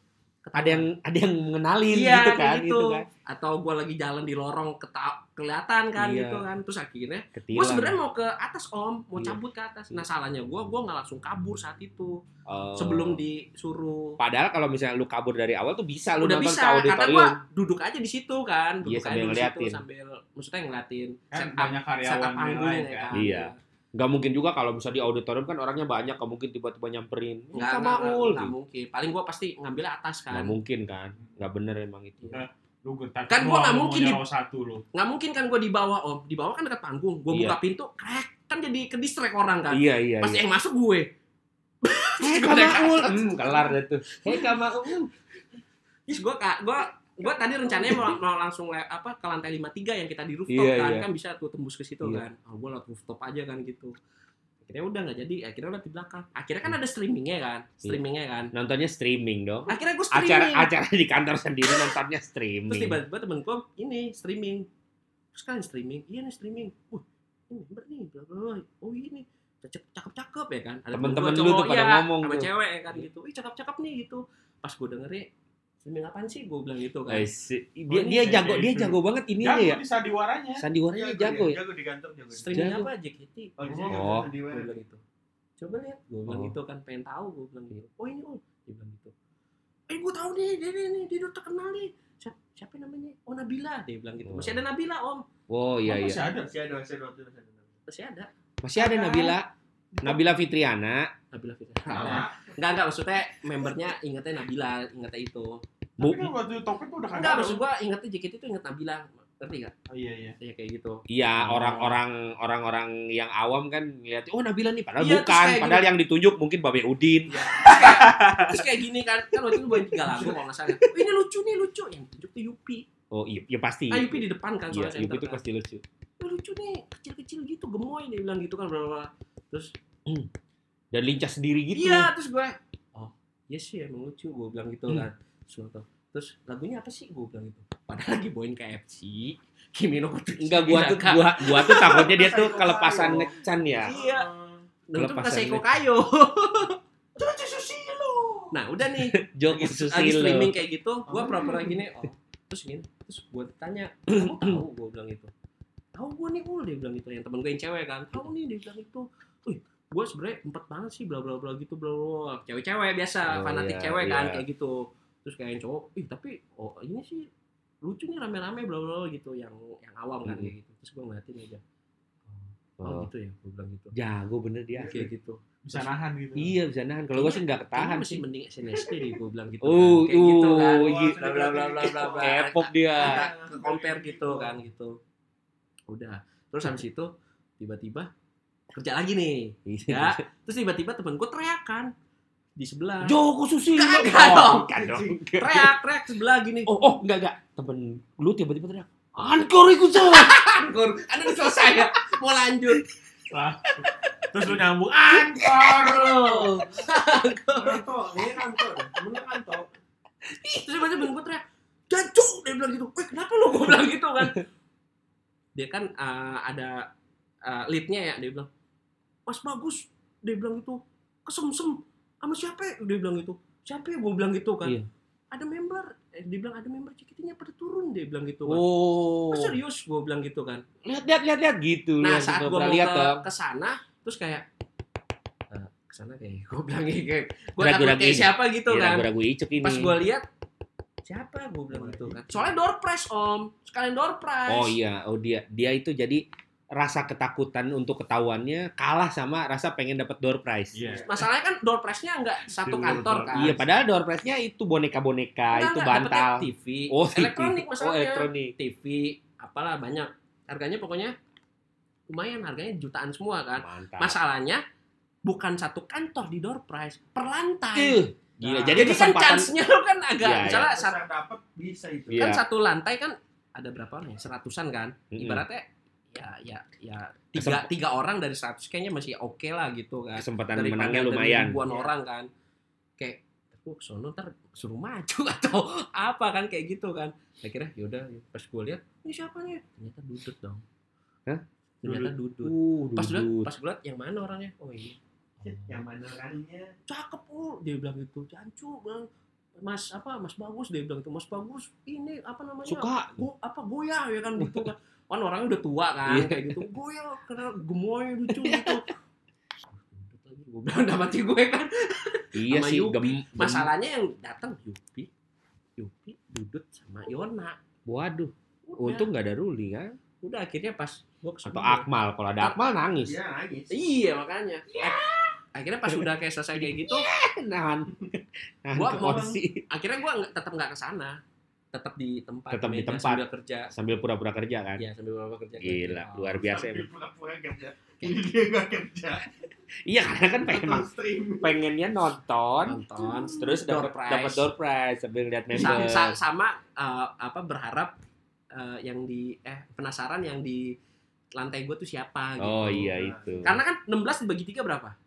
Speaker 3: ketahuan.
Speaker 2: Ada yang ada yang mengenalin
Speaker 3: iya,
Speaker 2: gitu
Speaker 3: kayak
Speaker 2: kan,
Speaker 3: gitu.
Speaker 2: itu kan.
Speaker 3: Atau gue lagi jalan di lorong keta- kelihatan kan
Speaker 2: Iya.
Speaker 3: gitu kan. Terus akhirnya
Speaker 2: Ketilang.
Speaker 3: gue sebenarnya mau ke atas om, mau
Speaker 2: Iya.
Speaker 3: cabut ke atas. Nah salahnya gue, gue nggak langsung kabur saat itu
Speaker 2: Oh.
Speaker 3: sebelum disuruh.
Speaker 2: Padahal kalau misalnya lu kabur dari awal tuh bisa lu
Speaker 3: Udah
Speaker 2: nonton
Speaker 3: bisa
Speaker 2: ke
Speaker 3: karena
Speaker 2: auditorium.
Speaker 3: gue duduk aja di situ kan,
Speaker 2: Iya,
Speaker 3: duduk
Speaker 2: sambil
Speaker 3: aja di
Speaker 2: ngeliatin.
Speaker 3: situ sambil maksudnya ngeliatin
Speaker 4: Kan
Speaker 3: setup-
Speaker 4: banyak karyawan
Speaker 3: setup
Speaker 4: yang
Speaker 3: panggung
Speaker 4: lain
Speaker 3: ya
Speaker 4: kan.
Speaker 3: kan.
Speaker 2: Iya. Nggak mungkin juga kalau misalnya di auditorium kan orangnya banyak, nggak mungkin tiba-tiba nyamperin.
Speaker 3: Nggak,
Speaker 2: Nggak
Speaker 3: nggak,
Speaker 2: Maul.
Speaker 3: nggak mungkin. Paling gue pasti ngambil atas kan.
Speaker 2: Nggak mungkin kan. Nggak bener emang itu.
Speaker 3: Iya.
Speaker 4: Lu getak.
Speaker 3: Kan gua nggak mungkin di-
Speaker 4: di satu lu.
Speaker 3: Nggak mungkin kan gue di bawah om, di bawah kan dekat panggung. Gue
Speaker 2: Iya.
Speaker 3: buka pintu, krek kan jadi ke distract orang kan.
Speaker 2: Iya, iya,
Speaker 3: Pasti
Speaker 2: iya.
Speaker 3: yang masuk gue.
Speaker 2: Hei
Speaker 3: Gua naik ke
Speaker 2: Kamaul.
Speaker 3: atas.
Speaker 2: Hmm, kelar deh tuh. Hei Kamaul.
Speaker 3: Terus gue kak, gue gue tadi rencananya mau, mau langsung le, apa ke lantai lima puluh tiga yang kita di rooftop
Speaker 2: Iya,
Speaker 3: kan,
Speaker 2: iya.
Speaker 3: kan bisa tuh tembus ke situ
Speaker 2: Iya.
Speaker 3: kan. Oh, gue lewat rooftop aja kan gitu. Akhirnya udah nggak jadi, akhirnya udah di belakang. Akhirnya kan ada streamingnya kan, streamingnya kan.
Speaker 2: Nontonnya streaming dong.
Speaker 3: Akhirnya gue streaming.
Speaker 2: Acara acara di kantor sendiri nontonnya streaming.
Speaker 3: Terus tiba-tiba temen gue ini streaming. Terus kalian streaming, iya nih streaming. Wah, ini bener nih, bla bla bla. Oh ini cakep cakep ya kan. Ada
Speaker 2: Temen-temen
Speaker 3: temen
Speaker 2: lu
Speaker 3: gua
Speaker 2: tuh pada
Speaker 3: iya,
Speaker 2: ngomong
Speaker 3: sama
Speaker 2: tuh.
Speaker 3: cewek ya kan gitu. Ih cakep cakep nih gitu. Pas gue dengerin streaming apaan sih? Gue bilang gitu kan.
Speaker 2: Eh, si- dia
Speaker 4: ini
Speaker 2: dia
Speaker 4: kayak
Speaker 2: jago, dia
Speaker 4: gitu.
Speaker 2: jago banget ininya
Speaker 4: Jago
Speaker 2: ya.
Speaker 4: di sandiwaranya.
Speaker 2: Sandiwaranya jago ya.
Speaker 1: Jago di kantor jago.
Speaker 3: Streaming
Speaker 2: Jago.
Speaker 3: apa J K T?
Speaker 1: Oh, di
Speaker 3: Oh,
Speaker 1: sini
Speaker 2: Oh.
Speaker 1: di
Speaker 3: gue
Speaker 1: mana?
Speaker 3: bilang gitu. Coba lihat, gue bilang
Speaker 2: Oh.
Speaker 3: gitu kan, pengen tahu gue bilang gitu. Oh ini oh, dia bilang gitu. Eh gue tahu nih, dia nih, nih, dia udah terkenal nih. Siapa, siapa namanya? Oh Nabila, dia bilang gitu.
Speaker 2: Oh.
Speaker 3: Masih ada Nabila om,
Speaker 2: Oh iya
Speaker 4: Oh, masih
Speaker 2: iya.
Speaker 4: ada.
Speaker 1: Masih ada, masih ada waktu masih ada.
Speaker 3: masih ada.
Speaker 2: Masih ada Nabila. Nabila Fitriana.
Speaker 3: Nabila Fitri.
Speaker 4: Sama.
Speaker 3: Enggak enggak maksudnya membernya ingetnya Nabila, ingetnya itu.
Speaker 4: Tapi kan waktu topik udah kagak.
Speaker 3: Enggak
Speaker 4: ada.
Speaker 3: maksud gua ingetnya J K T itu inget Nabila. Ngerti enggak?
Speaker 4: Oh iya iya.
Speaker 3: Ya kayak gitu.
Speaker 2: Iya,
Speaker 3: Oh.
Speaker 2: orang-orang orang-orang yang awam kan ngeliat, oh Nabila nih, padahal
Speaker 3: Iya, terus
Speaker 2: bukan,
Speaker 3: kayak
Speaker 2: padahal yang ditunjuk mungkin Babe Udin.
Speaker 3: Ya. Terus kayak, terus kayak gini kan, kan waktu itu bawain tiga lagu kalau nggak salah. Oh, ini lucu nih lucu, yang tunjuk tuh Yupi.
Speaker 2: Oh iya, ya pasti.
Speaker 3: Ah Yupi di depan kan
Speaker 2: Iya,
Speaker 3: soalnya
Speaker 2: Yupi
Speaker 3: center
Speaker 2: itu
Speaker 3: kan.
Speaker 2: pasti lucu.
Speaker 3: Oh, lucu nih, kecil-kecil gitu, gemoy dia bilang gitu kan berapa. Terus
Speaker 2: Dan lincah sendiri gitu.
Speaker 3: iya, terus gue, oh iya sih emang lucu, gue bilang gitu
Speaker 2: Hmm.
Speaker 3: kan. Terus nonton. Terus lagunya apa sih? Gue bilang gitu. Padahal lagi bawain K F C, Kimi no Koto
Speaker 2: Enggak, gua tuh gua gua tuh takutnya dia tuh kelepasan ngecan ya.
Speaker 3: Iya. Dan itu
Speaker 2: Kelepasan
Speaker 3: Seiko
Speaker 2: nih.
Speaker 3: Kayo. Nah udah nih
Speaker 2: Joko
Speaker 3: lagi, lagi
Speaker 2: Susilo.
Speaker 3: streaming kayak gitu, gue pura-pura gini, oh terus gini, terus gue tanya, kamu tahu? Gue bilang gitu, tahu gue nih ul, dia bilang gitu, yang temen gue yang cewek kan, tahu nih dia bilang itu, wih gue sebenarnya empat banget sih, bla bla bla gitu, bla bla, cewek-cewek biasa,
Speaker 2: Oh,
Speaker 3: fanatik
Speaker 2: iya,
Speaker 3: cewek kan
Speaker 2: iya.
Speaker 3: kayak gitu, terus kayak yang cowok, ih tapi oh ini sih lucu nih rame-rame bla bla bla gitu, yang yang awam kan
Speaker 2: Hmm.
Speaker 3: kayak gitu, terus gue ngeliatin aja, oh,
Speaker 2: Oh.
Speaker 3: gitu ya, gue bilang gitu,
Speaker 2: Jago bener dia.
Speaker 3: kayak gitu.
Speaker 4: Bisa nahan gitu.
Speaker 2: Iya, bisa nahan. Kalau gua sih enggak ketahan
Speaker 3: Kayaknya masih
Speaker 2: sih.
Speaker 3: mending S N S D deh gue bilang gitu.
Speaker 2: Oh,
Speaker 3: kan. Kayak gitu kan.
Speaker 2: oh,
Speaker 3: Wah,
Speaker 2: gitu.
Speaker 3: bla bla bla bla bla bla.
Speaker 2: K-pop dia.
Speaker 3: Agak ke compare gitu kan gitu. Udah. Terus habis itu tiba-tiba kerja lagi nih. Ya. Terus tiba-tiba temen gue teriak kan di sebelah.
Speaker 2: Joko Susilo.
Speaker 3: Kagak
Speaker 2: Oh,
Speaker 3: dong.
Speaker 2: bukan dong.
Speaker 3: Teriak, teriak sebelah gini.
Speaker 2: Oh, oh, enggak enggak. Temen lu tiba-tiba teriak, "Ankor ikut saya."
Speaker 3: Anggur. Ada udah selesai ya. Mau lanjut.
Speaker 4: Lah. Terus lu nyambung ankor lu.
Speaker 1: Kantor, ini kantor, temen kantor.
Speaker 3: Terus tiba-tiba temen gue teriak, "Jancuk!" Dia bilang gitu. "Weh, kenapa lu?" Gue bilang gitu kan. Dia kan uh, ada uh, leadnya ya, dia bilang, "Mas Bagus," dia bilang gitu, "kesemsem sama siapa ya?" Dia bilang gitu. "Siapa ya?" Gue bilang gitu kan.
Speaker 2: Iya.
Speaker 3: Ada member, eh, dia bilang ada member J K T-nya pada turun, dia bilang gitu kan.
Speaker 2: Oh.
Speaker 3: "Oh, serius?" Gue bilang gitu kan.
Speaker 2: Lihat lihat lihat lihat gitu.
Speaker 3: Nah,
Speaker 2: Lihat,
Speaker 3: saat
Speaker 2: gua
Speaker 3: gue
Speaker 2: pernah
Speaker 3: mau
Speaker 2: lihat
Speaker 3: ke,
Speaker 2: dong.
Speaker 3: ke sana, terus kayak uh, ke sana kayak gue bilang kayak gue
Speaker 2: Ragu-ragu
Speaker 3: takut kayak
Speaker 2: ini.
Speaker 3: siapa gitu
Speaker 2: Iya,
Speaker 3: kan.
Speaker 2: ragu-ragu icuk ini.
Speaker 3: Pas gue lihat siapa gue bilang gitu kan. Soalnya door prize om, sekalian door prize.
Speaker 2: Oh iya, oh dia dia itu jadi rasa ketakutan untuk ketahuannya kalah sama rasa pengen dapat door prize.
Speaker 4: Iya.
Speaker 3: Masalahnya kan door prize-nya nggak satu
Speaker 4: Di luar
Speaker 3: kantor
Speaker 4: door
Speaker 3: kan.
Speaker 2: Iya, padahal door prize-nya itu boneka-boneka,
Speaker 3: Enggak,
Speaker 2: itu
Speaker 3: enggak,
Speaker 2: bantal.
Speaker 3: dapetnya T V,
Speaker 2: Oh, T V.
Speaker 3: elektronik
Speaker 2: Oh,
Speaker 3: masalahnya.
Speaker 2: elektronik.
Speaker 3: T V, apalah banyak. Harganya pokoknya lumayan, harganya jutaan semua kan.
Speaker 2: Mantap.
Speaker 3: Masalahnya bukan satu kantor di door prize, per lantai.
Speaker 2: Ih, gila.
Speaker 1: Nah,
Speaker 2: jadi
Speaker 3: Jadi kan
Speaker 2: kesempatan
Speaker 3: chance-nya lu kan agak,
Speaker 2: Iya,
Speaker 3: misalnya
Speaker 1: Bisa
Speaker 3: satu,
Speaker 1: dapat bisa itu.
Speaker 2: Iya.
Speaker 3: kan satu lantai kan ada berapa orang ya? Seratusan kan?
Speaker 2: Mm-mm.
Speaker 3: Ibaratnya ya ya ya tiga,
Speaker 2: Kesemp-
Speaker 3: tiga orang dari seratus kayaknya masih oke lah gitu kan.
Speaker 2: kesempatan
Speaker 3: Daripada
Speaker 2: menangnya
Speaker 3: dari
Speaker 2: lumayan.
Speaker 3: ribuan
Speaker 1: Iya.
Speaker 3: orang kan. Kayak aku sono ntar suruh maju atau apa kan kayak gitu kan. Akhirnya yaudah pas gue lihat ini siapa nih? Ternyata Dudut dong.
Speaker 2: Hah?
Speaker 3: Ternyata Dudut.
Speaker 2: Uh,
Speaker 3: Pas lihat
Speaker 2: dudut.
Speaker 3: pas gue lihat yang mana orangnya? Oh ini.
Speaker 1: Yang mana orangnya?
Speaker 3: Cakep ul, dia bilang gitu. Jancu bilang Mas apa Mas Bagus dia bilang itu Mas Bagus ini apa namanya
Speaker 2: Suka.
Speaker 3: go, apa goyah ya kan gitu kan kan orangnya udah tua kan
Speaker 2: Iya.
Speaker 3: kayak gitu goyah karena gemoy lucu gitu gue bilang udah mati gue kan
Speaker 2: Iya
Speaker 3: sama
Speaker 2: sih,
Speaker 3: Yupi.
Speaker 2: gem, gem-
Speaker 3: Masalahnya yang datang Yupi Yupi Dudut sama Yona
Speaker 2: Waduh,
Speaker 3: udah,
Speaker 2: untung nggak ada Ruli kan?
Speaker 3: udah akhirnya pas gue kesini
Speaker 2: Atau Akmal, kalau ada Akmal nangis.
Speaker 1: Iya nangis.
Speaker 3: iya makanya Ak- akhirnya pas udah kayak selesai kayak gitu
Speaker 2: Nahan, nahan
Speaker 3: Gua mau-
Speaker 2: emosi.
Speaker 3: akhirnya gue tetap nggak kesana tetap di tempat
Speaker 2: Tetap di
Speaker 3: meja
Speaker 2: tempat.
Speaker 3: sambil kerja
Speaker 2: Sambil pura-pura kerja kan?
Speaker 3: iya sambil pura-pura kerja
Speaker 2: Gila, luar biasa
Speaker 1: Sambil
Speaker 2: emang.
Speaker 1: pura-pura kerja. Ini dia nggak kerja.
Speaker 2: Iya, karena kan pengen,
Speaker 1: Nonton stream.
Speaker 2: pengennya nonton,
Speaker 3: nonton
Speaker 2: terus
Speaker 3: door
Speaker 2: dapat
Speaker 3: prize.
Speaker 2: dapat door prize sambil lihat
Speaker 3: Sa-
Speaker 2: member.
Speaker 3: sa- sama uh, apa berharap uh, yang di eh penasaran yang di lantai gue tuh siapa gitu.
Speaker 2: Oh iya itu.
Speaker 3: Karena kan enam belas dibagi tiga berapa?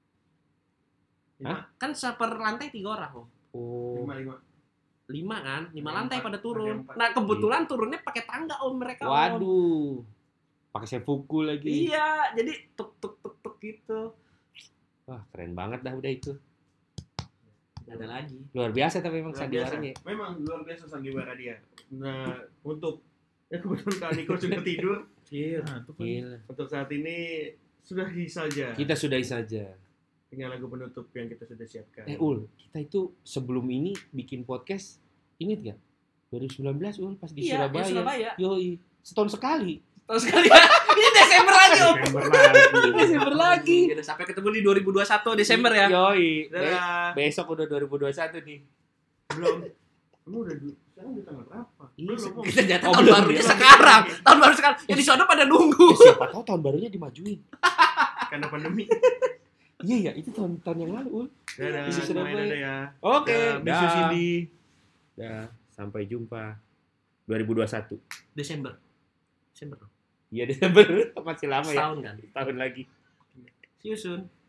Speaker 1: Hah?
Speaker 3: Kan seper lantai tiga orang, Om.
Speaker 2: Oh,
Speaker 1: Lima lima.
Speaker 3: lima kan? Lima
Speaker 1: Ada
Speaker 3: lantai
Speaker 1: empat,
Speaker 3: pada
Speaker 1: ada
Speaker 3: turun.
Speaker 1: empat.
Speaker 3: Nah, kebetulan turunnya pakai tangga, Om, mereka. Om.
Speaker 2: waduh. Pakai sepuku lagi.
Speaker 3: Iya, jadi tuk tuk tuk tuk gitu.
Speaker 2: Wah, keren banget dah udah itu.
Speaker 3: Nggak ada lagi.
Speaker 2: Luar biasa tapi memang
Speaker 1: Luar biasa.
Speaker 2: sandiwaranya.
Speaker 1: Memang luar biasa sandiwara dia. Nah, untuk ya kebetulan Kak Niko sudah tidur.
Speaker 3: Iya.
Speaker 4: Nah, itu kan
Speaker 2: Gila.
Speaker 1: Untuk saat ini sudahi saja.
Speaker 2: Kita sudahi saja.
Speaker 1: Dengan lagu penutup yang kita sudah siapkan.
Speaker 2: Eh Ul, kita itu sebelum ini bikin podcast, inget gak? dua ribu sembilan belas Ul pas di
Speaker 3: Iya,
Speaker 2: Surabaya.
Speaker 3: di Surabaya.
Speaker 2: Yoi, setahun sekali.
Speaker 3: Terus sekali ya. Ini Desember lagi, Om.
Speaker 4: Desember lagi.
Speaker 2: Desember lagi.
Speaker 3: Udah sampai ketemu di dua ribu dua puluh satu Desember ya.
Speaker 2: Yoi. Be-
Speaker 1: Dadah.
Speaker 2: besok udah dua ribu dua puluh satu nih.
Speaker 1: Belum. Kamu udah du- sekarang udah tanggal berapa?
Speaker 2: Iya,
Speaker 1: Belum, Om.
Speaker 3: Kita jatuh
Speaker 2: Oh,
Speaker 3: tahun
Speaker 2: belum,
Speaker 3: barunya
Speaker 1: belum.
Speaker 3: sekarang. Tahun baru sekarang. Ya di sono pada nunggu.
Speaker 2: Eh, siapa tahu tahun barunya dimajuin.
Speaker 1: Karena pandemi.
Speaker 2: Iya ya, itu tahun tahun yang lalu Ul.
Speaker 1: Dadah,
Speaker 2: Bisu
Speaker 1: semuanya
Speaker 2: Surabaya.
Speaker 1: dadah ya.
Speaker 2: Oke,
Speaker 1: Dah, Bisu
Speaker 2: dah.
Speaker 1: Cindy.
Speaker 2: Dah, sampai jumpa dua ribu dua puluh satu.
Speaker 3: Desember. Desember.
Speaker 2: Iya Desember, masih lama ya.
Speaker 3: Setahun kan.
Speaker 2: Tahun lagi.
Speaker 3: See you soon.